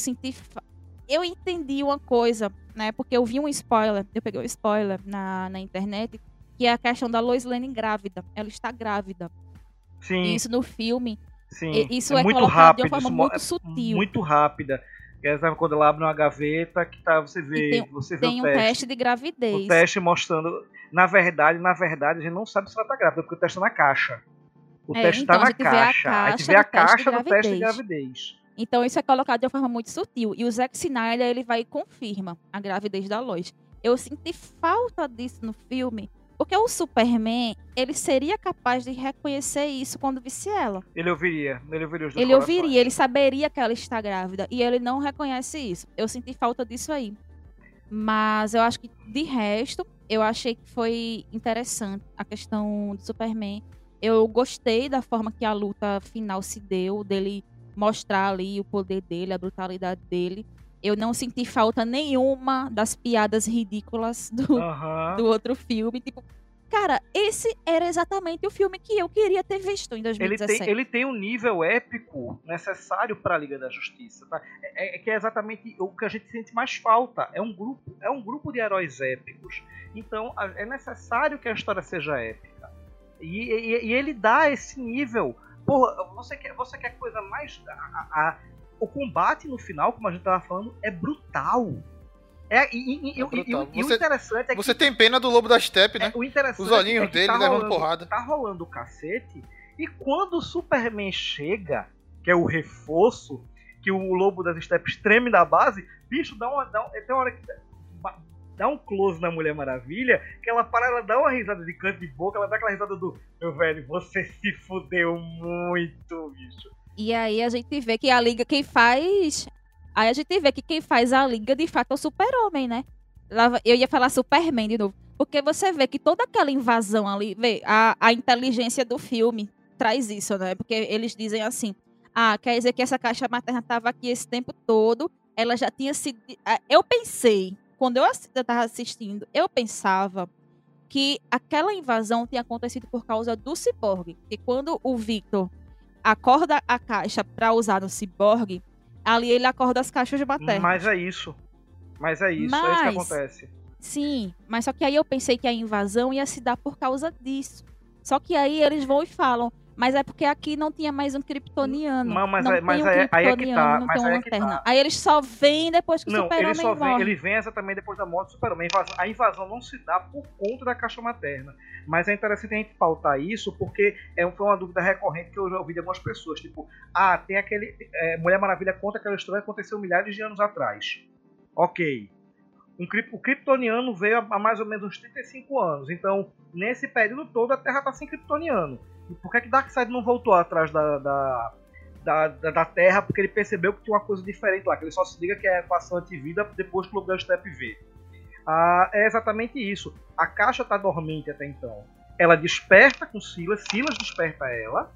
entendi uma coisa, né? Porque eu vi um spoiler, eu peguei um spoiler na internet, que é a questão da Lois Lane grávida. Ela está grávida. Sim. E isso no filme. Sim. Isso é muito colocado rápido, de uma forma muito sutil. Muito rápida. Sabe quando ela abre uma gaveta que tá, você vê tem o teste de gravidez. O teste mostrando. Na verdade, a gente não sabe se ela tá grávida, porque o teste tá na caixa. O teste então, tá na caixa. A gente vê a caixa do teste de gravidez. Então isso é colocado de uma forma muito sutil. E o Zack Snyder, ele vai e confirma a gravidez da Lois. Eu senti falta disso no filme, porque o Superman, ele seria capaz de reconhecer isso quando visse ela. Ele ouviria os dois Ele corações. ouviria, ele saberia que ela está grávida, e ele não reconhece isso. Eu senti falta disso aí. Mas eu acho que, de resto, eu achei que foi interessante a questão do Superman. Eu gostei da forma que a luta final se deu, dele mostrar ali o poder dele, a brutalidade dele. Eu não senti falta nenhuma das piadas ridículas do outro filme. Tipo, cara, esse era exatamente o filme que eu queria ter visto em 2017. Ele tem um nível épico necessário para a Liga da Justiça, tá? Que é exatamente o que a gente sente mais falta. É um grupo de heróis épicos. Então, é necessário que a história seja épica. E ele dá esse nível. Porra, você quer coisa mais... O combate no final, como a gente tava falando, é brutal. O interessante é que... Você tem pena do Lobo da Steppe, né? O interessante Os olhinhos é que dele levando porrada. Tá rolando o cacete. E quando o Superman chega, que é o reforço, que o Lobo das Steppes treme da base, bicho, tem uma hora que dá um close na Mulher Maravilha, que ela para, ela dá uma risada de canto de boca, ela dá aquela risada do, meu velho, você se fudeu muito, bicho. E aí a gente vê que a Liga, quem faz... Aí a gente vê que quem faz a Liga, de fato, é o Super-Homem, né? Eu ia falar Superman de novo. Porque você vê que toda aquela invasão ali... Vê, a inteligência do filme traz isso, né? Porque eles dizem assim... quer dizer que essa caixa materna estava aqui esse tempo todo. Ela já tinha sido... Eu pensei... Quando eu estava assistindo, eu pensava que aquela invasão tinha acontecido por causa do Cyborg. Que quando o Victor acorda a caixa para usar no Cyborg, ali ele acorda as caixas maternas. Mas é isso é isso que acontece. Sim, mas só que aí eu pensei que a invasão ia se dar por causa disso. Só que aí eles vão e falam, mas é porque aqui não tinha mais um kryptoniano. Mas aí é que tá. Não tem uma lanterna. Aí eles só vêm depois que o Super-Homem morre. Ele vem exatamente depois da morte do Super-Homem. A invasão não se dá por conta da caixa materna. Mas é interessante a gente pautar isso, porque foi uma dúvida recorrente que eu já ouvi de algumas pessoas. Tipo, tem aquele... Mulher Maravilha conta aquela história que aconteceu milhares de anos atrás. Ok. O kryptoniano veio há mais ou menos uns 35 anos. Então, nesse período todo, a Terra tá sem kryptoniano. E por que Darkseid não voltou atrás da Terra? Porque ele percebeu que tinha uma coisa diferente lá, que ele só se liga que é a equação antivida depois que o Lobo da Steppe vê. É exatamente isso. A caixa tá dormente até então. Ela desperta com Silas desperta ela,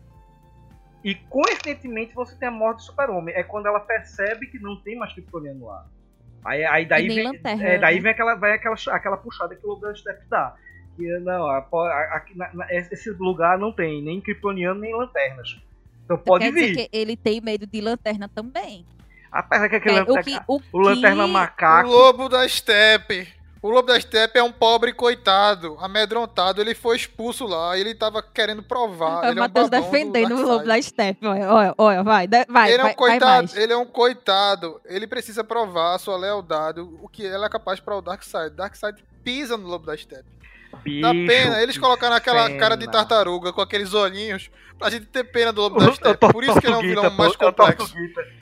e coincidentemente você tem a morte do Super-Homem. É quando ela percebe que não tem mais kryptoniano lá. Aí daí vem aquela puxada que o Lobo da Steppe dá. Que não, aqui, esse lugar não tem nem kryptoniano nem lanternas. Então pode vir. Quer dizer que ele tem medo de lanterna também. Apesar que o lanterna macaco. O Lobo da Steppe. O Lobo da Steppe é um pobre coitado, amedrontado. Ele foi expulso lá, ele tava querendo provar. Ele é um Matheus defendendo o Lobo da Steppe. Olha, vai. Ele é um coitado. Ele precisa provar a sua lealdade, o que ela é capaz para o Darkseid. Darkseid pisa no Lobo da Steppe. Dá pena, eles colocaram aquela cara de tartaruga com aqueles olhinhos pra gente ter pena do Lobo da Steppe. Por isso que ele é um vilão mais complexo.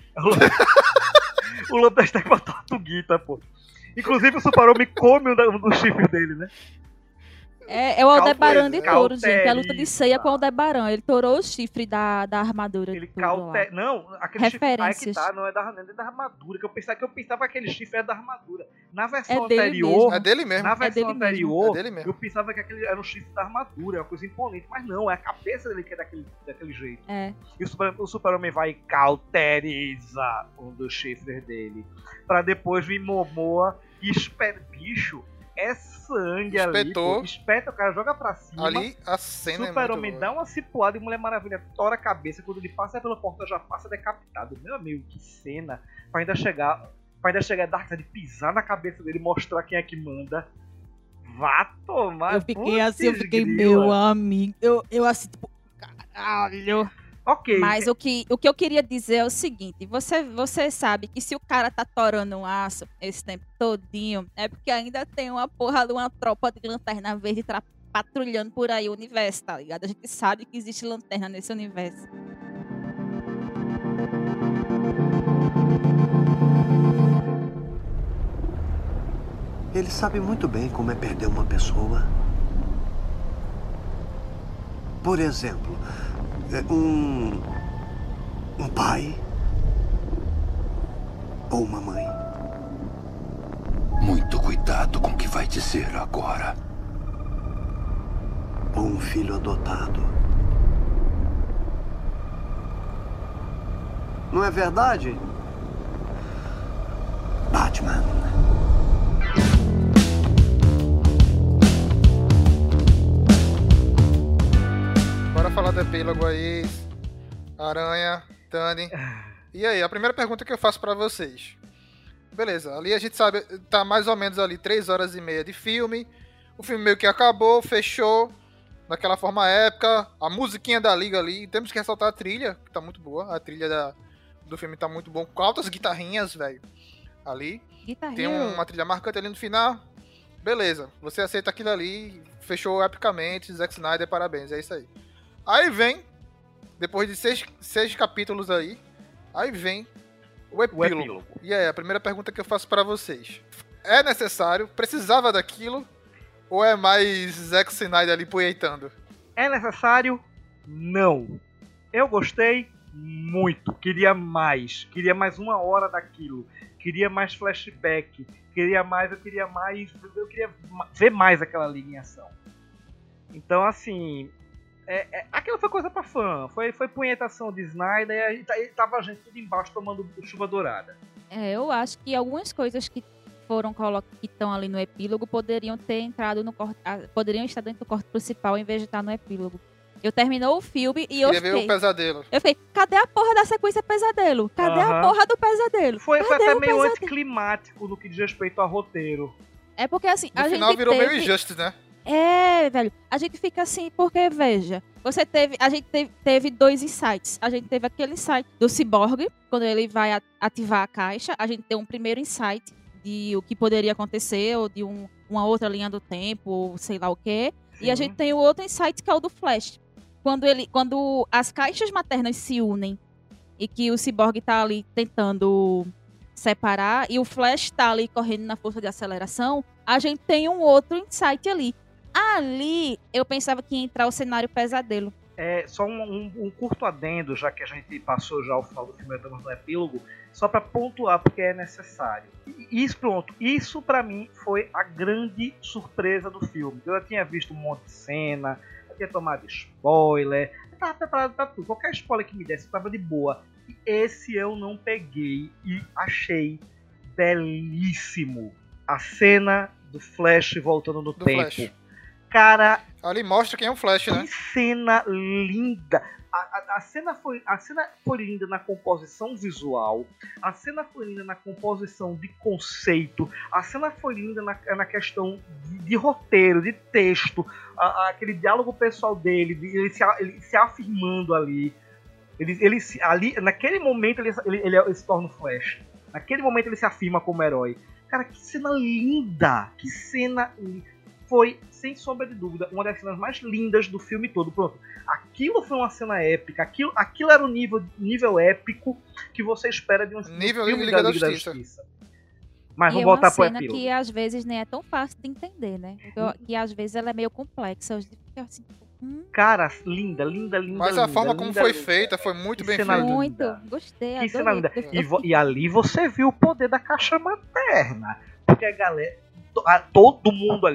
O Lobo da Steppe é uma tortuguita, pô. Inclusive o Super-Homem come um dos chifres dele, né? É o Aldebaran de touro, gente. A luta de ceia com o Aldebaran. Ele torou o chifre da armadura. Ele Não, aquele referências. Chifre que tá, não é da armadura. Que eu pensava que aquele chifre era da armadura. Na versão anterior. É dele mesmo. Na versão anterior, é dele mesmo. eu pensava que aquele era um chifre da armadura, é uma coisa imponente. Mas não, é a cabeça dele que é daquele jeito. É. E o Super-Homem vai e cauteriza um dos chifres dele. Pra depois vir Momoa e bicho. É sangue Espetou. Ali, espeta, o cara joga pra cima. Ali a cena Super-Homem dá uma cipuada e Mulher Maravilha tora a cabeça. Quando ele passa pela porta, já passa decapitado. Meu amigo, que cena. Pra ainda chegar Darkseid pisar na cabeça dele e mostrar quem é que manda. Vá tomar. Eu fiquei meu amigo. Eu assim, tipo, caralho. Ok. Mas o que eu queria dizer é o seguinte, você sabe que se o cara tá torando um aço esse tempo todinho, é porque ainda tem uma porra de uma tropa de lanterna verde patrulhando por aí o universo, tá ligado? A gente sabe que existe lanterna nesse universo. Ele sabe muito bem como é perder uma pessoa. Por exemplo, um pai ou uma mãe. Muito cuidado com o que vai dizer agora. Ou um filho adotado. Não é verdade? Batman. Bora falar do epílogo aí. Aranha, Tani. E aí, a primeira pergunta que eu faço pra vocês. Beleza, ali a gente sabe, tá mais ou menos ali 3h30 de filme. O filme meio que acabou, fechou. Daquela forma épica. A musiquinha da Liga ali. Temos que ressaltar a trilha, que tá muito boa. A trilha do filme tá muito bom. Com altas guitarrinhas, velho. Ali. Tem uma trilha marcante ali no final. Beleza, você aceita aquilo ali. Fechou epicamente. Zack Snyder, parabéns, é isso aí. Aí vem, depois de seis capítulos aí, aí vem o epílogo. E aí, a primeira pergunta que eu faço pra vocês. É necessário? Precisava daquilo? Ou é mais Zack Snyder ali punhetando? É necessário? Não. Eu gostei muito. Queria mais. Queria mais 1 hora daquilo. Queria mais flashback. Eu queria ver mais aquela liga em ação. Então, assim... aquilo foi coisa pra fã. Foi punhetação de Snyder e tava a gente tudo embaixo tomando chuva dourada. Eu acho que algumas coisas que estão ali no epílogo poderiam ter entrado no corte, poderiam estar dentro do corte principal em vez de estar no epílogo. Eu terminou o filme e eu fiquei... ver o pesadelo. Eu fiquei, cadê a porra da sequência pesadelo? Cadê a porra do pesadelo? Foi até meio anticlimático no que diz respeito ao roteiro. É porque assim, no final virou meio Injustice, né? Velho, a gente fica assim, porque veja, a gente teve 2 insights. A gente teve aquele insight do Cyborg, quando ele vai ativar a caixa. A gente tem um primeiro insight de o que poderia acontecer, ou de uma outra linha do tempo, ou sei lá o quê. Sim. E a gente tem o outro insight, que é o do Flash. Quando as caixas maternas se unem e que o Cyborg tá ali tentando separar e o Flash tá ali correndo na força de aceleração, a gente tem um outro insight ali. Ali, eu pensava que ia entrar o cenário pesadelo. Só um curto adendo, já que a gente passou já ao final do filme, estamos no epílogo, só para pontuar, porque é necessário. Isso pra mim foi a grande surpresa do filme. Eu já tinha visto um monte de cena, eu tinha tomado spoiler, tava preparado pra tudo. Qualquer spoiler que me desse, eu tava de boa. E esse eu não peguei e achei belíssimo. A cena do Flash voltando no tempo. Flash. Cara... Ali mostra quem é o Flash, né? Que cena linda! A cena foi linda na composição visual, a cena foi linda na composição de conceito, a cena foi linda na questão de roteiro, de texto, aquele diálogo pessoal dele, ele se afirmando ali. Ali naquele momento ele se torna o Flash. Naquele momento ele se afirma como herói. Cara, que cena linda! Que cena linda! Foi, sem sombra de dúvida, uma das cenas mais lindas do filme todo. Pronto, aquilo foi uma cena épica, aquilo era o nível épico que você espera de um filme da Liga da Justiça. Mas vamos voltar pro epílogo. É uma cena que às vezes nem é tão fácil de entender, né? Que às vezes ela é meio complexa. Eu fico assim, cara, linda. Mas a forma como foi feita foi muito bem feita. Muito, gostei, que cena linda. E ali você viu o poder da caixa materna. Porque a galera... todo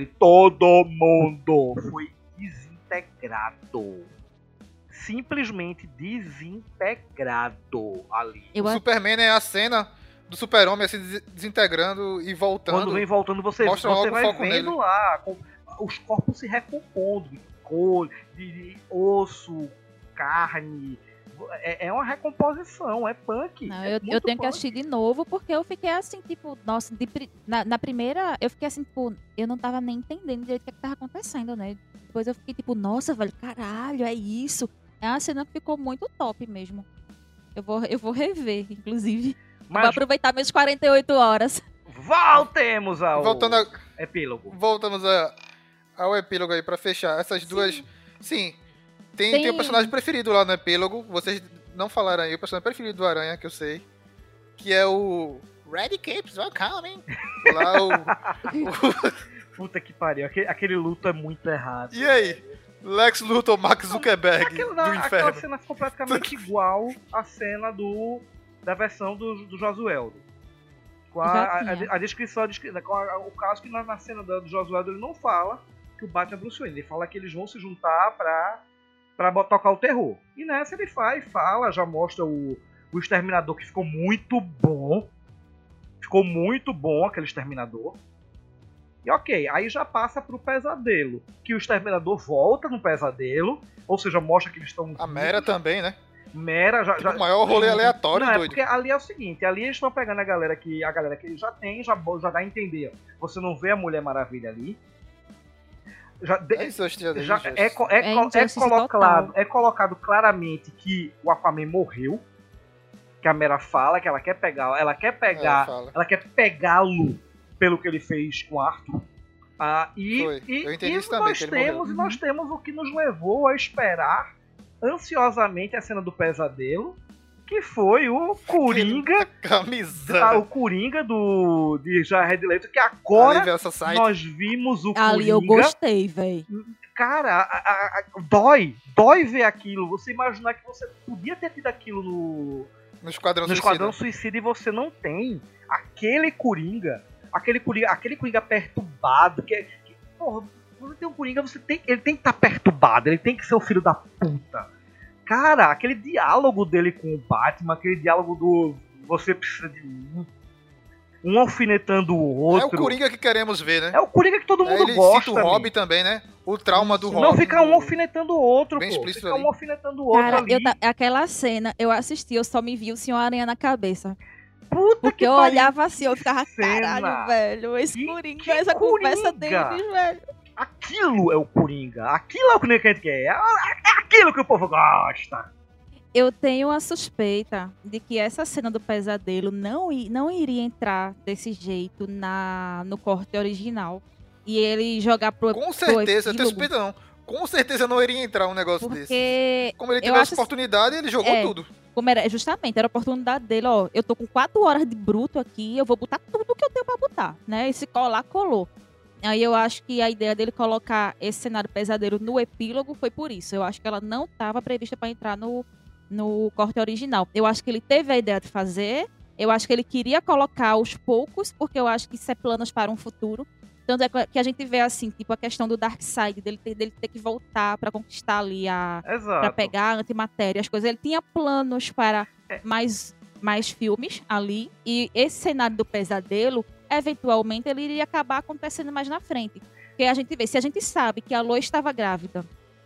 mundo foi desintegrado. Simplesmente desintegrado ali. O Superman é a cena do Super-Homem se desintegrando e voltando. Quando vem voltando, você vai vendo nele. Lá os corpos se recompondo de cor, de osso, carne. É uma recomposição, é punk. Não, eu tenho que assistir de novo, porque eu fiquei assim, tipo, nossa, na primeira, eu fiquei assim, tipo, eu não tava nem entendendo direito o que tava acontecendo, né? Depois eu fiquei tipo, nossa, velho, caralho, é isso. É uma cena que ficou muito top mesmo. Eu vou rever, inclusive. Vou aproveitar meus 48 horas. Voltemos ao epílogo. Voltamos ao epílogo aí, pra fechar. Essas duas... Sim. Tem o personagem preferido lá no epílogo. Vocês não falaram aí o personagem preferido do Aranha, que eu sei. que é o Ready Capes Are Coming. Lá o... Puta que pariu, aquele luto é muito errado. E aí? Lex Luthor, Mark Zuckerberg do Aquela inferno. cena ficou praticamente igual à cena da versão do Josueldo. Com a descrição, com o caso que na cena do Josueldo ele não fala que o Batman é Bruce Wayne. Ele fala que eles vão se juntar pra tocar o terror. E nessa ele fala, já mostra o Exterminador, que ficou muito bom. Ficou muito bom aquele Exterminador. E ok, aí já passa pro Pesadelo. Que o Exterminador volta no Pesadelo. Ou seja, mostra que eles estão... A Mera também, né? Mera já... O maior rolê aleatório, não, doido. Porque ali é o seguinte, ali eles estão pegando a galera que ele já tem, já dá a entender. Você não vê a Mulher Maravilha ali. É colocado claramente que o Aquaman morreu. Que a Mera fala que ela quer pegá-lo pelo que ele fez com Arthur. Eu entendi isso também, nós temos o que nos levou a esperar ansiosamente a cena do Pesadelo, que foi o Coringa. O Coringa de Jared Leto, que agora nós vimos o Coringa. Ali eu gostei, velho. Cara, dói ver aquilo. Você imaginar que você podia ter tido aquilo no Esquadrão Suicida e você não tem. Aquele Coringa perturbado, porra, você tem um Coringa, ele tem que estar perturbado, ele tem que ser o filho da puta. Cara, aquele diálogo dele com o Batman, aquele diálogo do você precisa de mim, um alfinetando o outro. É o Coringa que queremos ver, né? É o Coringa que todo mundo ele gosta. Ele cita o Robin também, né? O trauma do Robin. Não fica um alfinetando o outro, bem pô. Fica ali. Um alfinetando o outro. Cara, ali. aquela cena, eu assisti, eu só me vi o Senhor-Aranha na cabeça. Puta porque que eu pariu, olhava assim, eu ficava, cena. caralho, velho, esse Coringa, essa conversa deles, velho. Aquilo é o Coringa. Aquilo é o Coringa que a gente quer. É aquilo que o povo gosta. Eu tenho a suspeita de que essa cena do Pesadelo não iria entrar desse jeito no corte original. E ele jogar pro Com certeza, eu tenho suspeita não. Com certeza não iria entrar um negócio desse. Como ele teve essa oportunidade, ele jogou tudo. Justamente, era a oportunidade dele, ó. Eu tô com 4 horas de bruto aqui, eu vou botar tudo que eu tenho pra botar, né? E se colar, colou. Aí eu acho que a ideia dele colocar esse cenário Pesadelo no epílogo foi por isso. Eu acho que ela não estava prevista pra entrar no corte original. Eu acho que ele teve a ideia de fazer, eu acho que ele queria colocar aos poucos, porque eu acho que isso é planos para um futuro. Tanto é que a gente vê, assim, tipo, a questão do Darkseid, dele ter que voltar pra conquistar ali pra pegar a antimatéria, as coisas. Ele tinha planos para mais filmes ali, e esse cenário do Pesadelo, eventualmente, ele iria acabar acontecendo mais na frente. Porque a gente vê, se a gente sabe que a Lois estava grávida,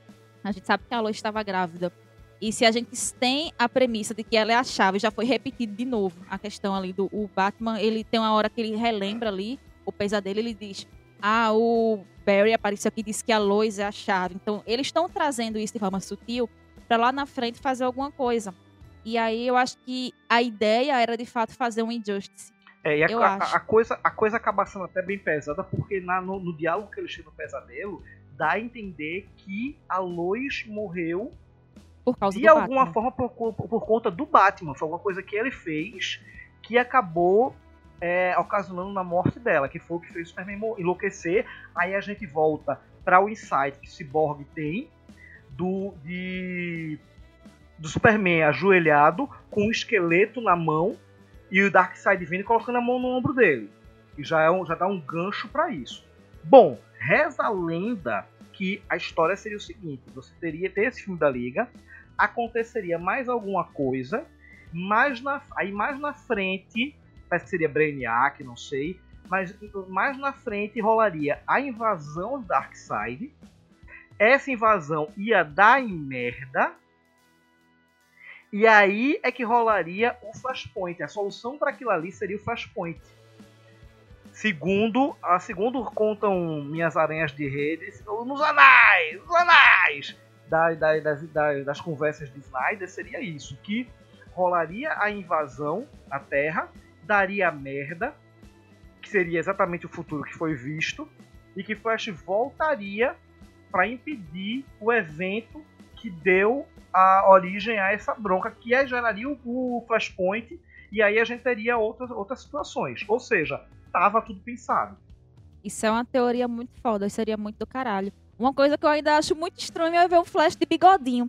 e se a gente tem a premissa de que ela é a chave, já foi repetido de novo a questão ali do Batman, ele tem uma hora que ele relembra ali o Pesadelo, ele diz, o Barry apareceu aqui e disse que a Lois é a chave. Então, eles estão trazendo isso de forma sutil para lá na frente fazer alguma coisa. E aí, eu acho que a ideia era, de fato, fazer um Injustice. E a coisa acaba sendo até bem pesada, porque no diálogo que eles têm no Pesadelo, dá a entender que a Lois morreu por causa de alguma forma por conta do Batman. Foi alguma coisa que ele fez que acabou ocasionando na morte dela, que foi o que fez o Superman enlouquecer. Aí a gente volta para o insight que o Cyborg tem do Superman ajoelhado com um esqueleto na mão e o Darkseid vindo e colocando a mão no ombro dele, que já dá um gancho para isso. Bom, reza a lenda que a história seria o seguinte: você teria esse filme da Liga, aconteceria mais alguma coisa, mais na frente, parece que seria Brainiac, não sei, mas mais na frente rolaria a invasão do Darkseid. Essa invasão ia dar em merda, e aí é que rolaria o Flashpoint. A solução para aquilo ali seria o Flashpoint. Segundo contam minhas aranhas de redes, nos anais das conversas de Snyder, seria isso, que rolaria a invasão à Terra, daria merda, que seria exatamente o futuro que foi visto, e que Flash voltaria para impedir o evento que deu a origem a essa bronca, que aí geraria o Flashpoint, e aí a gente teria outras situações. Ou seja, tava tudo pensado. Isso é uma teoria muito foda, isso seria muito do caralho. Uma coisa que eu ainda acho muito estranho é ver um Flash de bigodinho.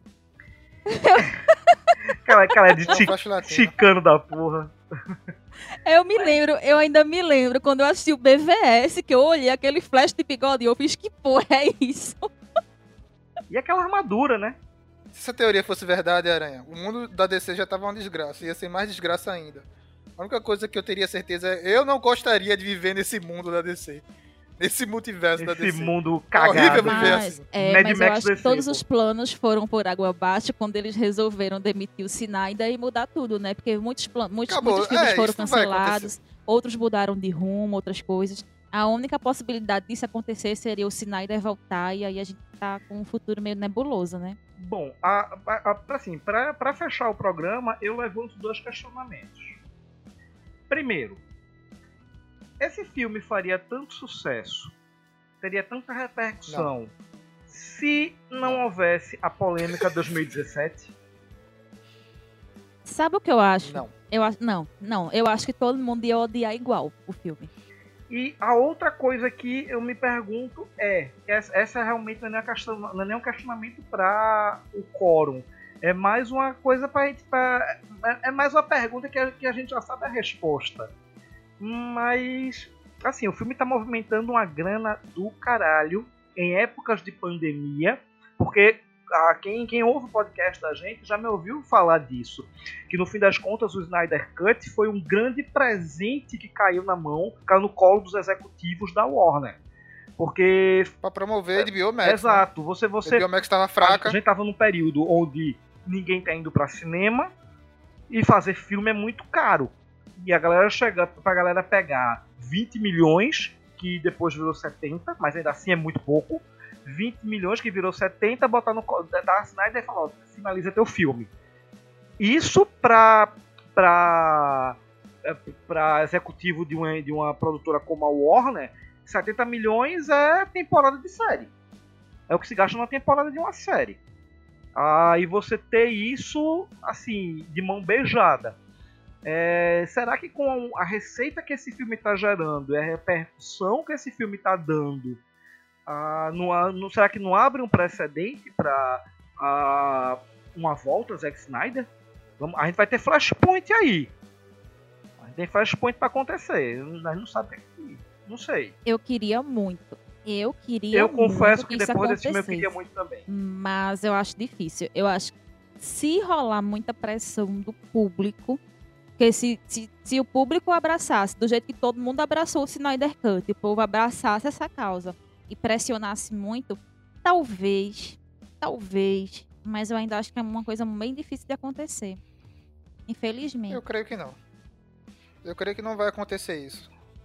Cara de É um Flash latino. chicano da porra. Eu ainda me lembro quando eu assisti o BVS, que eu olhei aquele Flash de bigodinho, eu fiz, que porra é isso? E aquela armadura, né? Se essa teoria fosse verdade, Aranha, o mundo da DC já tava uma desgraça, ia ser mais desgraça ainda. A única coisa que eu teria certeza é eu não gostaria de viver nesse mundo da DC. Nesse multiverso da DC. Esse mundo É horrível cagado. viver assim. Mad Mas Max eu acho que DC, todos pô. os planos foram por água abaixo quando eles resolveram demitir o Snyder e mudar tudo, né? Porque muitos Acabou. filmes foram Isso não vai cancelados, outros mudaram de rumo, outras coisas. A única possibilidade disso acontecer seria o Snyder voltar, e aí a gente tá com um futuro meio nebuloso, né? Bom, assim, pra fechar o programa, eu levanto 2 questionamentos. Primeiro, esse filme faria tanto sucesso, teria tanta repercussão, se não houvesse a polêmica 2017? Sabe o que eu acho? Não. Eu acho que todo mundo ia odiar igual o filme. E a outra coisa que eu me pergunto essa realmente não é nem um questionamento para o quórum, é mais uma coisa é mais uma pergunta que a gente já sabe a resposta. Mas, assim, o filme tá movimentando uma grana do caralho em épocas de pandemia, porque quem ouve o podcast da gente já me ouviu falar disso, que no fim das contas o Snyder Cut foi um grande presente que caiu no colo dos executivos da Warner. Porque... Pra promover a HBO Max. Exato. Né? A HBO Max tava fraca. A gente tava num período onde ninguém tá indo pra cinema e fazer filme é muito caro. E a galera chega pra galera pegar 20 milhões, que depois virou 70, mas ainda assim é muito pouco. 20 milhões que virou 70, botar no da Snyder e falar, ó, finaliza teu filme. Isso pra executivo de uma produtora como a Warner, 70 milhões é temporada de série. É o que se gasta numa temporada de uma série. E você ter isso, assim, de mão beijada. Será que com a receita que esse filme está gerando e a repercussão que esse filme está dando, será que não abre um precedente para uma volta Zack Snyder? A gente vai ter Flashpoint aí. A gente tem Flashpoint para acontecer. Nós não sabemos. Não sei. Eu queria muito. Eu confesso que isso depois desse filme eu acontecesse. queria muito também. Mas eu acho difícil. Eu acho que se rolar muita pressão do público, porque se o público abraçasse do jeito que todo mundo abraçou o Snyder Cut, o povo abraçasse essa causa e pressionasse muito, talvez, mas eu ainda acho que é uma coisa bem difícil de acontecer. Infelizmente. Eu creio que não. Eu creio que não vai acontecer isso.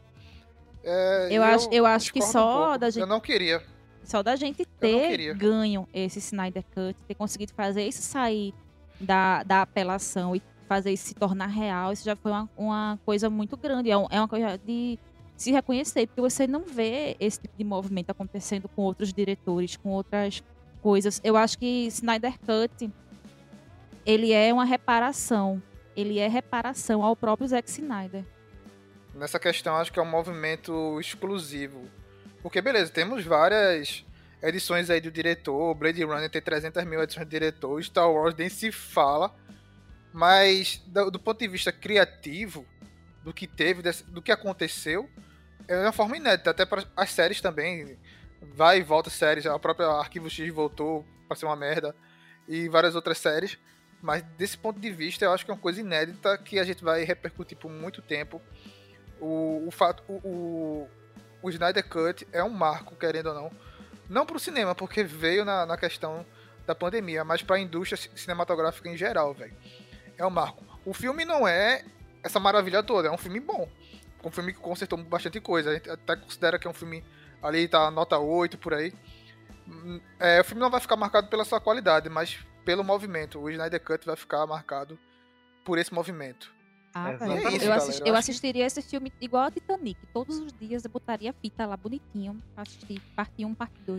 Eu acho que só da gente... Eu não queria. Só da gente ter ganho esse Snyder Cut, ter conseguido fazer isso sair da apelação e fazer isso se tornar real, isso já foi uma coisa muito grande. É uma coisa de se reconhecer, porque você não vê esse tipo de movimento acontecendo com outros diretores, com outras coisas. Eu acho que Snyder Cut, ele é uma reparação. Ele é reparação ao próprio Zack Snyder. Nessa questão, acho que é um movimento exclusivo. Porque, beleza, temos várias edições aí do diretor, Blade Runner tem 300 mil edições do diretor, Star Wars nem se fala, mas do ponto de vista criativo, do que teve, do que aconteceu, é uma forma inédita, até para as séries também, vai e volta séries, a própria Arquivo X voltou para ser uma merda, e várias outras séries, mas desse ponto de vista eu acho que é uma coisa inédita que a gente vai repercutir por muito tempo. O Snyder Cut é um marco, querendo ou não pro cinema, porque veio na questão da pandemia, mas pra indústria cinematográfica em geral, velho. É um marco. O filme não é essa maravilha toda, é um filme bom. Um filme que consertou bastante coisa. A gente até considera que é um filme ali, tá nota 8 por aí. O filme não vai ficar marcado pela sua qualidade, mas pelo movimento. O Snyder Cut vai ficar marcado por esse movimento. Eu assistiria esse filme igual a Titanic. Todos os dias eu botaria a fita lá bonitinho pra assistir parte 1, parte 2.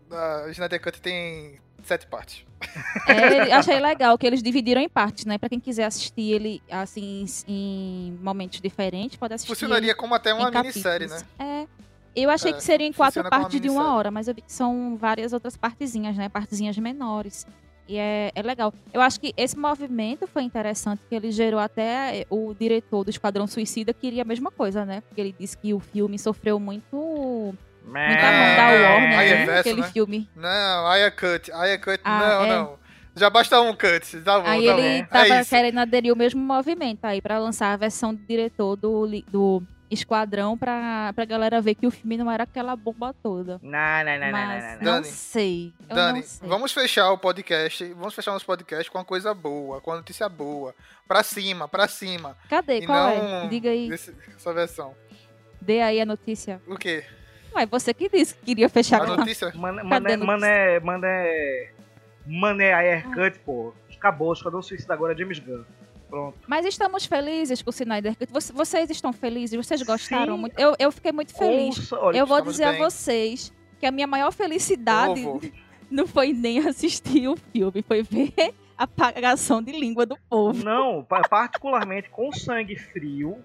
da Snyder Cut tem 7 partes. Achei legal que eles dividiram em partes, né? Pra quem quiser assistir ele, assim, em momentos diferentes, pode assistir. Funcionaria como até uma em minissérie, né? capítulos. Eu achei que seria em 4 funciona como uma partes de 1 minissérie. hora, mas eu vi que são várias outras partezinhas, né? Partezinhas menores. E é legal. Eu acho que esse movimento foi interessante, que ele gerou até o diretor do Esquadrão Suicida queria a mesma coisa, né? Porque ele disse que o filme sofreu muita mão da Warner, aí é né? verso, Aquele né? filme. Não, aí é cut, Ah, não. Já basta um cut, tá bom, Aí tá ele bom. tava É isso. querendo aderir o mesmo movimento aí pra lançar a versão do diretor do Esquadrão pra galera ver que o filme não era aquela bomba toda. Não. Mas não Dani, sei. Eu Dani, não sei. vamos fechar o podcast, vamos fechar nosso podcast com uma coisa boa, com uma notícia boa. Pra cima. Cadê? E Qual não é? Diga aí. essa versão. Dê aí a notícia. O quê? Ué, você que disse que queria fechar A com notícia? Cadê a notícia? Mané, a Aircut, pô. Acabou, Esquadrão Suicida agora é James Gunn. Pronto. Mas estamos felizes com o Snyder Cut. Vocês estão felizes? Vocês gostaram Sim. muito? Eu fiquei muito feliz. Ouça, olha, Eu vou estamos dizer bem. a vocês que a minha maior felicidade Ovo. não foi nem assistir o filme, foi ver a apagação de língua do povo. Não, particularmente com sangue frio,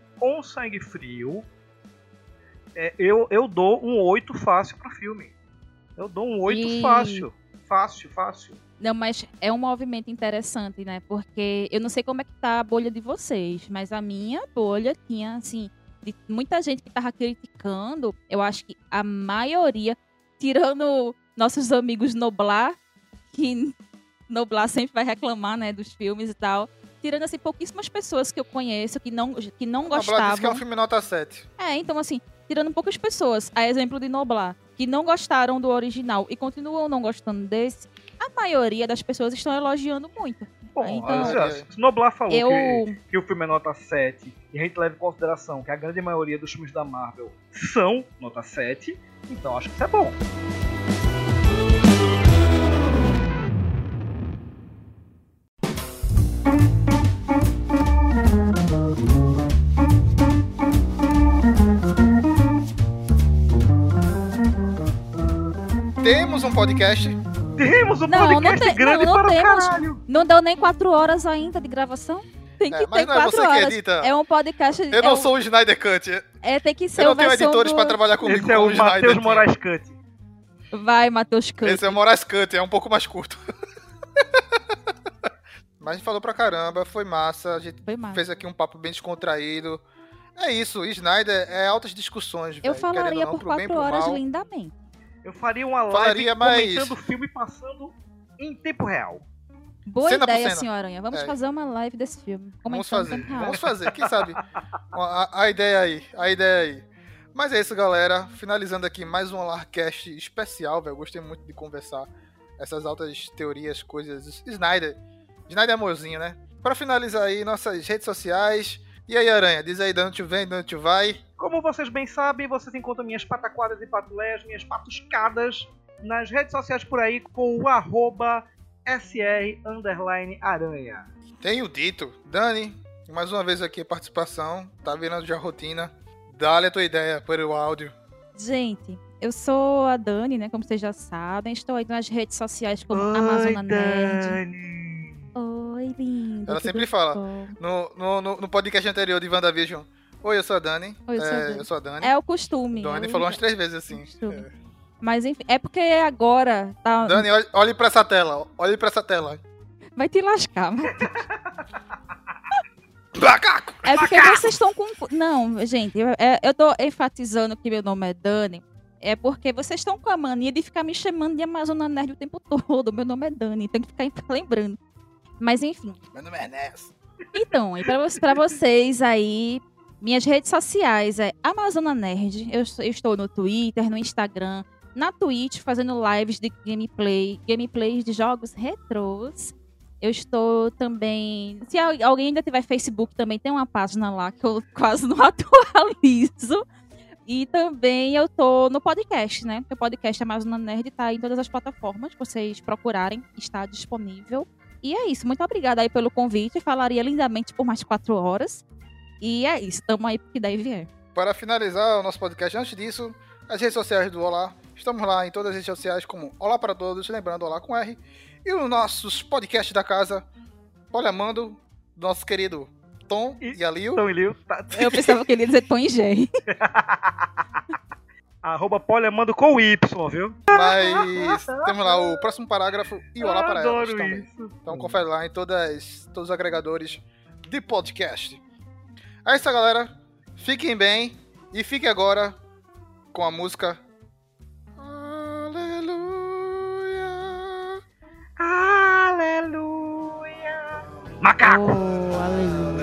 eu dou um 8 fácil pro filme. Eu dou um 8 E- fácil. Fácil. Não, mas é um movimento interessante, né? Porque eu não sei como é que tá a bolha de vocês, mas a minha bolha tinha, assim, de muita gente que tava criticando. Eu acho que a maioria, tirando nossos amigos Noblar, que Noblar sempre vai reclamar, né, dos filmes e tal. Tirando, assim, pouquíssimas pessoas que eu conheço que não Noblar disse gostavam. que é um filme nota 7. Então, assim, tirando poucas pessoas, a exemplo de Noblar, que não gostaram do original e continuam não gostando desse, a maioria das pessoas estão elogiando muito. Bom, Então, se Noblar falou eu- que o filme é nota 7 e a gente leva em consideração que a grande maioria dos filmes da Marvel são nota 7, então acho que isso é bom. Temos um podcast. Temos um Não, podcast grande não para o temos. caralho. Não deu nem 4 horas ainda de gravação? Tem que mas ter não é 4 você que horas. edita. É um podcast. Eu não sou o Snyder Cut. Tem que ser Eu não a tenho versão editores do... pra trabalhar comigo Esse é como o Snyder Matheus tinha. Moraes Cut. Vai, Matheus Cut. Esse é o Moraes Cut, é um pouco mais curto. Mas a gente falou pra caramba, foi massa. A gente Foi massa. fez aqui um papo bem descontraído. É isso, Snyder é altas discussões, velho. Eu querendo falaria ou não, por pro bem, 4 pro horas mal. lindamente. Eu faria uma live Falaria, mas- comentando o filme passando em tempo real. Boa Cena por ideia, cena. senhora Aranha. Vamos É. fazer uma live desse filme. Vamos Comentando fazer, em tempo real. vamos fazer, quem sabe? A ideia aí. Mas é isso, galera. Finalizando aqui mais um Larcast especial, velho. Gostei muito de conversar essas altas teorias, coisas. Snyder é amorzinho, né? Pra finalizar aí, nossas redes sociais. E aí, Aranha, diz aí de onde tu vem, de onde tu vai. Como vocês bem sabem, vocês encontram minhas pataquadas e patulés, minhas patuscadas nas redes sociais por aí com o @SR_Aranha. Tenho dito. Dani, mais uma vez aqui a participação. Tá virando já rotina. Dá-lhe a tua ideia pelo áudio. Gente, eu sou a Dani, né? Como vocês já sabem. Estou aí nas redes sociais como Amazona Nerd. Dani. Oi, lindo. Ela tudo sempre fala. bom? No podcast anterior de WandaVision. Oi, eu sou a Dani. Oi, eu sou a Dani. Eu sou a Dani. É o costume. Dani é o- falou umas 3 vezes assim. costume. Mas enfim, é porque agora tá... Dani, olhe pra essa tela. Olhe pra essa tela. Vai te lascar, Matheus. Macaco! É porque vocês estão com... Não, gente, eu tô enfatizando que meu nome é Dani. É porque vocês estão com a mania de ficar me chamando de Amazona Nerd o tempo todo. Meu nome é Dani, tem que ficar lembrando. Mas enfim. Meu nome é Ernesto. Então, e pra vocês aí, minhas redes sociais é Amazona Nerd. Eu estou no Twitter, no Instagram, na Twitch, fazendo lives de gameplays de jogos retrôs. Eu estou também... Se alguém ainda tiver Facebook, também tem uma página lá que eu quase não atualizo. E também eu tô no podcast, né? O podcast Amazona Nerd tá em todas as plataformas. Se vocês procurarem, está disponível. E é isso. Muito obrigada aí pelo convite. Falaria lindamente por mais 4 horas. E é isso. Tamo aí pro que daí vier. Para finalizar o nosso podcast, antes disso, as redes sociais do Olá, Estamos lá em todas as redes sociais como Olá para Todos, lembrando Olá com R. E os nossos podcasts da casa, Poliamando, do nosso querido Tom e a Lil. Tom e Lil. Eu pensava que ele ia dizer Tom e Jerry. @poliamando com Y, viu? Mas temos lá o próximo parágrafo e o Olá para elas também. Isso. Então confere lá em todos os agregadores de podcast. É isso, galera. Fiquem bem e fiquem agora com a música Aleluia. Aleluia. Macaco. Oh, aleluia.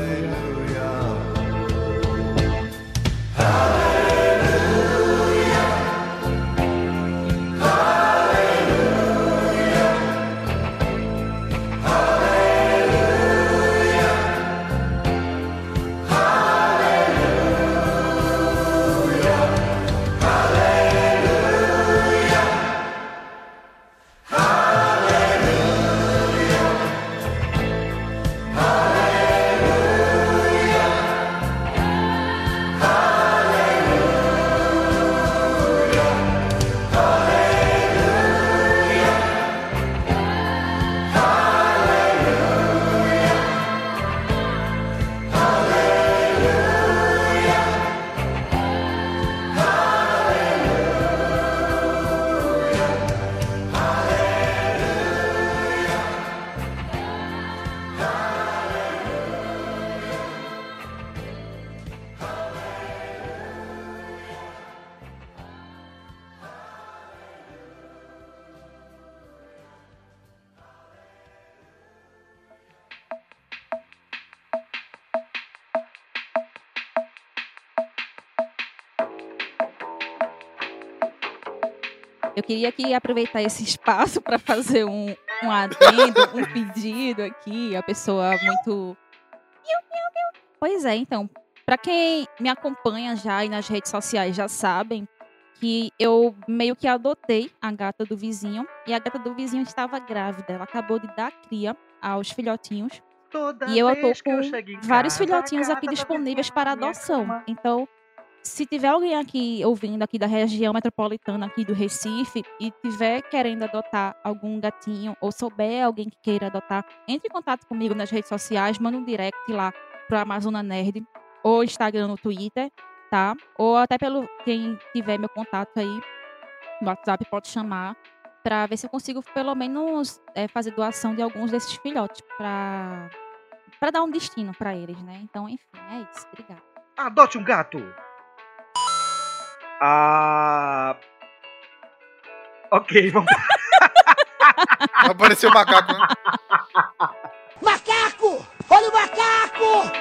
Eu queria aqui aproveitar esse espaço para fazer um adendo, um pedido aqui. A pessoa muito... Pois é, então, para quem me acompanha já aí nas redes sociais já sabem que eu meio que adotei a gata do vizinho. E a gata do vizinho estava grávida. Ela acabou de dar cria aos filhotinhos. E eu tô com vários filhotinhos aqui disponíveis para adoção. Então, se tiver alguém aqui ouvindo aqui da região metropolitana aqui do Recife e tiver querendo adotar algum gatinho ou souber alguém que queira adotar, entre em contato comigo nas redes sociais, manda um direct lá pro Amazona Nerd ou Instagram no Twitter, tá? Ou até pelo quem tiver meu contato aí no WhatsApp pode chamar para ver se eu consigo pelo menos fazer doação de alguns desses filhotes para dar um destino para eles, né? Então, enfim, é isso. Obrigada. Adote um gato. Ok, vamos. Apareceu o macaco, né? Macaco! Olha o macaco!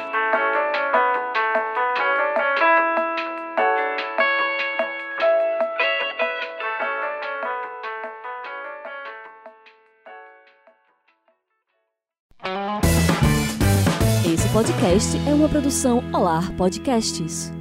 Esse podcast é uma produção Olar Podcasts.